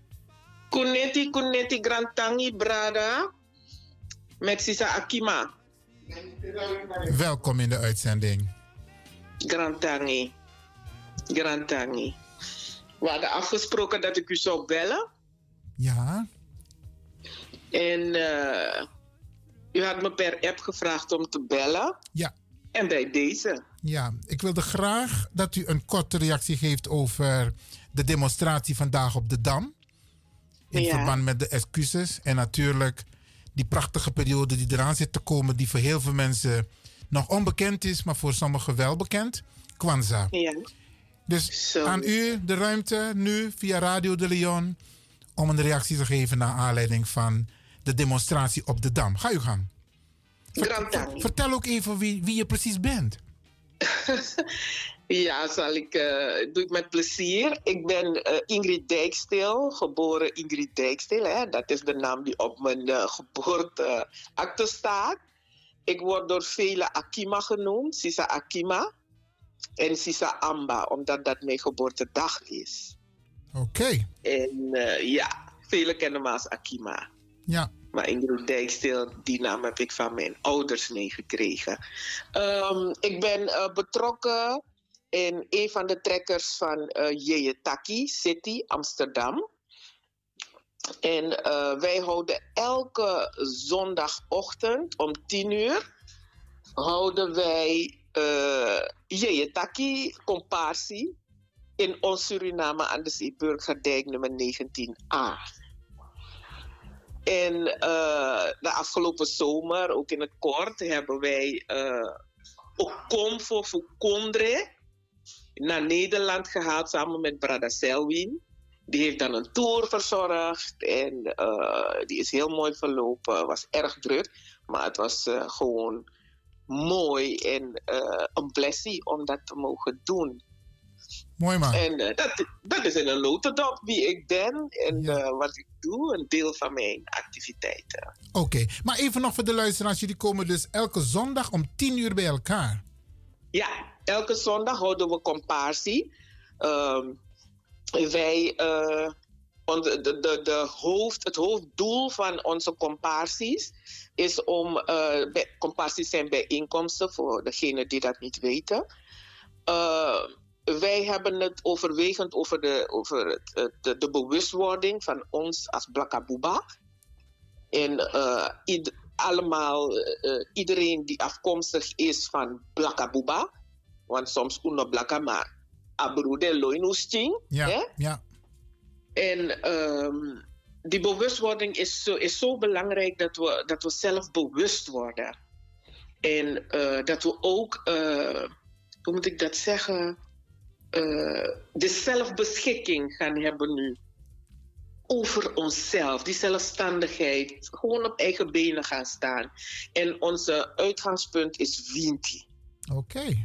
Kuneti, kuneti, grantangi, brada. Met Sisa Akima. Welkom in de uitzending. Grantangi. Grantangi. We hadden afgesproken dat ik u zou bellen. Ja. En uh, u had me per app gevraagd om te bellen. Ja. En bij deze. Ja, ik wilde graag dat u een korte reactie geeft over de demonstratie vandaag op de Dam. In Ja. verband met de excuses. En natuurlijk die prachtige periode die eraan zit te komen, die voor heel veel mensen nog onbekend is, maar voor sommigen wel bekend. Kwanzaa. Ja. Dus Zo. aan u de ruimte nu via Radio de Leon om een reactie te geven naar aanleiding van de demonstratie op de Dam. Ga uw gang. Ver- ver- vertel ook even wie, wie je precies bent. Ja, zal ik, uh, doe ik met plezier. Ik ben uh, Ingrid Dijksteel, geboren Ingrid Dijksteel. Hè? Dat is de naam die op mijn uh, geboorteakte staat. Ik word door velen Akima genoemd, Sisa Akima. En Sisa Amba, omdat dat mijn geboortedag is. Oké. Okay. En uh, ja, velen kennen me als Akima. Ja. Maar Ingrid Dijksteel, die naam heb ik van mijn ouders meegekregen. Um, ik ben uh, betrokken in een van de trekkers van uh, Yeyetaki City, Amsterdam. En uh, wij houden elke zondagochtend om tien uur... houden wij uh, Yeyetaki comparsie in ons Suriname aan de Zeeburgerdijk nummer negentien A. En uh, de afgelopen zomer, ook in het kort, hebben wij uh, Okomfo Fukondre naar Nederland gehaald samen met Brada Selwin. Die heeft dan een tour verzorgd en uh, die is heel mooi verlopen. Het was erg druk, maar het was uh, gewoon mooi en uh, een blessie om dat te mogen doen. Mooi man. En uh, dat, dat is in een notendop wie ik ben en ja. uh, wat ik doe, een deel van mijn activiteiten. Oké, okay. Maar even nog voor de luisteraars, jullie komen dus elke zondag om tien uur bij elkaar? Ja, elke zondag houden we comparsie. Um, wij, uh, de, de, de hoofd, het hoofddoel van onze comparsies is om, uh, bij, comparsies zijn bijeenkomsten voor degenen die dat niet weten. Uh, Wij hebben het overwegend over, de, over het, de, de bewustwording van ons als Blakabuba. En uh, ied, allemaal, uh, iedereen die afkomstig is van Blakabuba. Want soms uno Blaka, maar abroede loinusting. Ja, ja. En um, die bewustwording is zo, is zo belangrijk dat we, dat we zelf bewust worden. En uh, dat we ook, uh, hoe moet ik dat zeggen... Uh, de zelfbeschikking gaan hebben nu over onszelf, die zelfstandigheid, gewoon op eigen benen gaan staan. En onze uitgangspunt is Winti. Oké. Okay.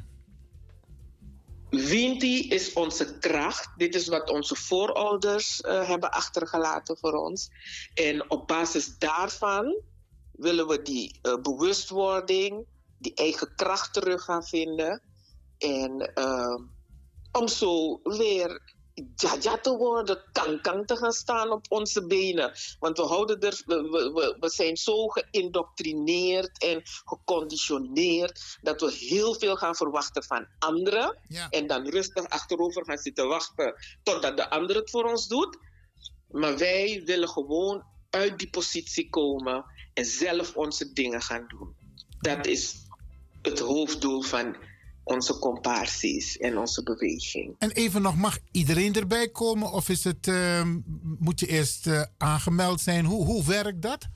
Winti is onze kracht. Dit is wat onze voorouders uh, hebben achtergelaten voor ons. En op basis daarvan willen we die uh, bewustwording, die eigen kracht terug gaan vinden. En uh, om zo weer jaja te worden, kankang te gaan staan op onze benen. Want we, houden er, we, we, we zijn zo geïndoctrineerd en geconditioneerd dat we heel veel gaan verwachten van anderen. Ja. En dan rustig achterover gaan zitten wachten totdat de ander het voor ons doet. Maar wij willen gewoon uit die positie komen en zelf onze dingen gaan doen. Dat is het hoofddoel van onze comparsies en onze beweging. En even nog, mag iedereen erbij komen of is het, uh, moet je eerst uh, aangemeld zijn? Hoe, hoe werkt dat?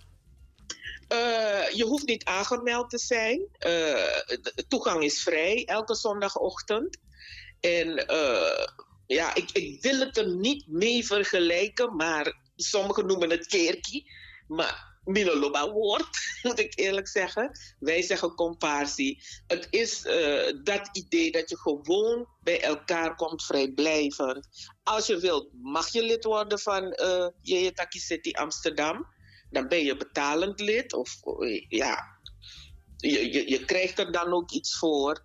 Uh, je hoeft niet aangemeld te zijn. Uh, de toegang is vrij, elke zondagochtend. En uh, ja, ik, ik wil het er niet mee vergelijken, maar sommigen noemen het kerkie. Maar Minoloba woord, moet ik eerlijk zeggen. Wij zeggen comparsie. Het is uh, dat idee dat je gewoon bij elkaar komt, vrijblijvend. Als je wilt, mag je lid worden van uh, Yeyetaki City Amsterdam. Dan ben je betalend lid. Of uh, ja, je, je, je krijgt er dan ook iets voor.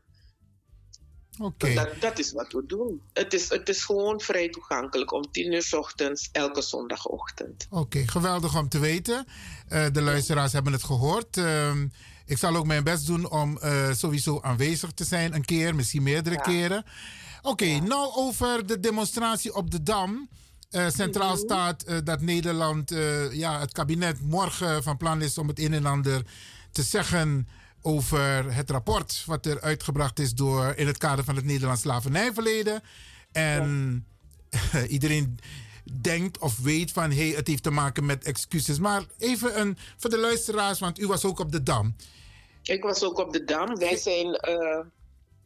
Okay. Dat, dat is wat we doen. Het is, het is gewoon vrij toegankelijk om tien uur 's ochtends, elke zondagochtend. Oké, okay, geweldig om te weten. Uh, de luisteraars hebben het gehoord. Uh, ik zal ook mijn best doen om uh, sowieso aanwezig te zijn. Een keer, misschien meerdere ja. keren. Oké, okay, ja. nou over de demonstratie op de Dam. Uh, centraal mm-hmm. staat uh, dat Nederland, uh, ja, het kabinet morgen van plan is om het een en ander te zeggen over het rapport wat er uitgebracht is door in het kader van het Nederlands slavernijverleden. En ja. iedereen denkt of weet van hé, hey, het heeft te maken met excuses. Maar even een, voor de luisteraars, want u was ook op de Dam. Ik was ook op de Dam. Wij zijn uh,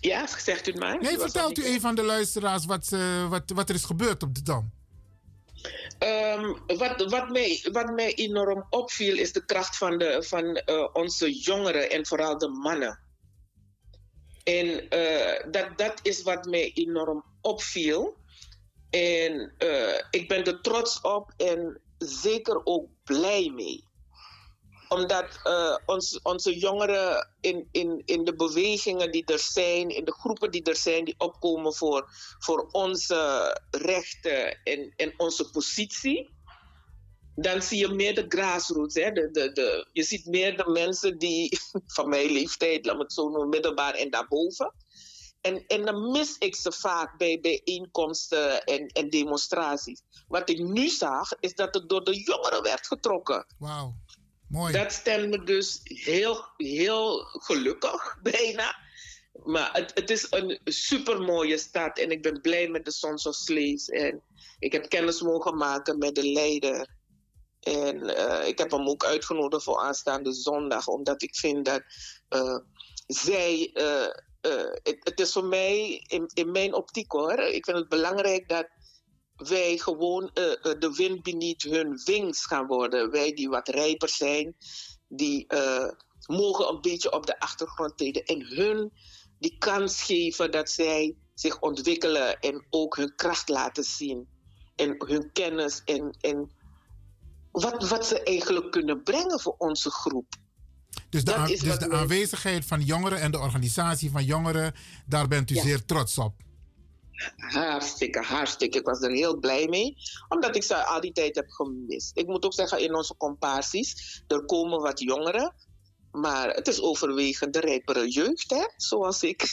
Ja, zegt u het maar. Nee, vertelt u even aan de luisteraars wat, uh, wat, wat er is gebeurd op de Dam. Um, wat, wat, mij, wat mij enorm opviel is de kracht van, de, van uh, onze jongeren en vooral de mannen. En uh, dat, dat is wat mij enorm opviel. En uh, ik ben er trots op en zeker ook blij mee. Omdat uh, ons, onze jongeren in, in, in de bewegingen die er zijn, in de groepen die er zijn, die opkomen voor, voor onze rechten en, en onze positie, dan zie je meer de grassroots. Hè? De, de, de, je ziet meer de mensen die van mijn leeftijd, laat me het zo noemen, middelbaar en daarboven. En, en dan mis ik ze vaak bij bijeenkomsten en, en demonstraties. Wat ik nu zag, is dat het door de jongeren werd getrokken. Wauw. Mooi. Dat stemt me dus heel, heel gelukkig, bijna. Maar het, het is een supermooie stad en ik ben blij met de Sons of Slaves. En ik heb kennis mogen maken met de leider. En uh, ik heb hem ook uitgenodigd voor aanstaande zondag, omdat ik vind dat uh, zij... Uh, uh, het, het is voor mij, in, in mijn optiek hoor, ik vind het belangrijk dat wij gewoon uh, de wind beneath hun wings gaan worden. Wij die wat rijper zijn, die uh, mogen een beetje op de achtergrond treden. En hun die kans geven dat zij zich ontwikkelen en ook hun kracht laten zien. En hun kennis en, en wat, wat ze eigenlijk kunnen brengen voor onze groep. Dus de, aan, dus de wij... aanwezigheid van jongeren en de organisatie van jongeren, daar bent u ja. zeer trots op. Hartstikke, hartstikke. Ik was er heel blij mee. Omdat ik ze al die tijd heb gemist. Ik moet ook zeggen, in onze comparsies, er komen wat jongeren. Maar het is overwegend de rijpere jeugd, hè? Zoals ik.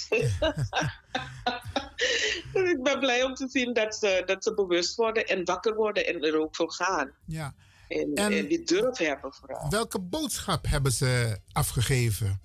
Dus ik ben blij om te zien dat ze, dat ze bewust worden en wakker worden en er ook voor gaan. Ja. En, en, en die durf hebben vooral. Welke boodschap hebben ze afgegeven?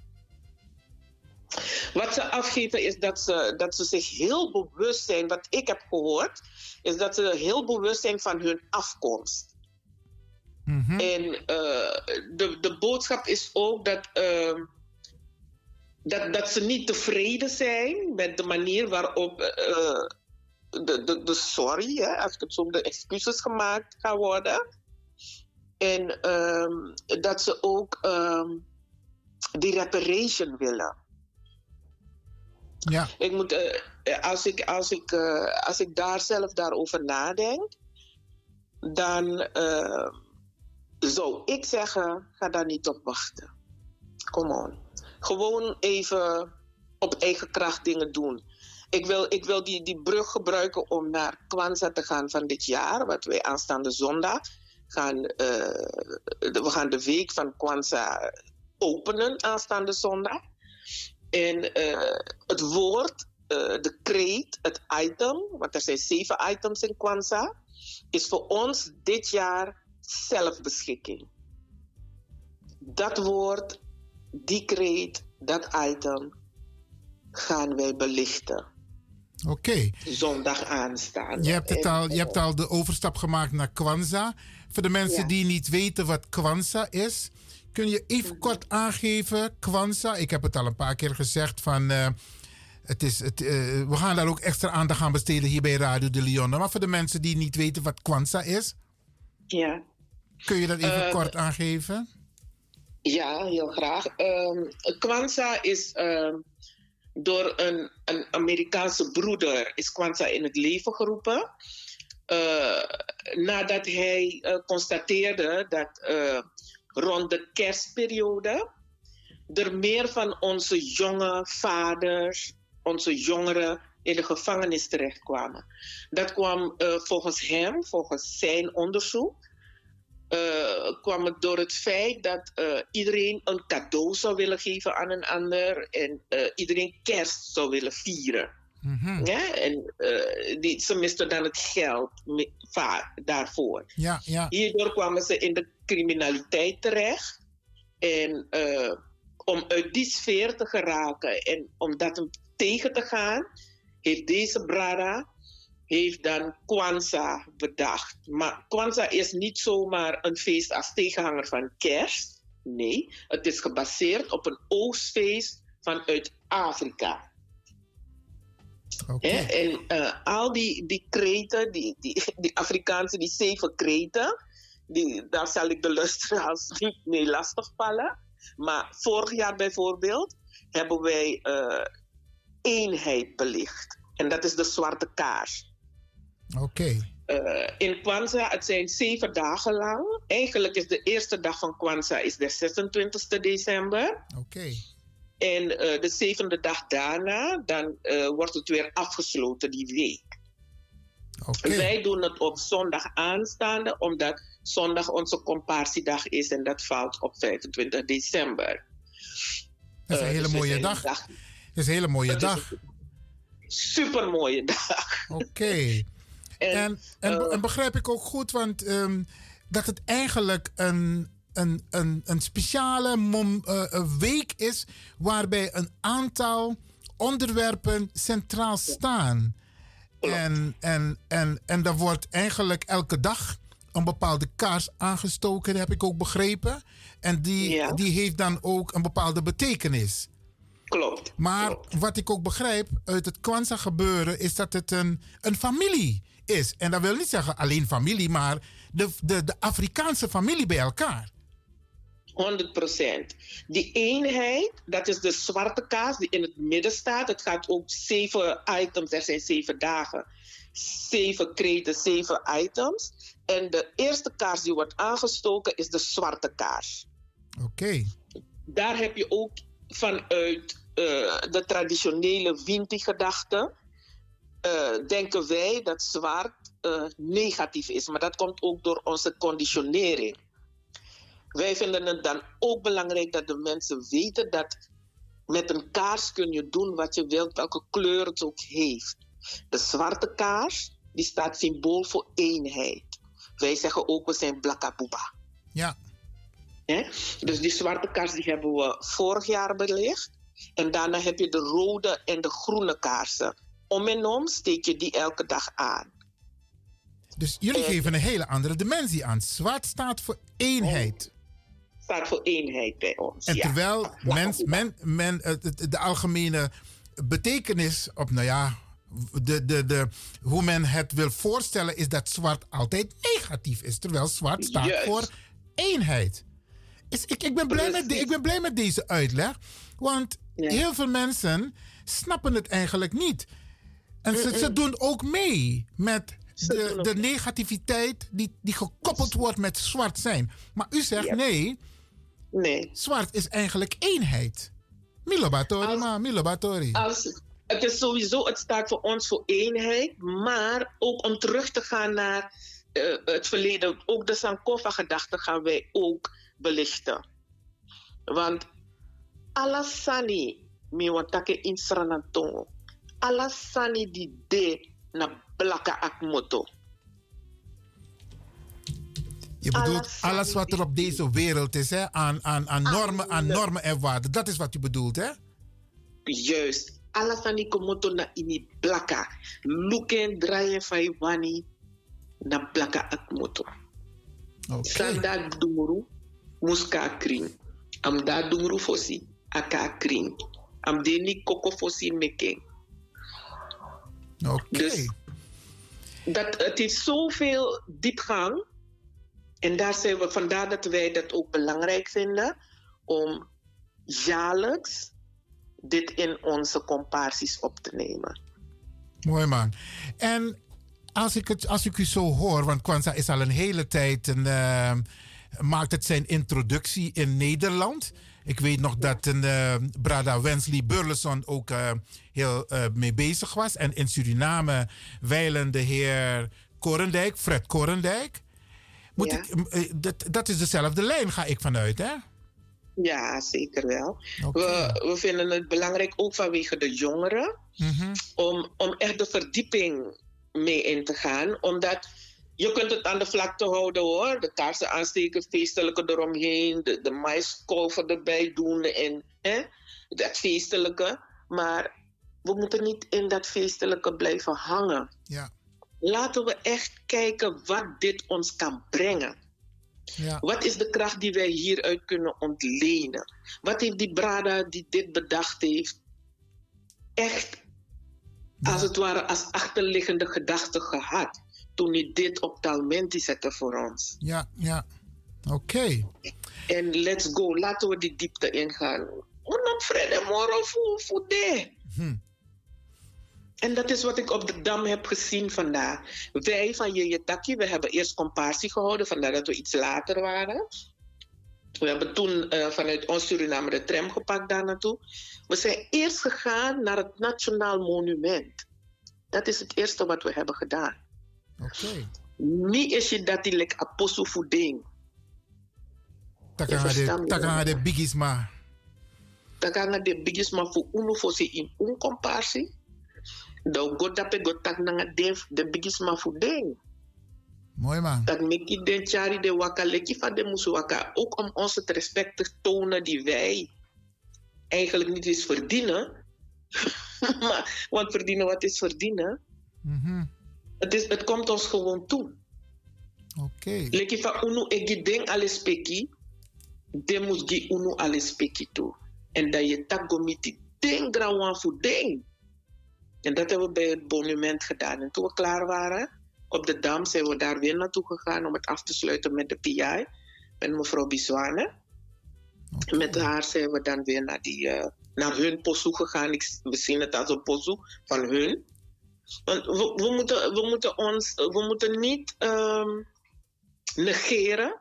Wat ze afgeven is dat ze, dat ze zich heel bewust zijn. Wat ik heb gehoord, is dat ze heel bewust zijn van hun afkomst. Mm-hmm. En uh, de, de boodschap is ook dat, uh, dat, dat ze niet tevreden zijn met de manier waarop uh, de, de, de sorry, hè, als ik het zo de excuses gemaakt gaan worden. En uh, dat ze ook uh, die reparation willen. Ja. Ik moet, uh, als, ik, als, ik, uh, als ik daar zelf daarover nadenk, dan uh, zou ik zeggen, ga daar niet op wachten. Come on. Gewoon even op eigen kracht dingen doen. Ik wil, ik wil die, die brug gebruiken om naar Kwanzaa te gaan van dit jaar, wat wij aanstaande zondag gaan. Uh, we gaan de week van Kwanzaa openen aanstaande zondag. En uh, het woord, uh, de kreet, het item, want er zijn zeven items in Kwanzaa, is voor ons dit jaar zelfbeschikking. Dat woord, die kreet, dat item, gaan wij belichten. Oké. Okay. Zondag aanstaan. Je hebt, het al, je hebt al de overstap gemaakt naar Kwanzaa. Voor de mensen ja. die niet weten wat Kwanzaa is, kun je even kort aangeven, Kwanzaa? Ik heb het al een paar keer gezegd van, uh, het is, het, uh, we gaan daar ook extra aandacht aan besteden hier bij Radio de Leon. Maar voor de mensen die niet weten wat Kwanzaa is, ja. kun je dat even uh, kort aangeven? Ja, heel graag. Uh, Kwanzaa is uh, door een, een Amerikaanse broeder is Kwanzaa in het leven geroepen. Uh, nadat hij uh, constateerde dat Uh, rond de kerstperiode er meer van onze jonge vaders, onze jongeren in de gevangenis terechtkwamen. Dat kwam uh, volgens hem, volgens zijn onderzoek, uh, kwam het door het feit dat uh, iedereen een cadeau zou willen geven aan een ander en uh, iedereen kerst zou willen vieren. Mm-hmm. Ja, en uh, die, ze misten dan het geld me, va, daarvoor. Ja, ja. Hierdoor kwamen ze in de criminaliteit terecht. En uh, om uit die sfeer te geraken en om dat tegen te gaan, heeft deze brada heeft dan Kwanzaa bedacht. Maar Kwanzaa is niet zomaar een feest als tegenhanger van kerst. Nee, het is gebaseerd op een oostfeest vanuit Afrika. Okay. En uh, al die, die kreten, die, die, die Afrikaanse, die zeven kreten, die, daar zal ik de luisteraars niet mee lastigvallen. Maar vorig jaar bijvoorbeeld hebben wij uh, eenheid belicht. En dat is de zwarte kaars. Oké. Okay. Uh, in Kwanzaa, het zijn zeven dagen lang. Eigenlijk is de eerste dag van Kwanzaa is de zesentwintigste december. Oké. Okay. En uh, de zevende dag daarna, dan uh, wordt het weer afgesloten die week. Okay. Wij doen het op zondag aanstaande, omdat zondag onze comparsiedag is en dat valt op vijfentwintig december. Dat is een uh, hele dus mooie dag. dag. Dat is een hele mooie dag. Super mooie dag. Oké. Okay. En, en, en, uh, en begrijp ik ook goed, want um, dat het eigenlijk een, een, een, een speciale mom, uh, week is waarbij een aantal onderwerpen centraal staan. En, en, en, en daar wordt eigenlijk elke dag een bepaalde kaars aangestoken, heb ik ook begrepen. En die, ja. die heeft dan ook een bepaalde betekenis. Klopt. Maar klopt. wat ik ook begrijp uit het Kwanzaa gebeuren is dat het een, een familie is. En dat wil niet zeggen alleen familie, maar de, de, de Afrikaanse familie bij elkaar. honderd procent. Die eenheid, dat is de zwarte kaas die in het midden staat. Het gaat ook zeven items, er zijn zeven dagen. Zeven kreten, zeven items. En de eerste kaars die wordt aangestoken is de zwarte kaars. Oké. Okay. Daar heb je ook vanuit uh, de traditionele Winti-gedachte, uh, denken wij dat zwart uh, negatief is. Maar dat komt ook door onze conditionering. Wij vinden het dan ook belangrijk dat de mensen weten dat met een kaars kun je doen wat je wilt, welke kleur het ook heeft. De zwarte kaars, die staat symbool voor eenheid. Wij zeggen ook, we zijn blakabuba. Ja. He? Dus die zwarte kaars die hebben we vorig jaar belicht. En daarna heb je de rode en de groene kaarsen. Om en om steek je die elke dag aan. Dus jullie en, geven een hele andere dimensie aan. Zwart staat voor eenheid. Staat voor eenheid bij ons, en ja. terwijl mens, men, men, de, de algemene betekenis op, nou ja, de, de, de, hoe men het wil voorstellen is dat zwart altijd negatief is. Terwijl zwart staat Juist. voor eenheid. Is, ik, ik, ben blij met de, ik ben blij met deze uitleg. Want ja. heel veel mensen snappen het eigenlijk niet. En ze, ze doen ook mee met de, de negativiteit die, die gekoppeld wordt met zwart zijn. Maar u zegt ja. nee, nee, zwart is eigenlijk eenheid. Milobatori, maar Milobatori. Als, het is sowieso, het staat voor ons voor eenheid. Maar ook om terug te gaan naar uh, het verleden. Ook de Sankofa-gedachte gaan wij ook belichten. Want alasani mi watake in Sranatongo. Alasani die de na blaka akmoto. Je bedoelt alles wat er op deze wereld is, hè? Aan, aan, aan, normen, aan normen en waarden. Dat is wat u bedoelt, hè? Juist. Alasani komoto na ini blaka. Luken draaien van wani na blaka akmoto. Oké. Sanda dumuru muska kring. Am da dumuru fosi aka kring. Am deni koko fosi meken. Oké. Okay. Dus dat, het heeft zoveel diepgang. En daar zijn we, vandaar dat wij dat ook belangrijk vinden om jaarlijks dit in onze comparsies op te nemen. Mooi man. En als ik, het, als ik u zo hoor, want Kwanzaa is al een hele tijd een, uh, maakt het zijn introductie in Nederland. Ik weet nog dat een uh, Brada Wensley Burleson ook uh, heel uh, mee bezig was. En in Suriname wijlen de heer Korendijk, Fred Korendijk. Moet ja. ik, uh, dat, dat is dezelfde lijn, ga ik vanuit, hè? Ja, zeker wel. Okay. We, we vinden het belangrijk, ook vanwege de jongeren, mm-hmm. om, om echt de verdieping mee in te gaan. Omdat je kunt het aan de vlakte houden, hoor. De kaarsen aansteken, feestelijke eromheen, de, de maiskolven erbij doen en hè, dat feestelijke. Maar we moeten niet in dat feestelijke blijven hangen. Ja. Laten we echt kijken wat dit ons kan brengen. Ja. Wat is de kracht die wij hieruit kunnen ontlenen? Wat heeft die Brada die dit bedacht heeft echt als het ware als achterliggende gedachte gehad. Toen hij dit op Talmenti zette voor ons. Ja, ja. Oké. Okay. En let's go, laten we die diepte ingaan. Unam vrede moral voor voor de. Hm. En dat is wat ik op de Dam heb gezien vandaag. Wij van Yeyetaki, we hebben eerst compassie gehouden, vandaar dat we iets later waren. We hebben toen uh, vanuit ons Suriname de tram gepakt daar naartoe. We zijn eerst gegaan naar het Nationaal Monument. Dat is het eerste wat we hebben gedaan. Oké. Okay. Niet is je dat die like apostel voeding. Takanga de bigisma. Takanga de bigisma voor uno voor ze in un comparsie. Dan god dat ik tak nanga de de bigisma voeding. Mooi man. Dat meki den chari de waka leki van de musuwaka. Ook om ons het respect te tonen die wij eigenlijk niet eens verdienen. maar, want verdienen wat is verdienen. Mm-hmm. Het, is, het komt ons gewoon toe. Oké. Okay. Leki van unu egi den alespeki. De moet gi unu alespeki toe. En dat je tak gomiti den grawan voor den. En dat hebben we bij het monument gedaan. En toen we klaar waren, op de Dam, zijn we daar weer naartoe gegaan om het af te sluiten met de P I, met mevrouw Biswane. Okay. Met haar zijn we dan weer naar, die, uh, naar hun postoe gegaan. Ik, we zien het als een postoe van hun. Want we, we, moeten, we, moeten, ons, we moeten niet um, negeren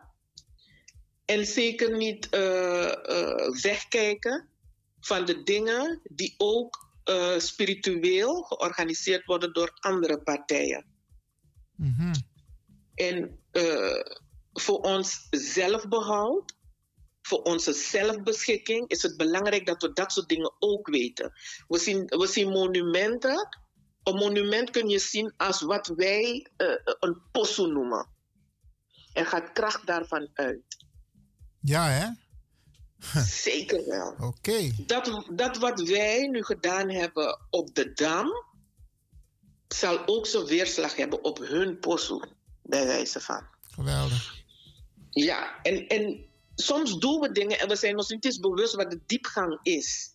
en zeker niet uh, uh, wegkijken van de dingen die ook Uh, spiritueel georganiseerd worden door andere partijen. Mm-hmm. En uh, voor ons zelfbehoud, voor onze zelfbeschikking, is het belangrijk dat we dat soort dingen ook weten. We zien, we zien monumenten. Een monument kun je zien als wat wij uh, een posso noemen. Er gaat kracht daarvan uit. Ja, hè? Zeker wel. Oké. Okay. Dat, dat wat wij nu gedaan hebben op de Dam, zal ook zijn weerslag hebben op hun posso, bij wijze van. Geweldig. Ja, en, en soms doen we dingen en we zijn ons niet eens bewust wat de diepgang is.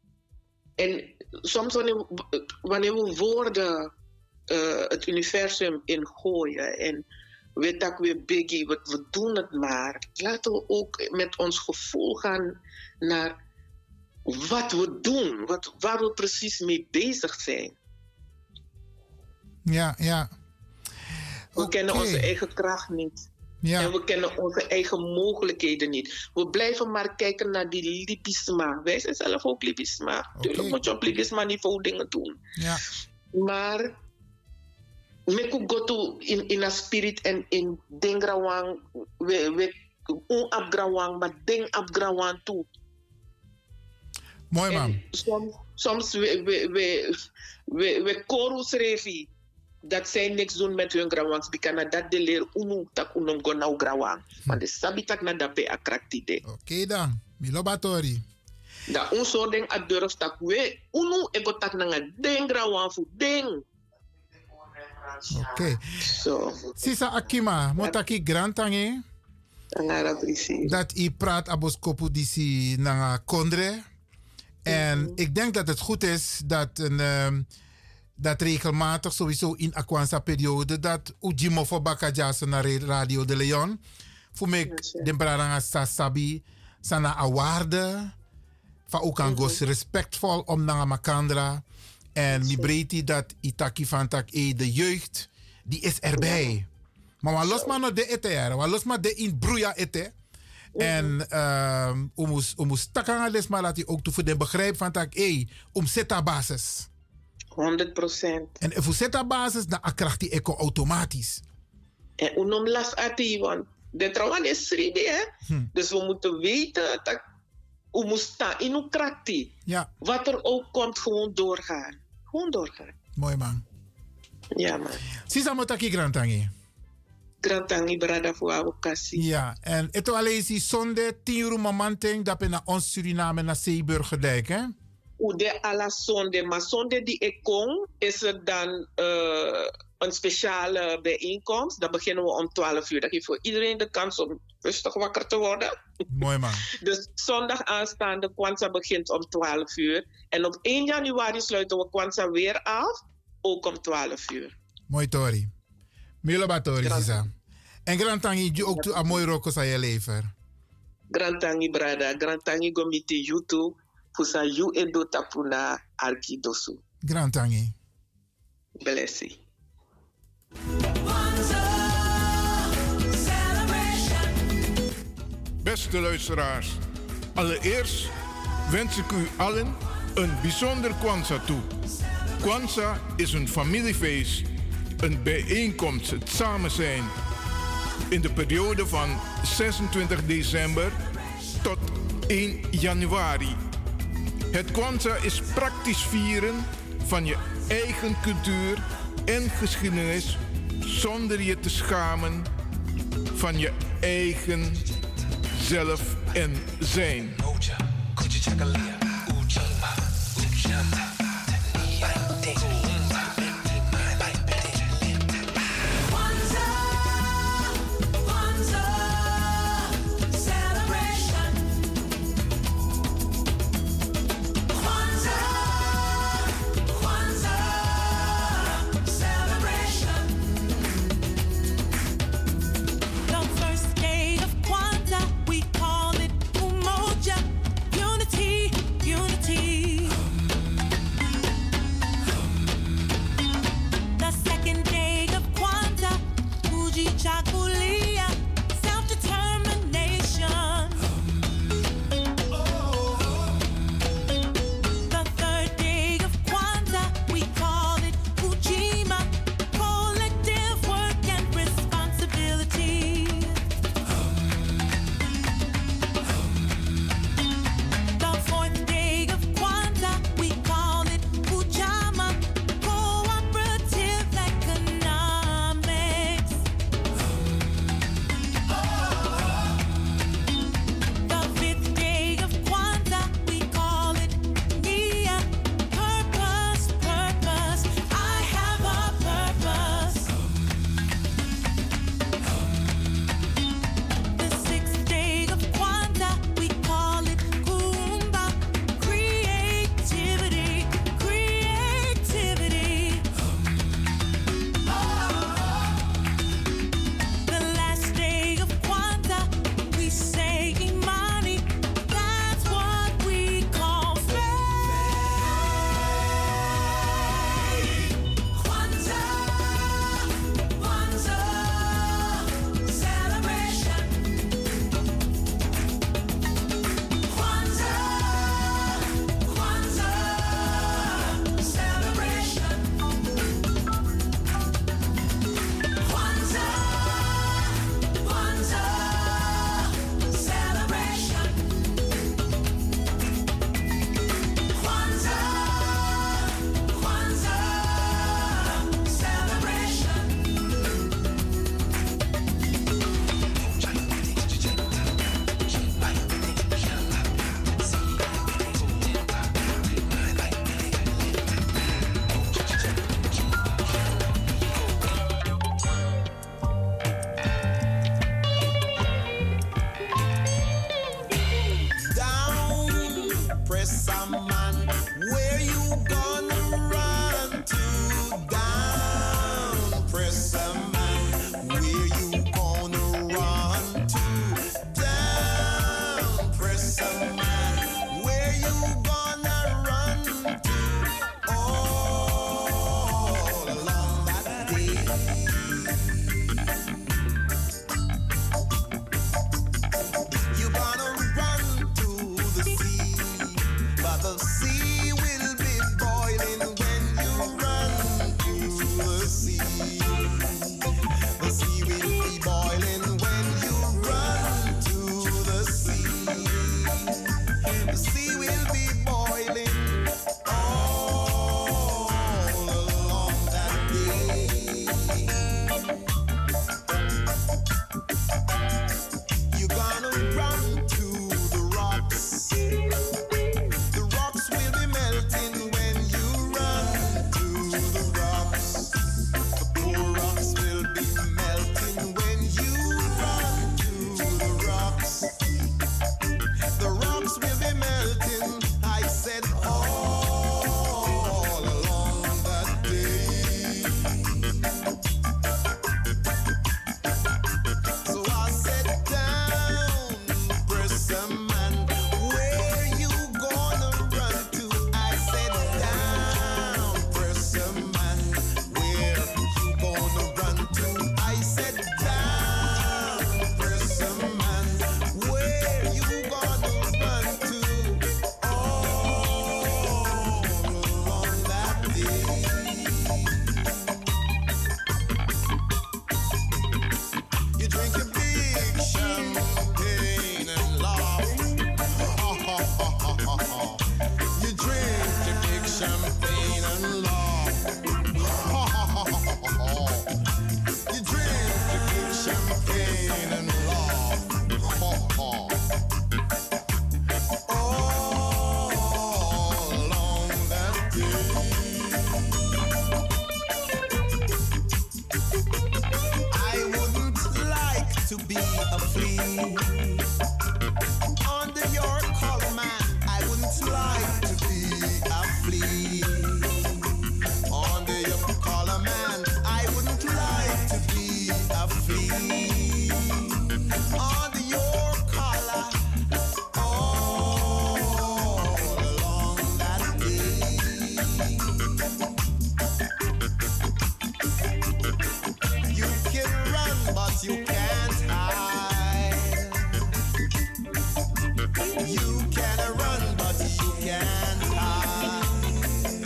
En soms wanneer we, wanneer we woorden uh, het universum ingooien en weet dat weer biggie, we, we doen het maar. Laten we ook met ons gevoel gaan naar wat we doen, wat, waar we precies mee bezig zijn. Ja, ja. We okay. kennen onze eigen kracht niet. Ja. En we kennen onze eigen mogelijkheden niet. We blijven maar kijken naar die libisma. Wij zijn zelf ook libisma. Okay. Tuurlijk moet je op libisma niveau dingen doen. Ja. Maar meku goto in in a spirit en in dengrawang we we un abgrawang maar ding abgrawang toe. Mooi man. Soms soms we we we we, we chorus revi dat zij niks doen met hun grawangs bikana dat de leer unu tak unum go nou grawang. Maar de sabitak na dape akraktide. Oké okay, dan. Milobatori. Da un so ding a durf tak we unu ego tak na ding grawang fu ding. Oké. Okay. So. Sisa Akima, motaki grantange. Dat i praat abos kopu disi nanga kondre. En mm-hmm. ik denk dat het goed is dat een um, dat regelmatig sowieso in Akwansa periode dat ujimo for bakajasa naar Radio de Leon. Voor mij de braranga sasabi sana awarde. Fa ook aan gos respectvol om nanga makandra. En mi breiti dat itaki van tak e de jeugd die is erbij. Maar wat los maar nog de ete er, wat los maar de in broeia ete. En um, umus umus takanga les maar laat hij ook toe voor de begrijp van tak e om zeta basis. honderd procent. En voor zeta basis dan akracht die eco automatisch. En unom las ati want de trouwan is sridi hè. Hm. Dus we moeten weten dat umus sta in uw krakti. Ja. Wat er ook komt gewoon doorgaan. Gewoon doorgaan. Mooi man. Ja man. Sisa motaki grantangi. Grantangi brada voor avocassie. Ja, en het alleen is zonde tien uur mamanteng dat we naar ons Suriname naar Zeeburgerdijk, hè? Ude ala zonde, maar zonde die ik kom is er dan uh, een speciale bijeenkomst. Dan beginnen we om twaalf uur. Dat geeft voor iedereen de kans om rustig wakker te worden. Mooi man. Dus zondag aanstaande Kwanzaa begint om twaalf uur. En op één januari sluiten we Kwanzaa weer af. ook om twaalf uur. Mooi Tori. Milo Batori, Sisa. En Grantangi, je ook een mooi roko sa je lever. Grantangi brada, Grantangi gomiti YouTube, fusa you edo tapuna arkidosu. Grantangi. Blessie. Beste luisteraars, allereerst wens ik u allen een bijzonder Kwanzaa toe. Kwanzaa is een familiefeest, een bijeenkomst, het samen zijn. In de periode van zesentwintig december tot één januari. Het Kwanzaa is praktisch vieren van je eigen cultuur en geschiedenis zonder je te schamen van je eigen zelf en zijn. Drink a big champagne and laugh. You drink a big champagne and laugh. You drink a big champagne and laugh. All along that day. I wouldn't like to be a flea under your collar, man. I wouldn't like to be a flea under your collar, man. I wouldn't like to be a flea under your collar. All along that day. You can run, but you can't hide. You can run, but you can't hide.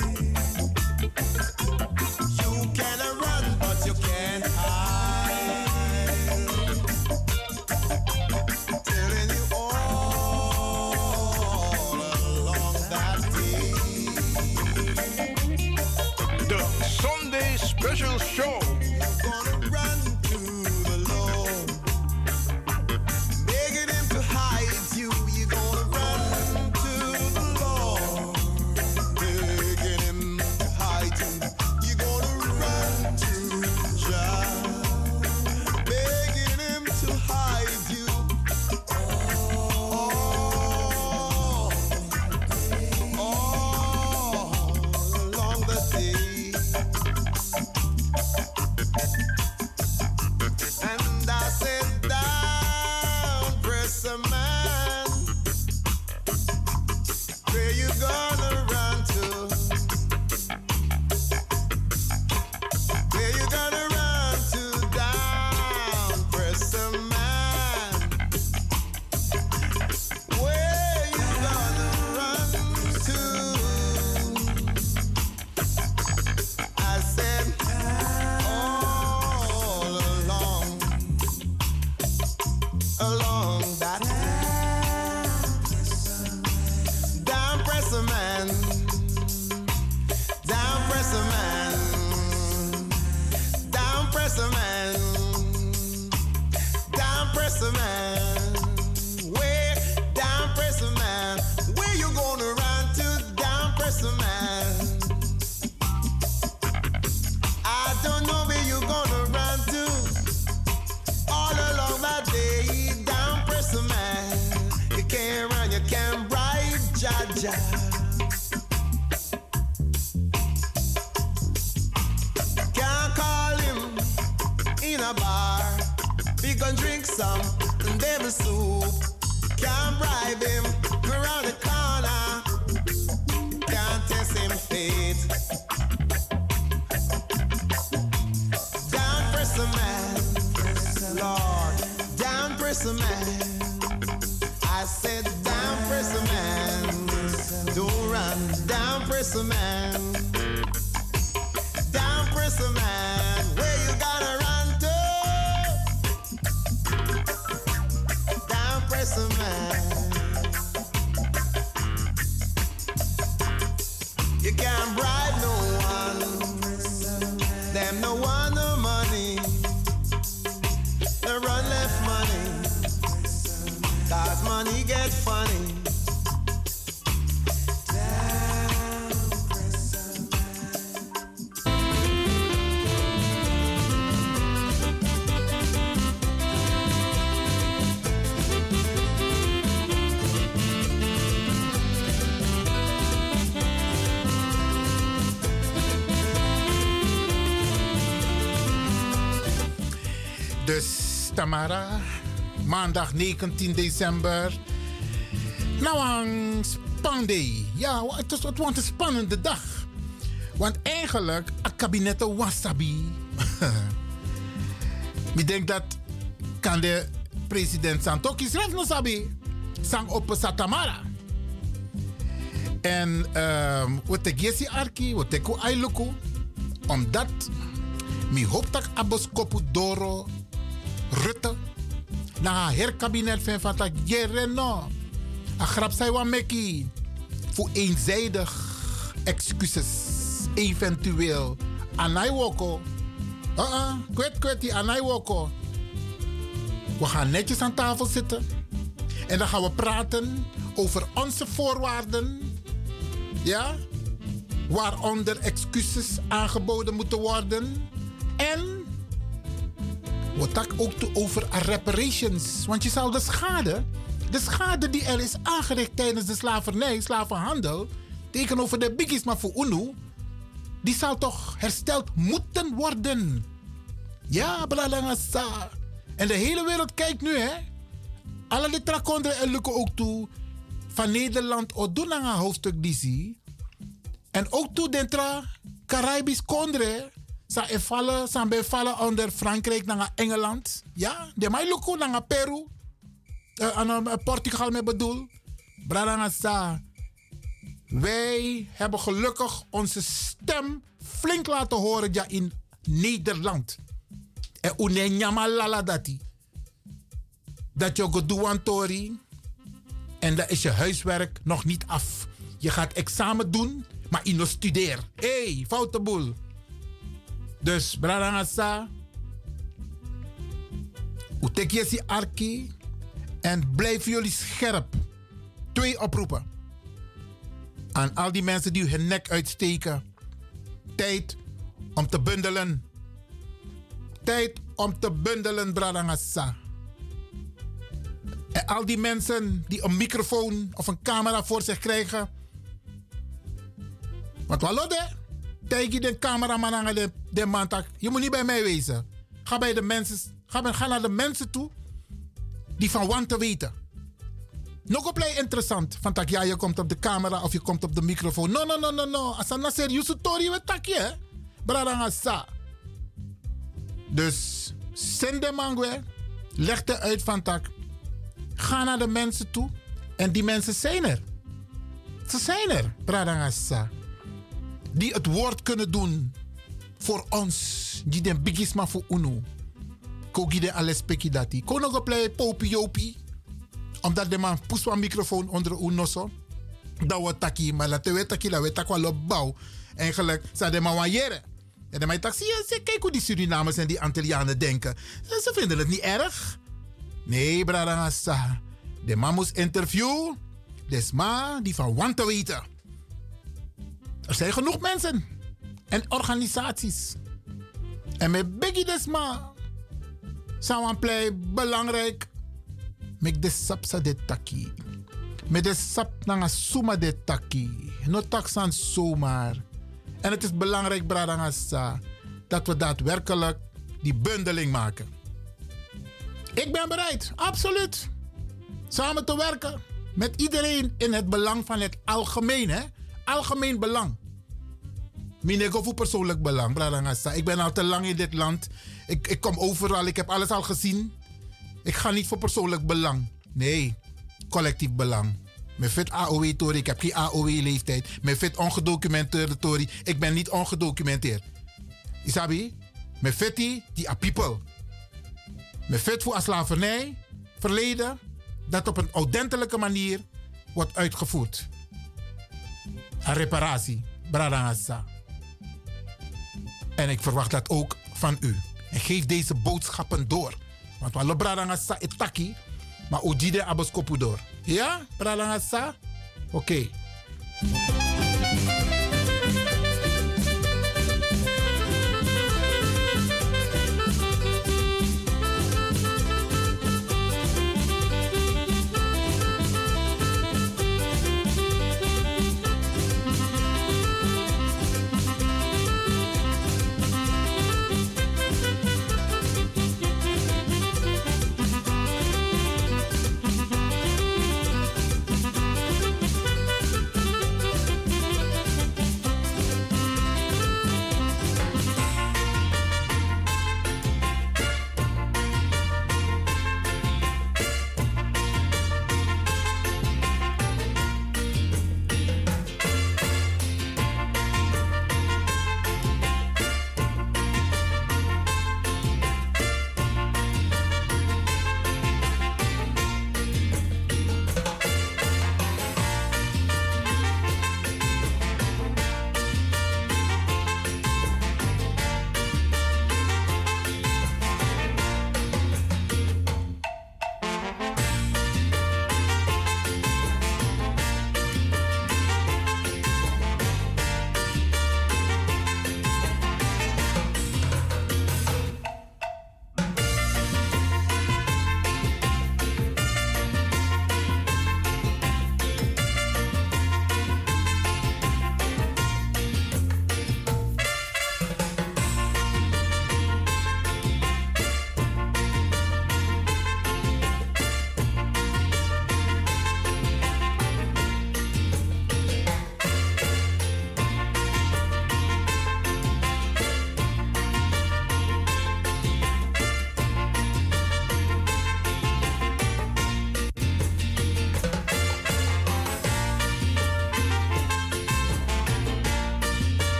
You can run, but you can't hide. Telling you all along that day. The Sunday Special Show. Gonna run to the Lord, begging him to hide you. You're gonna run to the Lord, begging him to hide you. You're gonna run to Jah, begging him to hide you. All, all along the day. And I said, down, press a man. Where you gonna run to? Where you gonna run to? Down, press a man. Where you gonna run to? I said, all along, along that. Down, press a man. Down, press a man. Down, press a man. Down, press a man. Where? Down, press a man. Where you gonna run to? Down, press a man. I don't know where you gonna run to. All along that day, down, press a man. You can't run, you can't bribe Jaja. Can't call him in a bar. We gon' drink some devil soup. Can't bribe him around the corner. Can't test him fate. Down, press a man, Lord. Down, press a man. I said, down, press a man. Don't run. Down, press a man. Down, press a man. Where you gotta run to? Down, press a man. You can't bribe no one. Them no want no money. They run left money. Cause money get funny. Dus Tamara, maandag negentien december. Nou, een spannende. Ja, het, is, het wordt een spannende dag. Want eigenlijk, het kabinet Wasabi. Ik denk dat kan de president Santoki schrijven no sabi. Sang op Satamara. En um, we te gesi arki, we te ko ailuku. Omdat mi hoop dat abos kopu doro Rutte. Na herkabinet van van dat Jereno. A grap zei wa meki. Voor eenzijdig excuses. Eventueel. Anai woko. Uh-uh. Kwet kwet die anai woko. We gaan netjes aan tafel zitten. En dan gaan we praten over onze voorwaarden. Ja? Waaronder excuses aangeboden moeten worden. En we tak ook te over reparations. Want je zal de schade, de schade die er is aangericht tijdens de slavernij, slavenhandel, tegenover de biggies maar voor UNO, die zal toch hersteld moeten worden. Ja, Bradangasa. En de hele wereld kijkt nu, hè. Alle die trakonderen en lukken ook toe van Nederland of doen aan een hoofdstuk D C. En ook toe dentra Caribisch kondre sa e vallen, sa be vallen onder Frankrijk naar Engeland. Ja, de mij lukken naar Peru. Uh, aan uh, Portugal me bedoel. Bradangasa. Wij hebben gelukkig onze stem flink laten horen ja, in Nederland. En une nyamalala dati. Dat je gaat doen tori. En dat is je huiswerk nog niet af. Je gaat examen doen, maar je nog studeert. Hé, hey, foute boel. Dus, Bradangasa. Utek je si arki. En blijven jullie scherp. Twee oproepen. Aan al die mensen die hun nek uitsteken. Tijd om te bundelen. Tijd om te bundelen, Bradangasa. En al die mensen die een microfoon of een camera voor zich krijgen. Want wat hè? Tegen je de cameraman aan de, de mantak. Je moet niet bij mij wezen. Ga, bij de mensen, ga, bij, ga naar de mensen toe die van want te weten. Nog op interessant. Van tak, ja, je komt op de camera of je komt op de microfoon. No, no, no, no, no. Als een serieuze tory we takje, hè? Bradangasa. Dus, sende mangwe. Leg er uit van tak. Ga naar de mensen toe. En die mensen zijn er. Ze zijn er, Bradangasa. Die het woord kunnen doen voor ons. Die den bigisma voor UNO. Kogi de alles peki dati. Kon nog op popi jopi. Omdat de man poes een microfoon onder UNO zo. Dat wordt taki. Maar laten we taki. Dat we tak wel op bouw. Eigenlijk zou de man wajeren. En dan tak, zie je, kijk hoe die Surinamers en die Antillianen denken. Ze vinden het niet erg. Nee, Bradangasa. De man moest interview. Desma die van want te weten. Er zijn genoeg mensen. En organisaties. En met Biggie Desma. Zou een play belangrijk. Met de sap sa de taki. Met de sap nanga suma de taki. No taksan zomaar. En het is belangrijk, Bradangasa, dat we daadwerkelijk die bundeling maken. Ik ben bereid, absoluut. Samen te werken met iedereen in het belang van het algemeen, hè? Algemeen belang. Minego voor persoonlijk belang, Bradangasa. Ik ben al te lang in dit land. Ik, ik kom overal, ik heb alles al gezien. Ik ga niet voor persoonlijk belang. Nee, collectief belang. Mijn fit A O W-tori, ik heb geen A O W-leeftijd. Mijn fit ongedocumenteerde tori, ik ben niet ongedocumenteerd. Isabi, mijn fit die a people. Mijn fit voor a slavernij, verleden, dat op een ordentelijke manier wordt uitgevoerd. Een reparatie, Bradangasa. En ik verwacht dat ook van u. En geef deze boodschappen door. Want we hebben Bradangasa etaki, maar ujide aboskopu door. Ja, Bradangasa? Oké. Okay.